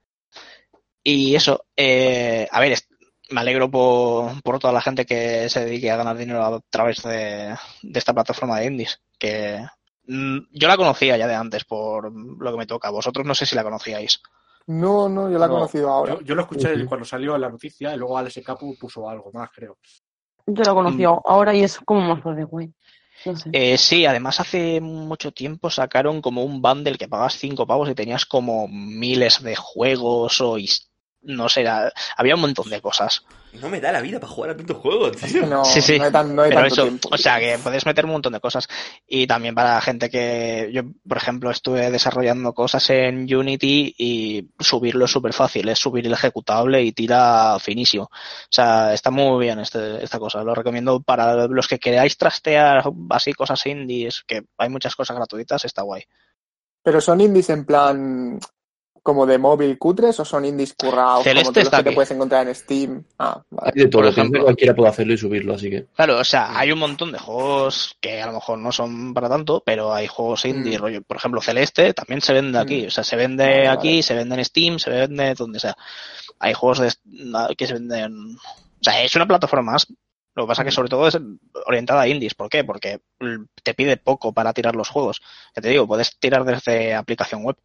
Y eso, eh, a ver, es- me alegro por, por toda la gente que se dedique a ganar dinero a través de, de esta plataforma de indies, que mm, yo la conocía ya de antes por lo que me toca. Vosotros no sé si la conocíais. No, no, yo la he No, conocido ahora. Yo, yo lo escuché Ujú. cuando salió la noticia y luego Alex Capu puso algo más, creo. Yo lo conocí ahora y es como mazo de güey. No sé. Eh, sí, además hace mucho tiempo sacaron como un bundle que pagas cinco pavos y tenías como miles de juegos o his- no sé, era- había un montón de cosas. No me da la vida para jugar a tantos juegos, Es tío. que no, Sí, sí. no hay, tan, no hay Pero tanto eso, tiempo. o sea, que puedes meter un montón de cosas. Y también para gente que yo, por ejemplo, estuve desarrollando cosas en Unity y subirlo es súper fácil, es subir el ejecutable y tira finísimo. O sea, está muy bien este, esta cosa. Lo recomiendo para los que queráis trastear así cosas indies, que hay muchas cosas gratuitas, está guay. Pero son indies en plan como de móvil cutres o son indies currados Celeste como todos los está que te aquí. puedes encontrar en Steam. Ah, vale. Hay de todo, Por lo que ejemplo. cualquiera puede hacerlo y subirlo, así que. Claro, o sea, hay un montón de juegos que a lo mejor no son para tanto, pero hay juegos indie, Mm. rollo, por ejemplo, Celeste también se vende aquí, Mm. o sea, se vende Vale, aquí, vale. se vende en Steam, se vende donde sea. Hay juegos de, que se venden, o sea, es una plataforma más. Lo que pasa que Mm. sobre todo es orientada a indies. ¿Por qué? Porque te pide poco para tirar los juegos. Ya te digo, puedes tirar desde aplicación web.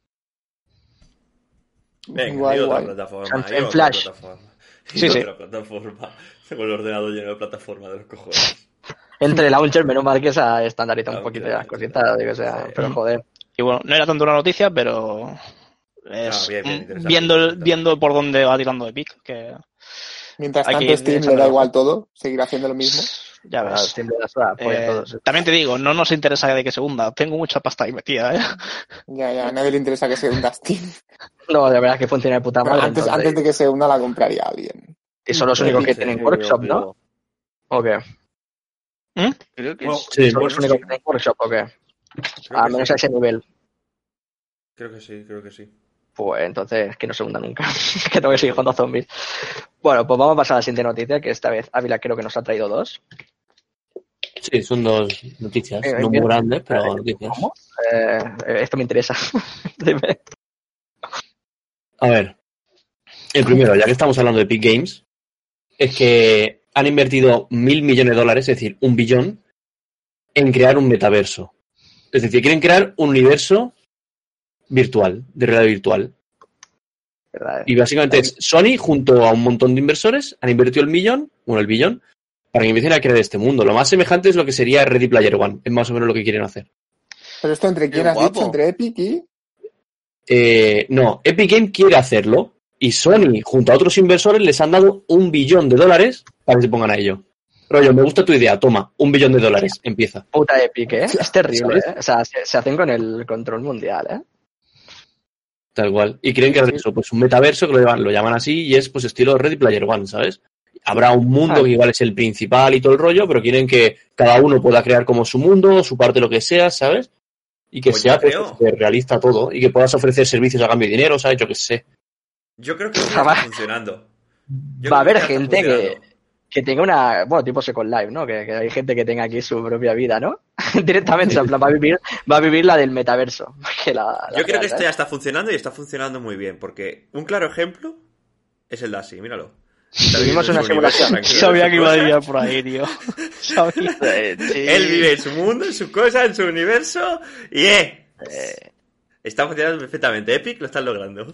Venga, Guay, hay otra guay. plataforma. En- hay en otra Flash. plataforma. Sí, Hay sí. otra plataforma. Tengo el ordenador lleno de plataforma de los cojones. Entre launcher, menos mal que se ha estandarizado un Launcher, poquito las launcher, cositas, digo, o sea, sí. pero joder. Y bueno, no era tanto una noticia, pero es No, bien, bien, mm, interesante, viendo, interesante. viendo por dónde va tirando Epic, que Mientras Aquí tanto, Steam le echándole da ojo. igual todo, seguirá haciendo lo mismo. ya Bueno, ves. Steam le das la polla a Eh, todos. también te digo, no nos interesa de que se hunda. Tengo mucha pasta ahí metida, ¿eh? Ya, ya, a nadie le interesa que se hunda Steam. No, de verdad que funciona de puta Pero madre. antes, entonces. antes de que se hunda la compraría alguien. Y son los únicos que Sí, tienen sí, workshop, ¿no? ¿O qué? Creo que Bueno, es- Sí. ¿Son bueno, los únicos sí. que tienen workshop o qué? Creo A que menos sí. a ese nivel. Creo que sí, creo que sí. Pues entonces que no se hunda nunca. Que tengo que seguir jugando a zombies. Bueno, pues vamos a pasar a la siguiente noticia, que esta vez Ávila creo que nos ha traído dos. Sí, son dos noticias, Eh, no muy bien. grandes, pero Eh, noticias. ¿Cómo? Eh, eh, esto me interesa. Dime. A ver, el primero, ya que estamos hablando de Epic Games, es que han invertido mil millones de dólares, es decir, un billón, en crear un metaverso. Es decir, quieren crear un universo virtual, de realidad virtual. ¿Verdad? Y básicamente es Sony, junto a un montón de inversores, han invertido el millón, bueno, el billón, para que empiecen a crear este mundo. Lo más semejante es lo que sería Ready Player One, es más o menos lo que quieren hacer. ¿Pero esto entre quién Qué has guapo. dicho? ¿Entre Epic y...? Eh, no, Epic Games quiere hacerlo y Sony, junto a otros inversores, les han dado un billón de dólares para que se pongan a ello. Rollo, me gusta tu idea, toma, un billón de dólares, empieza. Puta Epic, ¿eh? Es terrible, ¿Sabes? ¿eh? O sea, se, se hacen con el control mundial, ¿eh? Tal cual. Y creen que es eso, pues un metaverso que lo llaman, lo llaman así y es pues estilo Ready Player One, ¿sabes? Habrá un mundo Ah. que igual es el principal y todo el rollo, pero quieren que cada uno pueda crear como su mundo, su parte, lo que sea, ¿sabes? Y que Pues sea yo pues, creo. que realista todo y que puedas ofrecer servicios a cambio de dinero, ¿sabes? Yo qué sé. Yo creo que sí Va- está funcionando. Yo Va a creo haber que ya está gente que, funcionando. que tenga una... Bueno, tipo Second Life, ¿no? Que, que hay gente que tenga aquí su propia vida, ¿no? Directamente, en plan, va a vivir, va a vivir la del metaverso. Que la, la Yo creo que real, esto ¿eh? ya está funcionando y está funcionando muy bien, porque un claro ejemplo es el Dashi, míralo. Está Vivimos viviendo en una su universo simulación. tranquilo, Sabía en que su iba a cosa. ir por ahí, tío. Sabía. Eh, sí. Él vive en su mundo, en su cosa, en su universo y ¡eh! Está funcionando perfectamente. Epic lo están logrando.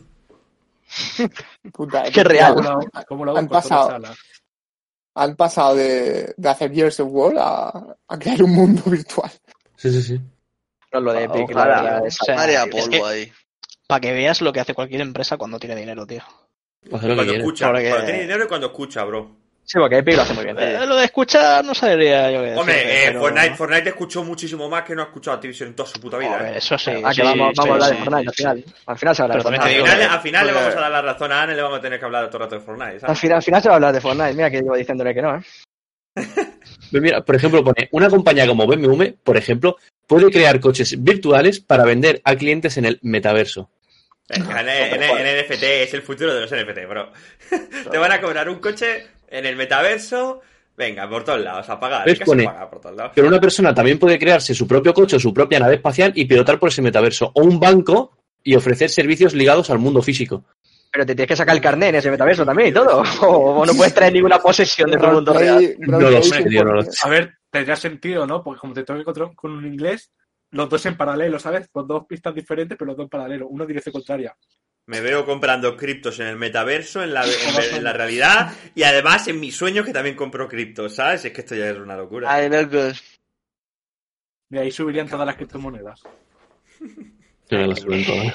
Puta, Qué real. ¿Cómo lo, cómo lo hago Han con toda pasado. sala? Han pasado de, de hacer Gears of War a, a crear un mundo virtual. Sí, sí, sí. No, lo de Epic, la Ojalá, verdad, tío. es- O sea, María es polvo que- ahí. Para que veas lo que hace cualquier empresa cuando tiene dinero, tío. Hacer lo que Cuando quiere. escucha, Porque- cuando tiene dinero y cuando escucha, bro. Sí, porque Epic lo hace muy bien. Eh, lo de escuchar no sabría yo qué decirte, Hombre, eh, pero- Fortnite, Fortnite escuchó muchísimo más que no ha escuchado Activision en toda su puta vida. Joder, eh. eso sí. Ah, sí, que vamos, vamos sí, a hablar sí, de Fortnite al sí. final. Al final se va a hablar de Pero también Al te Fortnite. digo final, que- al final le porque- vamos a dar la razón a Anne, le vamos a tener que hablar todo el rato de Fortnite, Al ¿sabes? final, al final se va a hablar de Fortnite. Mira que llevo diciéndole que no, ¿eh? Pues mira, por ejemplo, pone, una compañía como B M W, por ejemplo, puede crear coches virtuales para vender a clientes en el metaverso. Venga, en, en- en N F T es el futuro de los N F T, bro. Te van a cobrar un coche en el metaverso. Venga, por todos lados, a pagar. ¿Ves? Es que se Pone- paga por todos lados. Pero una persona también puede crearse su propio coche o su propia nave espacial y pilotar por ese metaverso. O un banco y ofrecer servicios ligados al mundo físico. Pero te tienes que sacar el carnet en ese metaverso también y todo. O, o no puedes traer ninguna posesión de tu mundo real. Roleplay- No lo roleplay sé, tío, no lo cien por ciento. A ver, tendría sentido, ¿no? Porque como te tengo que encontrar con un inglés, los dos en paralelo, ¿sabes? Con dos pistas diferentes, pero los dos en paralelo. Uno dirección contraria. Me veo comprando criptos en el metaverso, en la, en, en la realidad, y además en mi sueño que también compro criptos, ¿sabes? Es que esto ya es una locura. Ay, locos. De ahí subirían todas las criptomonedas. Yo me la suben todas.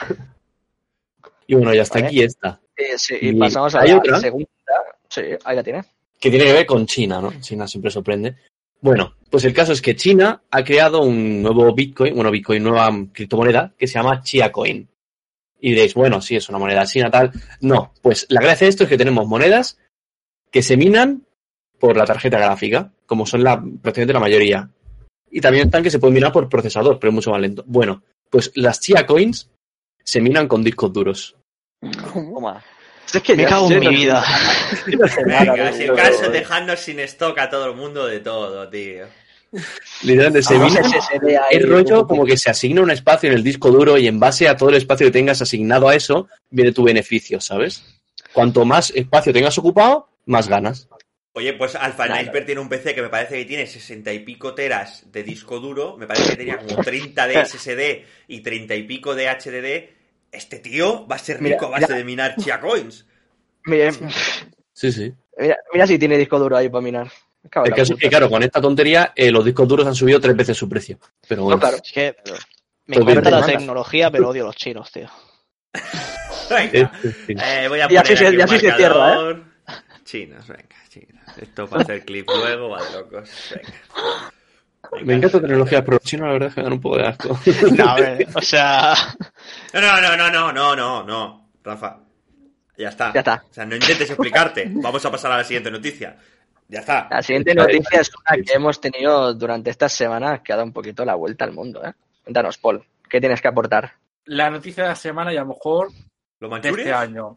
Y bueno, ya hasta Vale. aquí esta. Sí, sí, y Y pasamos a hay la otra. segunda. Sí, ahí la tienes. Que tiene que ver con China, ¿no? China siempre sorprende. Bueno, pues el caso es que China ha creado un nuevo Bitcoin, bueno, Bitcoin, nueva criptomoneda, que se llama Chia Coin. Y diréis, bueno, sí, es una moneda china, tal. No, pues la gracia de esto es que tenemos monedas que se minan por la tarjeta gráfica, como son la, prácticamente la mayoría. Y también están que se pueden minar por procesador, pero es mucho más lento. Bueno, pues las Chia Coins se minan con discos duros. ¿Cómo? Toma. Es que Me ya- cago yo en mi no- vida. yo no sé nada Venga, de si esto, el caso es pero- dejarnos sin stock a todo el mundo de todo, tío. Literalmente se Vamos, minan. S S D ahí, Es rollo poco, como que se asigna un espacio en el disco duro y en base a todo el espacio que tengas asignado a eso, viene tu beneficio, ¿sabes? Cuanto más espacio tengas ocupado, más ganas. Oye, pues Alpha Claro. Sniper tiene un P C que me parece que tiene sesenta y pico teras de disco duro, me parece que tenía como treinta de S S D y treinta y pico de H D D. Este tío va a ser Mira, rico a base mira. de minar Chia Coins. Mira, Sí, sí. mira, mira si tiene disco duro ahí para minar. Me cago en El la caso es puta. que, claro, con esta tontería, eh, los discos duros han subido tres veces su precio. Pero bueno, No, claro. Es que me Pues bien, encanta la mandas. tecnología, pero odio a los chinos, tío. Venga, es- en fin. eh, voy a Y poner así se- aquí y un así se cierra, marcador. Chinos, venga, chinos. Esto para hacer clip luego, va de locos. Venga. Venga. Me encanta la tecnología, pero los chinos la verdad es que me dan un poco de asco. No, a ver, o sea, No, no, no, no, no, no, no, no, Rafa. Ya está. Ya está. O sea, no intentes explicarte. Vamos a pasar a la siguiente noticia. Ya está. La siguiente noticia es una que hemos tenido durante estas semanas que ha dado un poquito la vuelta al mundo, ¿eh? Cuéntanos, Paul, ¿qué tienes que aportar? La noticia de la semana y a lo mejor ¿Lo de manchurias? este año.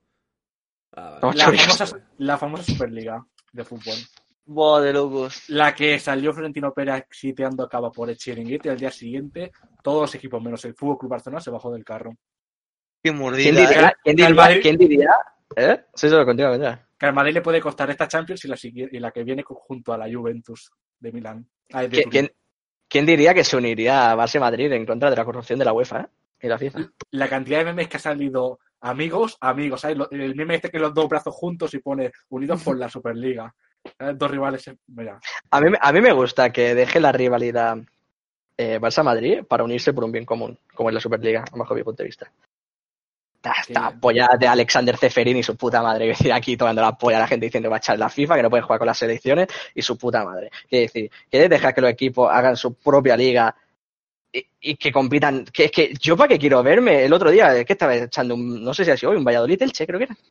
Ah, No, vale. La Manchurias. famosa, la famosa Superliga de fútbol. Buah, de locos. La que salió Florentino Pérez sitiando a Cava por el chiringuito y al día siguiente todos los equipos menos el Fútbol Club Barcelona se bajó del carro. Qué ¿Quién mordida. diría? ¿eh? ¿Quién El diría? Madrid- ¿Quién diría? ¿Eh? Sí, eso contigo, contigo. Que al Madrid le puede costar esta Champions y la, sigui- y la que viene junto a la Juventus de Milán. Ah, de ¿Quién, Turín. quién- quién diría que se uniría a Barça y Madrid en contra de la corrupción de la UEFA? ¿eh? Y la FIFA. La cantidad de memes que ha salido, amigos, amigos, ¿sabes? El meme este que los dos brazos juntos y pone unidos por la Superliga. ¿Sabes? Dos rivales, mira. A mí, a mí me gusta que deje la rivalidad eh, Barça-Madrid para unirse por un bien común, como es la Superliga, a bajo mi punto de vista. Esta polla de Alexander Ceferín y su puta madre, que decir aquí tomando la polla a la gente diciendo que va a echar la FIFA, que no puede jugar con las selecciones y su puta madre. Quiere decir, ¿quieres dejar que los equipos hagan su propia liga y, y que compitan? Que es que yo para qué quiero verme el otro día, es que estaba echando un, no sé si ha sido hoy, un Valladolid Elche, creo que era.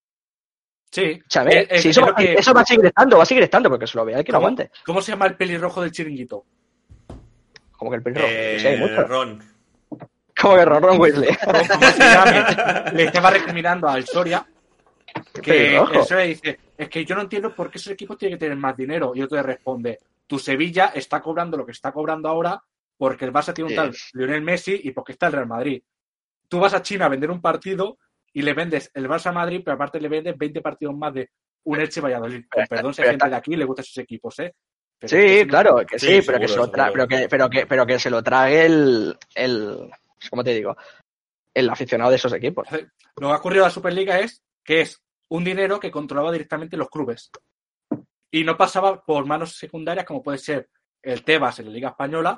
Sí. Chávez, Eh, eh, si eso, que... eso va a seguir estando, va a seguir estando porque se lo vea, hay que lo aguante. ¿Cómo se llama el pelirrojo del chiringuito? Como que el pelirrojo, Eh, sí, hay mucho. Ron. Como que Ron Ron Weasley. ¿Cómo se llama? Le estaba recriminando al Soria que el Soria dice, es que yo no entiendo por qué esos equipos tienen que tener más dinero. Y otro le responde, tu Sevilla está cobrando lo que está cobrando ahora porque el Barça tiene un tal Lionel Messi y porque está el Real Madrid. Tú vas a China a vender un partido y le vendes el Barça a Madrid, pero aparte le vendes veinte partidos más de un Elche Valladolid. Con perdón si hay gente de aquí le gustan esos equipos, ¿eh? Pero sí, que claro, que sí, sí pero, seguro, que se lo tra- pero, que, pero, que, pero que se lo trague el, el... ¿Cómo te digo? El aficionado de esos equipos. Lo que ha ocurrido a la Superliga es que es un dinero que controlaba directamente los clubes. Y no pasaba por manos secundarias como puede ser el Tebas en la Liga Española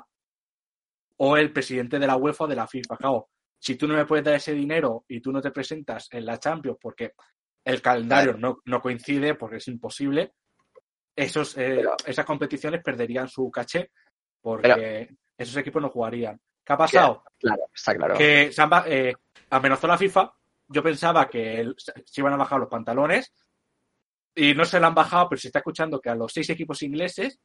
o el presidente de la UEFA o de la FIFA. Claro, si tú no me puedes dar ese dinero y tú no te presentas en la Champions porque el calendario no, no coincide, porque es imposible, esos, eh, pero, esas competiciones perderían su caché porque pero, esos equipos no jugarían. ¿Qué ha pasado? Claro, está claro. Que se han, eh, amenazó la FIFA. Yo pensaba que el, se iban a bajar los pantalones y no se lo han bajado, pero se está escuchando que a los seis equipos ingleses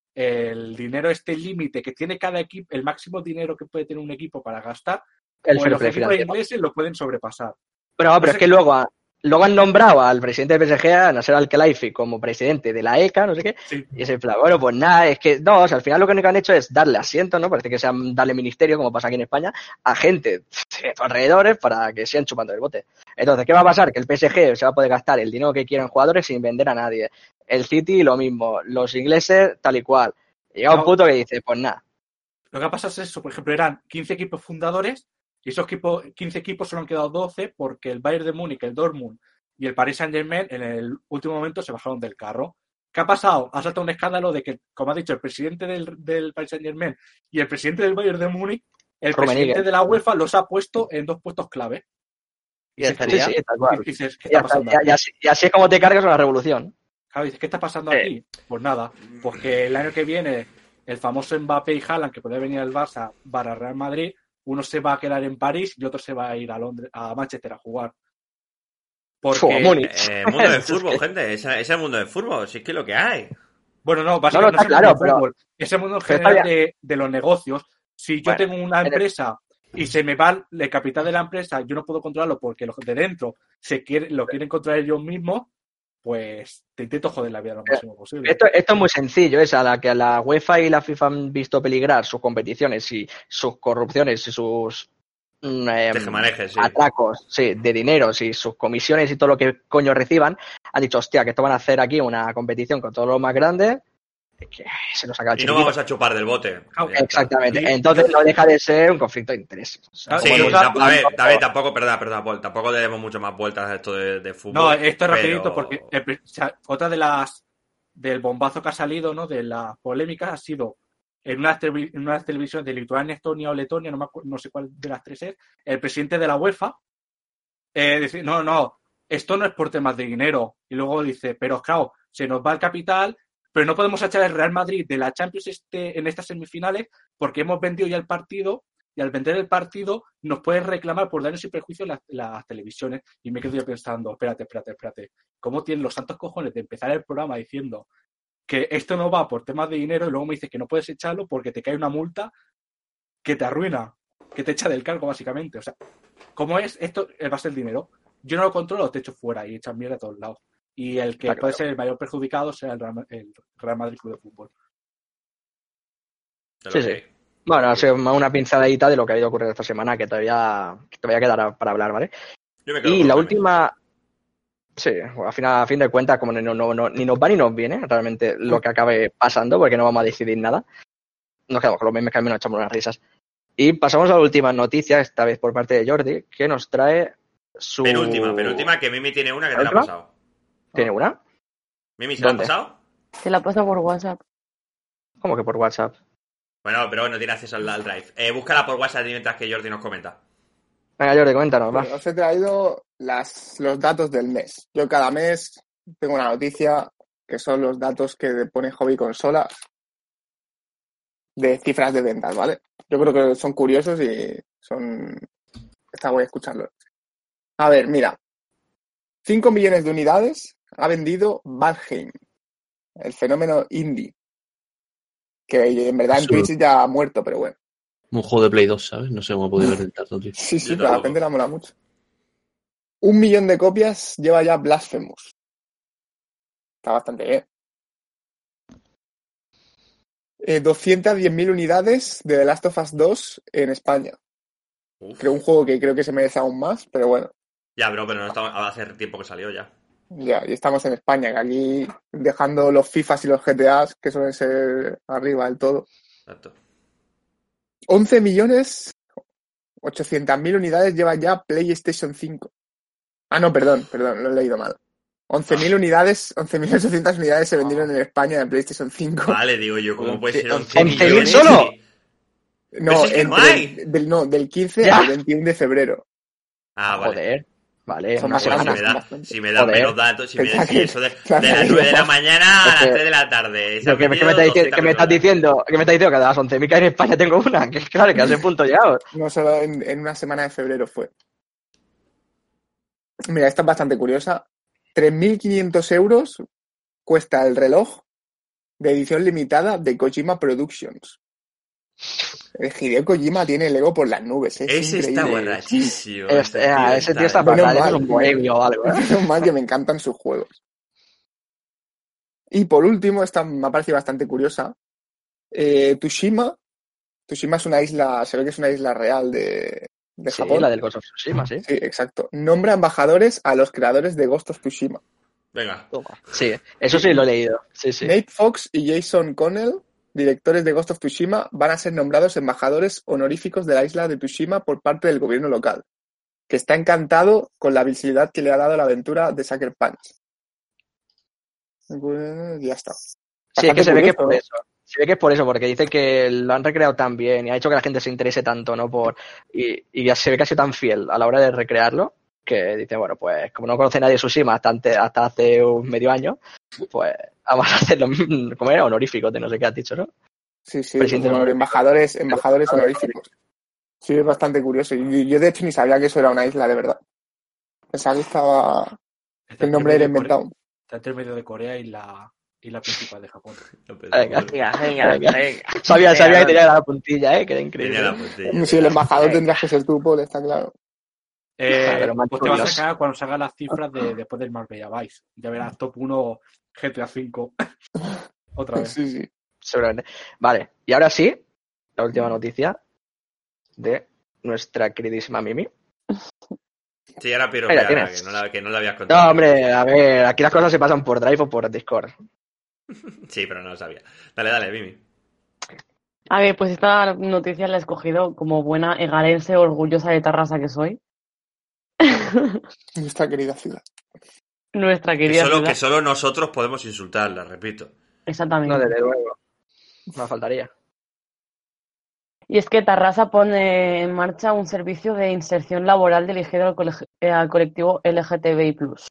el dinero, este límite que tiene cada equipo, el máximo dinero que puede tener un equipo para gastar, el pues los equipos ingleses lo pueden sobrepasar. Pero, no, pero es que luego, luego han nombrado al presidente del P S G, a Nasser Al-Khelaifi, como presidente de la E C A, no sé qué, sí. Y ese plan, bueno, pues nada, es que no, o sea, al final lo que han hecho es darle asiento, ¿no? Parece que sean darle ministerio, como pasa aquí en España, a gente de alrededores para que sigan chupando el bote. Entonces, ¿qué va a pasar? Que el P S G se va a poder gastar el dinero que quieran jugadores sin vender a nadie. El City lo mismo, los ingleses tal y cual. Llega un punto que dice, pues nada. Lo que ha pasado es eso, por ejemplo, eran quince equipos fundadores y esos equipos, quince equipos solo han quedado doce porque el Bayern de Múnich, el Dortmund y el Paris Saint-Germain en el último momento se bajaron del carro. ¿Qué ha pasado? Ha saltado un escándalo de que, como ha dicho el presidente del, del Paris Saint-Germain y el presidente del Bayern de Múnich, el Rummenigge. Presidente de la UEFA los ha puesto en dos puestos clave. Y, sí, sí, tal cual. Y dices, ¿qué está y pasando? Y, y, así, y así es como te cargas una revolución. Claro, dices, ¿qué está pasando sí. aquí? Pues nada, pues que el año que viene el famoso Mbappé y Haaland, que puede venir al Barça para Real Madrid, uno se va a quedar en París y otro se va a ir a Londres, a Manchester a jugar. Porque eh, mundo de fútbol, gente, es, es el mundo de fútbol, si es que es lo que hay. Bueno, no, básicamente no, no, no es el claro, mundo de pero... fútbol, es el mundo general de, de los negocios. Si yo bueno, tengo una empresa y se me va el capital de la empresa, yo no puedo controlarlo porque los de dentro se quiere, lo quieren controlar ellos mismos, pues te intento joder la vida lo máximo posible. Esto, esto es muy sencillo, es a la que la UEFA y la FIFA han visto peligrar sus competiciones y sus corrupciones y sus eh, sí. atracos sí, de dinero y sus comisiones y todo lo que coño reciban, han dicho, hostia, que esto van a hacer aquí una competición con todos los más grandes, que se nos acaba el y no vamos a chupar del bote. Exactamente. Sí. Entonces no deja de ser un conflicto de intereses. O sea, sí, sí a ver, David, tampoco, perdón, perdón, tampoco le demos mucho más vueltas a esto de, de fútbol. No, esto es pero... rapidito porque el, o sea, otra de las del bombazo que ha salido, ¿no? De las polémicas ha sido en una, televi- en una televisión de Lituania, Estonia o Letonia, no, me acuerdo, no sé cuál de las tres es, el presidente de la UEFA eh, dice, no, no, esto no es por temas de dinero. Y luego dice, pero claro, se nos va el capital, pero no podemos echar el Real Madrid de la Champions este, en estas semifinales porque hemos vendido ya el partido y al vender el partido nos pueden reclamar por daños y perjuicios las, las televisiones. Y me quedo yo pensando, espérate, espérate, espérate, ¿cómo tienen los santos cojones de empezar el programa diciendo que esto no va por temas de dinero y luego me dices que no puedes echarlo porque te cae una multa que te arruina, que te echa del cargo básicamente? O sea, ¿cómo es esto? Va a ser el dinero. Yo no lo controlo, te echo fuera y echan mierda a todos lados. Y el que claro, puede ser el mayor perjudicado sea el Real, el Real Madrid Club de Fútbol. Sí, sí. Bueno, ha sido una pinceladita de lo que ha ido ocurriendo esta semana que todavía, que todavía quedará para hablar, ¿vale? Y la última... Sí, a fin, a fin de cuentas, como no, no, no, ni nos va ni nos viene realmente lo que acabe pasando, porque no vamos a decidir nada. Nos quedamos con los memes que al menos echamos unas risas. Y pasamos a la última noticia, esta vez por parte de Jordi, que nos trae su... Penúltima, penúltima, que Mimi tiene una que te la ha ¿Última? pasado. ¿Tiene una? ¿Mimi se la ha ¿Dónde? pasado? Se la pasa por WhatsApp. ¿Cómo que por WhatsApp? Bueno, pero no tiene acceso al, al drive. Eh, búscala por WhatsApp mientras que Jordi nos comenta. Venga, Jordi, coméntanos, va. Bueno, os he traído las, los datos del mes. Yo cada mes tengo una noticia que son los datos que pone Hobby Consola de cifras de ventas, ¿vale? Yo creo que son curiosos y son... Está guay escucharlos. A ver, mira. cinco millones de unidades ha vendido Valheim, el fenómeno indie. Que en verdad en Solo. Twitch ya ha muerto, pero bueno. Un juego de Play dos, ¿sabes? No sé cómo ha podido vender tanto, tío. Sí, sí, Yo pero a la tampoco. gente la mola mucho. Un millón de copias lleva ya Blasphemous. Está bastante bien. Eh, doscientas diez mil unidades de The Last of Us dos en España. Uf. Creo un juego que creo que se merece aún más, pero bueno. Ya, bro, pero no estamos, hace tiempo que salió ya. Ya, y estamos en España, que aquí dejando los FIFAs y los G T As, que suelen ser arriba del todo. Exacto. once millones ochocientas mil unidades lleva ya PlayStation cinco. Ah, no, perdón, perdón, lo he leído mal. once mil unidades, once mil ochocientas unidades se vendieron en España de PlayStation cinco. Vale, digo yo, ¿cómo puede ser once once mil millones? solo. Pero No, si es que no entre- hay. del, no, del quince Ya. al veintiuno de febrero. Ah, vale. Joder. Vale, Son una más Pues si semana. me, grandes. da, bastante. si me dan Joder. menos datos, si me Pensaba decís que- eso de, claro, de las digo, nueve de la más. mañana a Es las que- tres de la tarde. Se han ¿Qué, me- qué vendido me estás diciendo, doscientas ¿Qué me estás personas. diciendo? ¿Qué me estás diciendo? Que de las once mil que hay en España tengo una. Que claro, que a ese punto llegado. No solo en, en una semana de febrero fue. Mira, esta es bastante curiosa. tres mil quinientos euros cuesta el reloj de edición limitada de Kojima Productions. El Hideo Kojima tiene el ego por las nubes, ¿eh? es Ese está increíble. borrachísimo. Es- eh, ese tío está Menos fatal, ese es mal, un bohemio o algo, ¿eh? menos mal que me encantan sus juegos. Y por último, esta me ha parecido bastante curiosa. Eh, Tsushima. Tsushima es una isla, se ve que es una isla real de, de Sí, Japón. la del Ghost of Tsushima, sí. Sí, exacto. Nombra embajadores a los creadores de Ghost of Tsushima. Venga. Toma. Sí, eso sí lo he leído. Sí, sí. Nate Fox y Jason Connell, directores de Ghost of Tsushima, van a ser nombrados embajadores honoríficos de la isla de Tsushima por parte del gobierno local, que está encantado con la visibilidad que le ha dado la aventura de Sucker Punch. Y ya está. Sí, es que Bastante se ve que es curioso, por ¿no? eso. Se ve que es por eso, porque dice que lo han recreado tan bien y ha hecho que la gente se interese tanto, ¿no? Por y, y ya se ve que ha sido tan fiel a la hora de recrearlo que dice, bueno, pues como no conoce nadie Tsushima hasta, ante- hasta hace un medio año, pues vamos a hacerlo como era honorífico, de no sé qué has dicho, ¿no? Sí, sí, Presidente pues, bueno, honorífico. embajadores, embajadores honoríficos. Sí, es bastante curioso. Y yo de hecho ni sabía que eso era una isla, de verdad. Pensaba que estaba, que Está el nombre era entre medio de Corea- inventado. Está entre medio de Corea y la, y la principal de Japón. Venga, Venga, venga, Venga. venga. Sabía, Venga, sabía que dale. tenía la puntilla, ¿eh? Que era increíble. Tenía la puntilla. Si el embajador Venga. tendrás que ser tú, Paul, está claro. Eh, Ah, pero más pues te vas a curioso. sacar cuando salgan las cifras de después del Marbella Vice. Ya verás top uno G T A cinco. Otra vez. Sí, sí. Seguramente. Vale, y ahora sí, la última noticia de nuestra queridísima Mimi. Sí, ahora Piero, Mira, espera, tienes. que no la, que no la habías contado. No, hombre, a ver, aquí las cosas se pasan por Drive o por Discord. Sí, pero no lo sabía. Dale, dale, Mimi. A ver, pues esta noticia la he escogido como buena egarense orgullosa de Tarrasa que soy. Nuestra querida ciudad. Nuestra Que querida solo, ciudad. que solo nosotros podemos insultarla, repito. Exactamente. No, desde luego. Me faltaría. Y es que Tarrasa pone en marcha un servicio de inserción laboral dirigido al, cole- eh, al colectivo L G T B I plus.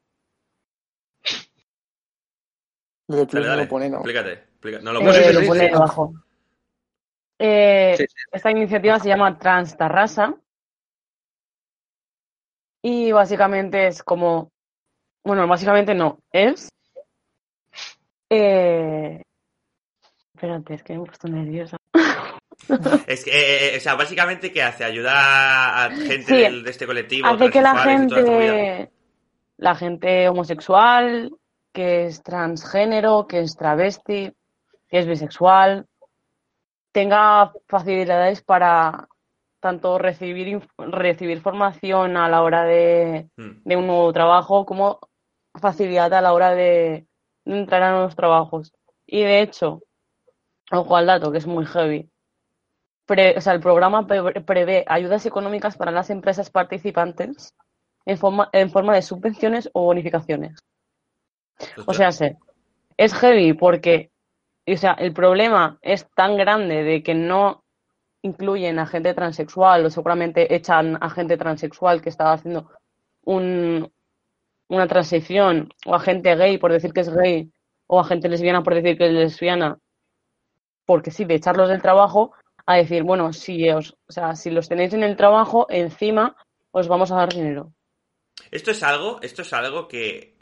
Lo de Plus Dale, no dale. lo pone, ¿no? Explícate. explica- No lo Eh, pone. sí, lo sí, pone sí. debajo. Eh, Sí, sí. Esta iniciativa se llama Trans Tarrasa y básicamente es como, bueno, básicamente no, es, eh, espérate, es que me he puesto nerviosa. Es que, eh, eh, o sea, básicamente, ¿qué hace? ¿Ayuda a gente Sí, del- de este colectivo? Hace que la transexuales y toda esta movida? gente, la gente homosexual, que es transgénero, que es travesti, que es bisexual, tenga facilidades para tanto recibir, inf- recibir formación a la hora de, Mm. de un nuevo trabajo como facilidad a la hora de, de entrar a nuevos trabajos. Y de hecho, ojo al dato, que es muy heavy, pre- o sea, el programa pre- prevé ayudas económicas para las empresas participantes en forma, en forma de subvenciones o bonificaciones. O sea, sé, es heavy porque, o sea, el problema es tan grande de que no incluyen a gente transexual o seguramente echan a gente transexual que estaba haciendo un, una transición, o a gente gay por decir que es gay, o a gente lesbiana por decir que es lesbiana, porque sí, de echarlos del trabajo a decir, bueno, si os, o sea, si los tenéis en el trabajo, encima os vamos a dar dinero. Esto es algo, esto es algo que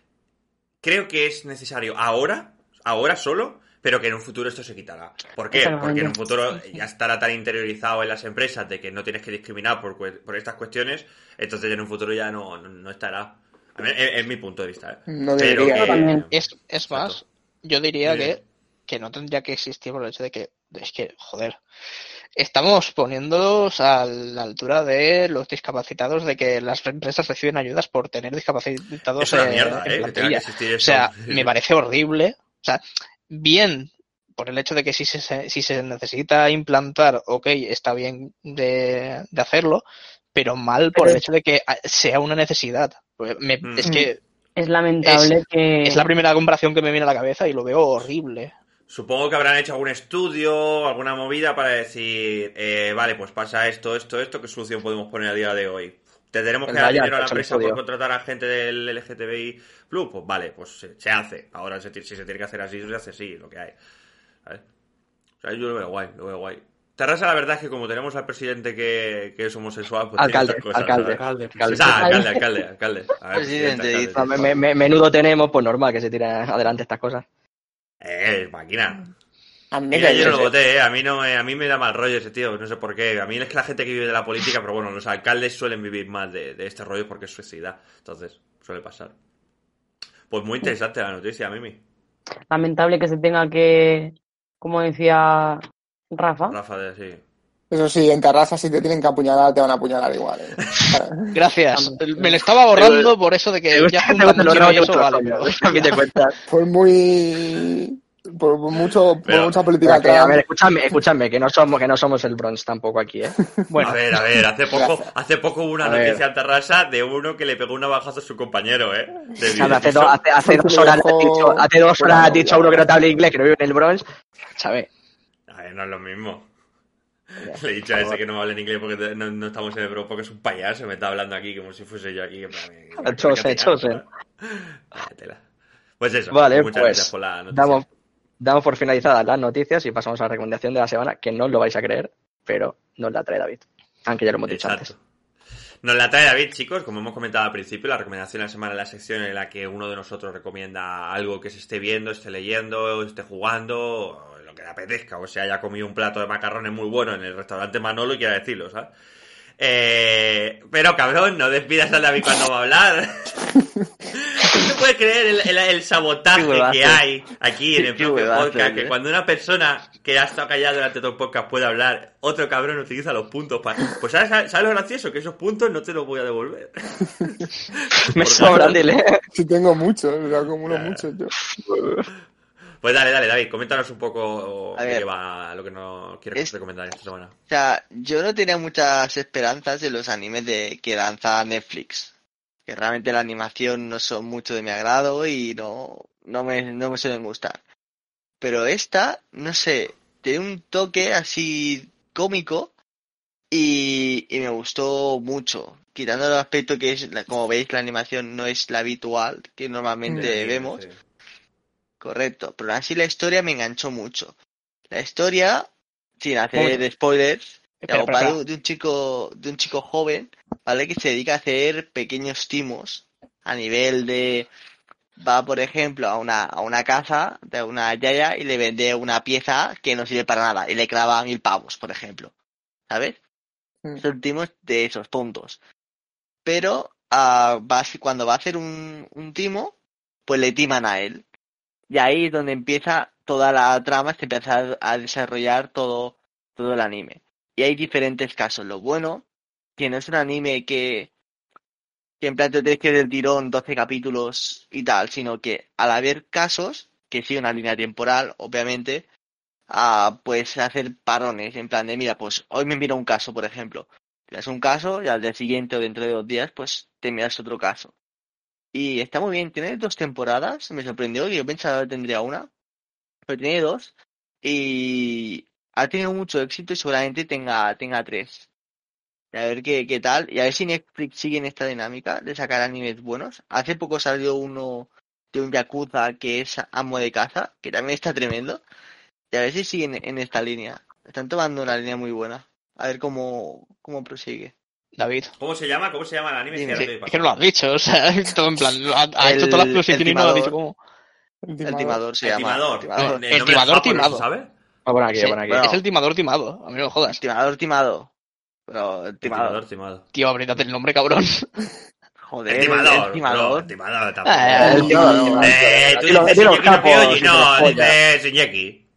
creo que es necesario ahora, ahora solo, pero que en un futuro esto se quitará. ¿Por qué? Porque en un futuro ya estará tan interiorizado en las empresas de que no tienes que discriminar por, por estas cuestiones, entonces en un futuro ya no, no, no estará. A ver, es, es mi punto de vista, ¿eh? No pero debería. que... Es, es más, yo diría que, que no tendría que existir por el hecho de que, es que, joder, estamos poniéndolos a la altura de los discapacitados, de que las empresas reciben ayudas por tener discapacitados es una en, mierda, en ¿eh? Que tenga que plantilla. existir eso. O sea, me parece horrible. O sea, bien por el hecho de que si se, si se necesita implantar, ok, está bien de, de hacerlo, pero mal por el hecho de que sea una necesidad. Pues me, Mm. Es que Es lamentable es, que... es la primera comparación que me viene a la cabeza y lo veo horrible. Supongo que habrán hecho algún estudio, alguna movida para decir, eh, vale, pues pasa esto, esto, esto, ¿qué solución podemos poner a día de hoy? ¿Te tenemos que dar dinero a la empresa por contratar a gente del L G T B I plus? Pues vale, pues se, se hace. Ahora se, si se tiene que hacer así, se hace así, lo que hay. ¿Sabes? O sea, yo lo veo guay, lo veo guay. Terrassa, la verdad es que como tenemos al presidente que, que es homosexual, pues alcalde, tiene estas cosas. alcalde, alcalde, alcalde, ah, alcalde, alcalde, alcalde. A ver, Presidente, presidente, dice. alcalde, me, me, menudo tenemos, pues normal que se tire adelante estas cosas. Eh, máquina. A mí me Mira, cae yo no bien. lo voté, ¿eh? A mí no me, a mí me da mal rollo ese tío, no sé por qué. A mí es que la gente que vive de la política, pero bueno, los alcaldes suelen vivir más de, de este rollo porque es suicida. Entonces, suele pasar. Pues muy interesante la noticia, Mimi. Lamentable que se tenga que, como decía Rafa, Rafa, de sí. Eso sí, en Terrassa si te tienen que apuñalar, te van a apuñalar igual. ¿eh? Gracias. Me lo estaba borrando por eso de que ya juntan mucho y eso vale. Por muy... Por mucho, Pero, por mucha política que, a atrás. ver, escúchame, escúchame, que no somos, que no somos el Bronx tampoco aquí, ¿eh? Bueno, a ver, a ver, hace poco, hace poco hubo una A noticia ver. en Terrassa de uno que le pegó un navajazo a su compañero, ¿eh? De Claro, hace, do- videopiso. hace, hace dos horas le has dicho, hace dos horas has dicho a uno que no te hable inglés, que no vive en el Bronx, ¿sabes? A ver, no es lo mismo. Le he dicho a ese que no me hable en inglés porque no, no estamos en el Bronx, porque es un payaso, me está hablando aquí como si fuese yo aquí. En plan, que- El chose, que- chose. Vaya tela. Pues eso, Vale, muchas pues gracias por la noticia. damos, damos por finalizadas las noticias y pasamos a la recomendación de la semana, que no os lo vais a creer, pero nos la trae David, aunque ya lo hemos dicho Exacto. antes. Nos la trae David, chicos, como hemos comentado al principio, la recomendación de la semana es la sección en la que uno de nosotros recomienda algo que se esté viendo, esté leyendo, esté jugando, o lo que le apetezca, o sea, haya comido un plato de macarrones muy bueno en el restaurante Manolo y quiera decirlo, ¿sabes? Eh, pero cabrón, no despidas a David cuando va a hablar. No puedes creer el, el, el sabotaje que hay aquí en el propio podcast, que cuando una persona que ha estado callada durante todo el podcast puede hablar, otro cabrón utiliza los puntos para... Pues ¿sabes, ¿sabes lo gracioso? Que esos puntos no te los voy a devolver. Me sobran, dile. Sí tengo muchos, o sea, acumulo muchos yo. Pues dale, dale, David, coméntanos un poco A de ver. qué va lo que nos quieres Es- recomendar esta semana. O sea, yo no tenía muchas esperanzas en los animes de que lanza Netflix. Que realmente la animación no son mucho de mi agrado y no, no me, no me suelen gustar. Pero esta, no sé, tiene un toque así cómico y, y me gustó mucho. Quitando el aspecto que es, la- como veis, la animación no es la habitual que normalmente Sí, vemos. sí. Correcto, pero así la historia me enganchó mucho. La historia, sin hacer Momento. spoilers, Espera, va espera, de, de un chico, de un chico joven, ¿vale? Que se dedica a hacer pequeños timos a nivel de, va por ejemplo a una, a una casa de una yaya y le vende una pieza que no sirve para nada y le clava mil pavos, por ejemplo, ¿sabes? Mm. Son timos de esos tontos. Pero ah, va a- cuando va a hacer un, un timo, pues le timan a él. Y ahí es donde empieza toda la trama, se empieza a, a desarrollar todo, todo el anime. Y hay diferentes casos. Lo bueno, que no es un anime que, que en plan te tienes que ver del tirón doce capítulos y tal, sino que al haber casos, que sí, una línea temporal, obviamente, a pues hacer parones, en plan de, mira, pues hoy me miro un caso, por ejemplo. Miras un caso y al día siguiente o dentro de dos días, pues te miras otro caso. Y está muy bien, tiene dos temporadas, me sorprendió, que yo pensaba que tendría una, pero tiene dos. Y ha tenido mucho éxito y seguramente tenga, tenga tres. Y a ver qué, qué tal. Y a ver si Netflix sigue en esta dinámica de sacar animes buenos. Hace poco salió uno de un Yakuza que es Amo de Casa, que también está tremendo. Y a ver si siguen en esta línea. Están tomando una línea muy buena. A ver cómo, cómo prosigue. David. ¿Cómo se llama? ¿Cómo se llama el anime? Dime. Es que Es ahora te que no lo has dicho, o sea, todo en plan, ha, ha El- hecho todas las el exposiciones y no lo ha timador. dicho cómo. El El timador se El llama. timador. Timador. El, El nombre timador japonés, timado. ¿sabe? Voy a poner aquí, voy a poner aquí. Bueno. Es el timador timado, a mí no me jodas. Timador timado. Pero el El timador. timador, timado. Tío, abrítate el nombre, cabrón. Joder, El timador. El timador. bro, el timador tampoco. Ah, el timador. Eh, tú Aquí los- dices aquí los Shingeki no capos, Kyojin, si no, te los dices Shingeki.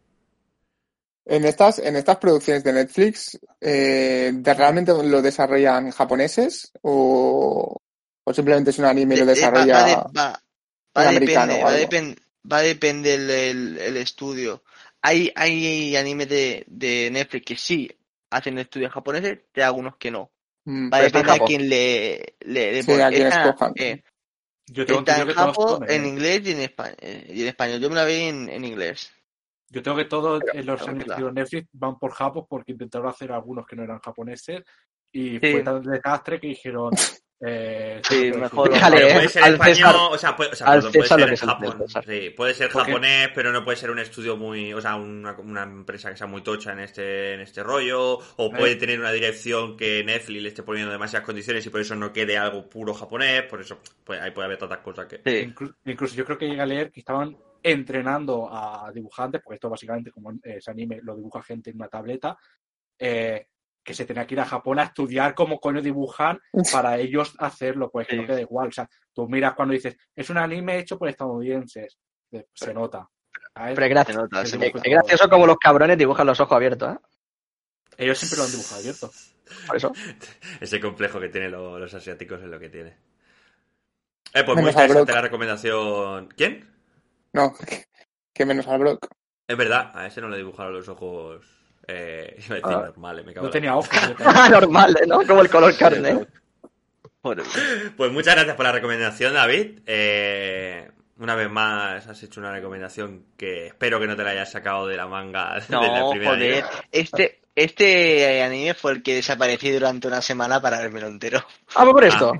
En estas, en estas producciones de Netflix, eh, ¿de ¿realmente lo desarrollan japoneses o, o simplemente es un anime y lo Eh, eh, va, desarrolla va, de- va, va un a americano depende, o va a algo? depen- va a depender el, el, el estudio. Hay, hay anime de, de Netflix que sí hacen estudios japoneses, y algunos que no. Mm, Va a Pero está en depender a Japón. quién le, le, le Sí, pone. a quien Está, escojan. eh, Yo tengo está entendido en que todos japo, son, en eh, inglés y en, espa- eh, y en español. Yo me la vi en, en inglés. Yo tengo que todos eh, los Pero, animes claro. de Netflix van por japos porque intentaron hacer algunos que no eran japoneses y Sí. fue tan desastre que dijeron eh, Sí, esto no mejor puede Déjale, Pero eh, puede ser al español, César- o sea, puede, o sea, al perdón, puede César lo ser que es el Japón, César. sí, puede ser Porque- japonés, pero no puede ser un estudio muy, o sea, una, una empresa que sea muy tocha en este, en este rollo, o puede tener una dirección que Netflix le esté poniendo demasiadas condiciones y por eso no quede algo puro japonés, por eso pues, ahí puede haber tantas cosas que... Sí. Inclu- incluso yo creo que llegué a leer que estaban entrenando a dibujantes, porque esto básicamente como eh, ese anime lo dibuja gente en una tableta, eh, que se tenía que ir a Japón a estudiar cómo coño dibujan para ellos hacerlo, pues que Sí. no queda igual. O sea, tú miras cuando dices, es un anime hecho por estadounidenses, eh, se nota. ¿sabes? Pero es Se gracias. nota, se El Es dibujo nota. es gracioso como los cabrones dibujan los ojos abiertos, ¿eh? Ellos siempre lo han dibujado abierto. Por eso. Ese complejo que tienen lo- los asiáticos es lo que tiene. Eh, pues muy Menos al interesante Brock. la recomendación. ¿Quién? No, que, que menos al Brock. Es verdad, a ese no le dibujaron los ojos. Eh, iba a decir Ah. normales, me cago No en la- tenía ojos. yo tenía- Normal, ¿eh? ¿No? Como el color carne. Joder. Pues muchas gracias por la recomendación, David. Eh, una vez más has hecho una recomendación que espero que no te la hayas sacado de la manga de la No, primera joder. vez. Este, este anime fue el que desaparecí durante una semana para verme entero. Ah, pues por esto.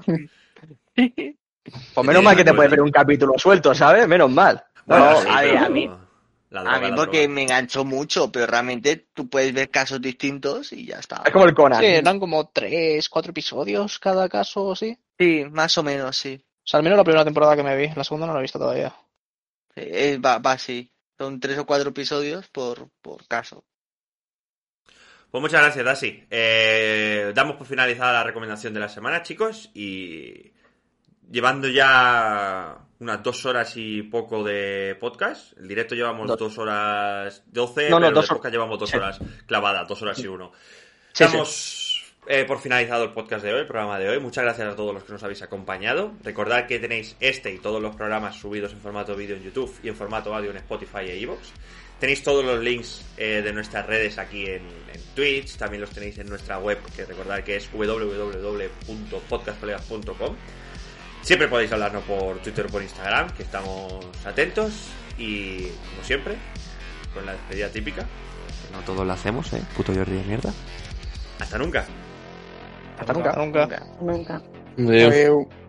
Pues menos mal que te puedes ver un capítulo suelto, ¿sabes? Menos mal. Bueno, No, sí, a ver, pero a mí- la A droga, mí la porque droga. me enganchó mucho, pero realmente tú puedes ver casos distintos y ya está. Es como el Conan. Sí, eran como tres, cuatro episodios cada caso o sí. Sí, más o menos, sí. O sea, al menos la primera temporada que me vi, la segunda no la he visto todavía. Sí, es- va, va así. Son tres o cuatro episodios por, por caso. Pues muchas gracias, Dasi. Eh, damos por finalizada la recomendación de la semana, chicos, y llevando ya unas dos horas y poco de podcast. El directo llevamos Dos. dos horas doce, No, no, pero dos de hor- podcast llevamos dos sí. horas clavadas, dos horas y uno. Sí, Damos eh, por finalizado el podcast de hoy, el programa de hoy. Muchas gracias a todos los que nos habéis acompañado. Recordad que tenéis este y todos los programas subidos en formato vídeo en YouTube y en formato audio en Spotify e iVoox. Tenéis todos los links eh, de nuestras redes aquí en, en Twitch, también los tenéis en nuestra web, que recordad que es w w w punto podcast colegas punto com. Siempre podéis hablarnos por Twitter o por Instagram, que estamos atentos. Y, como siempre, con la despedida típica, que no todos la hacemos, ¿eh? Puto Jordi de mierda. Hasta nunca. Hasta nunca. Nunca. Nunca. Adeu. Adeu.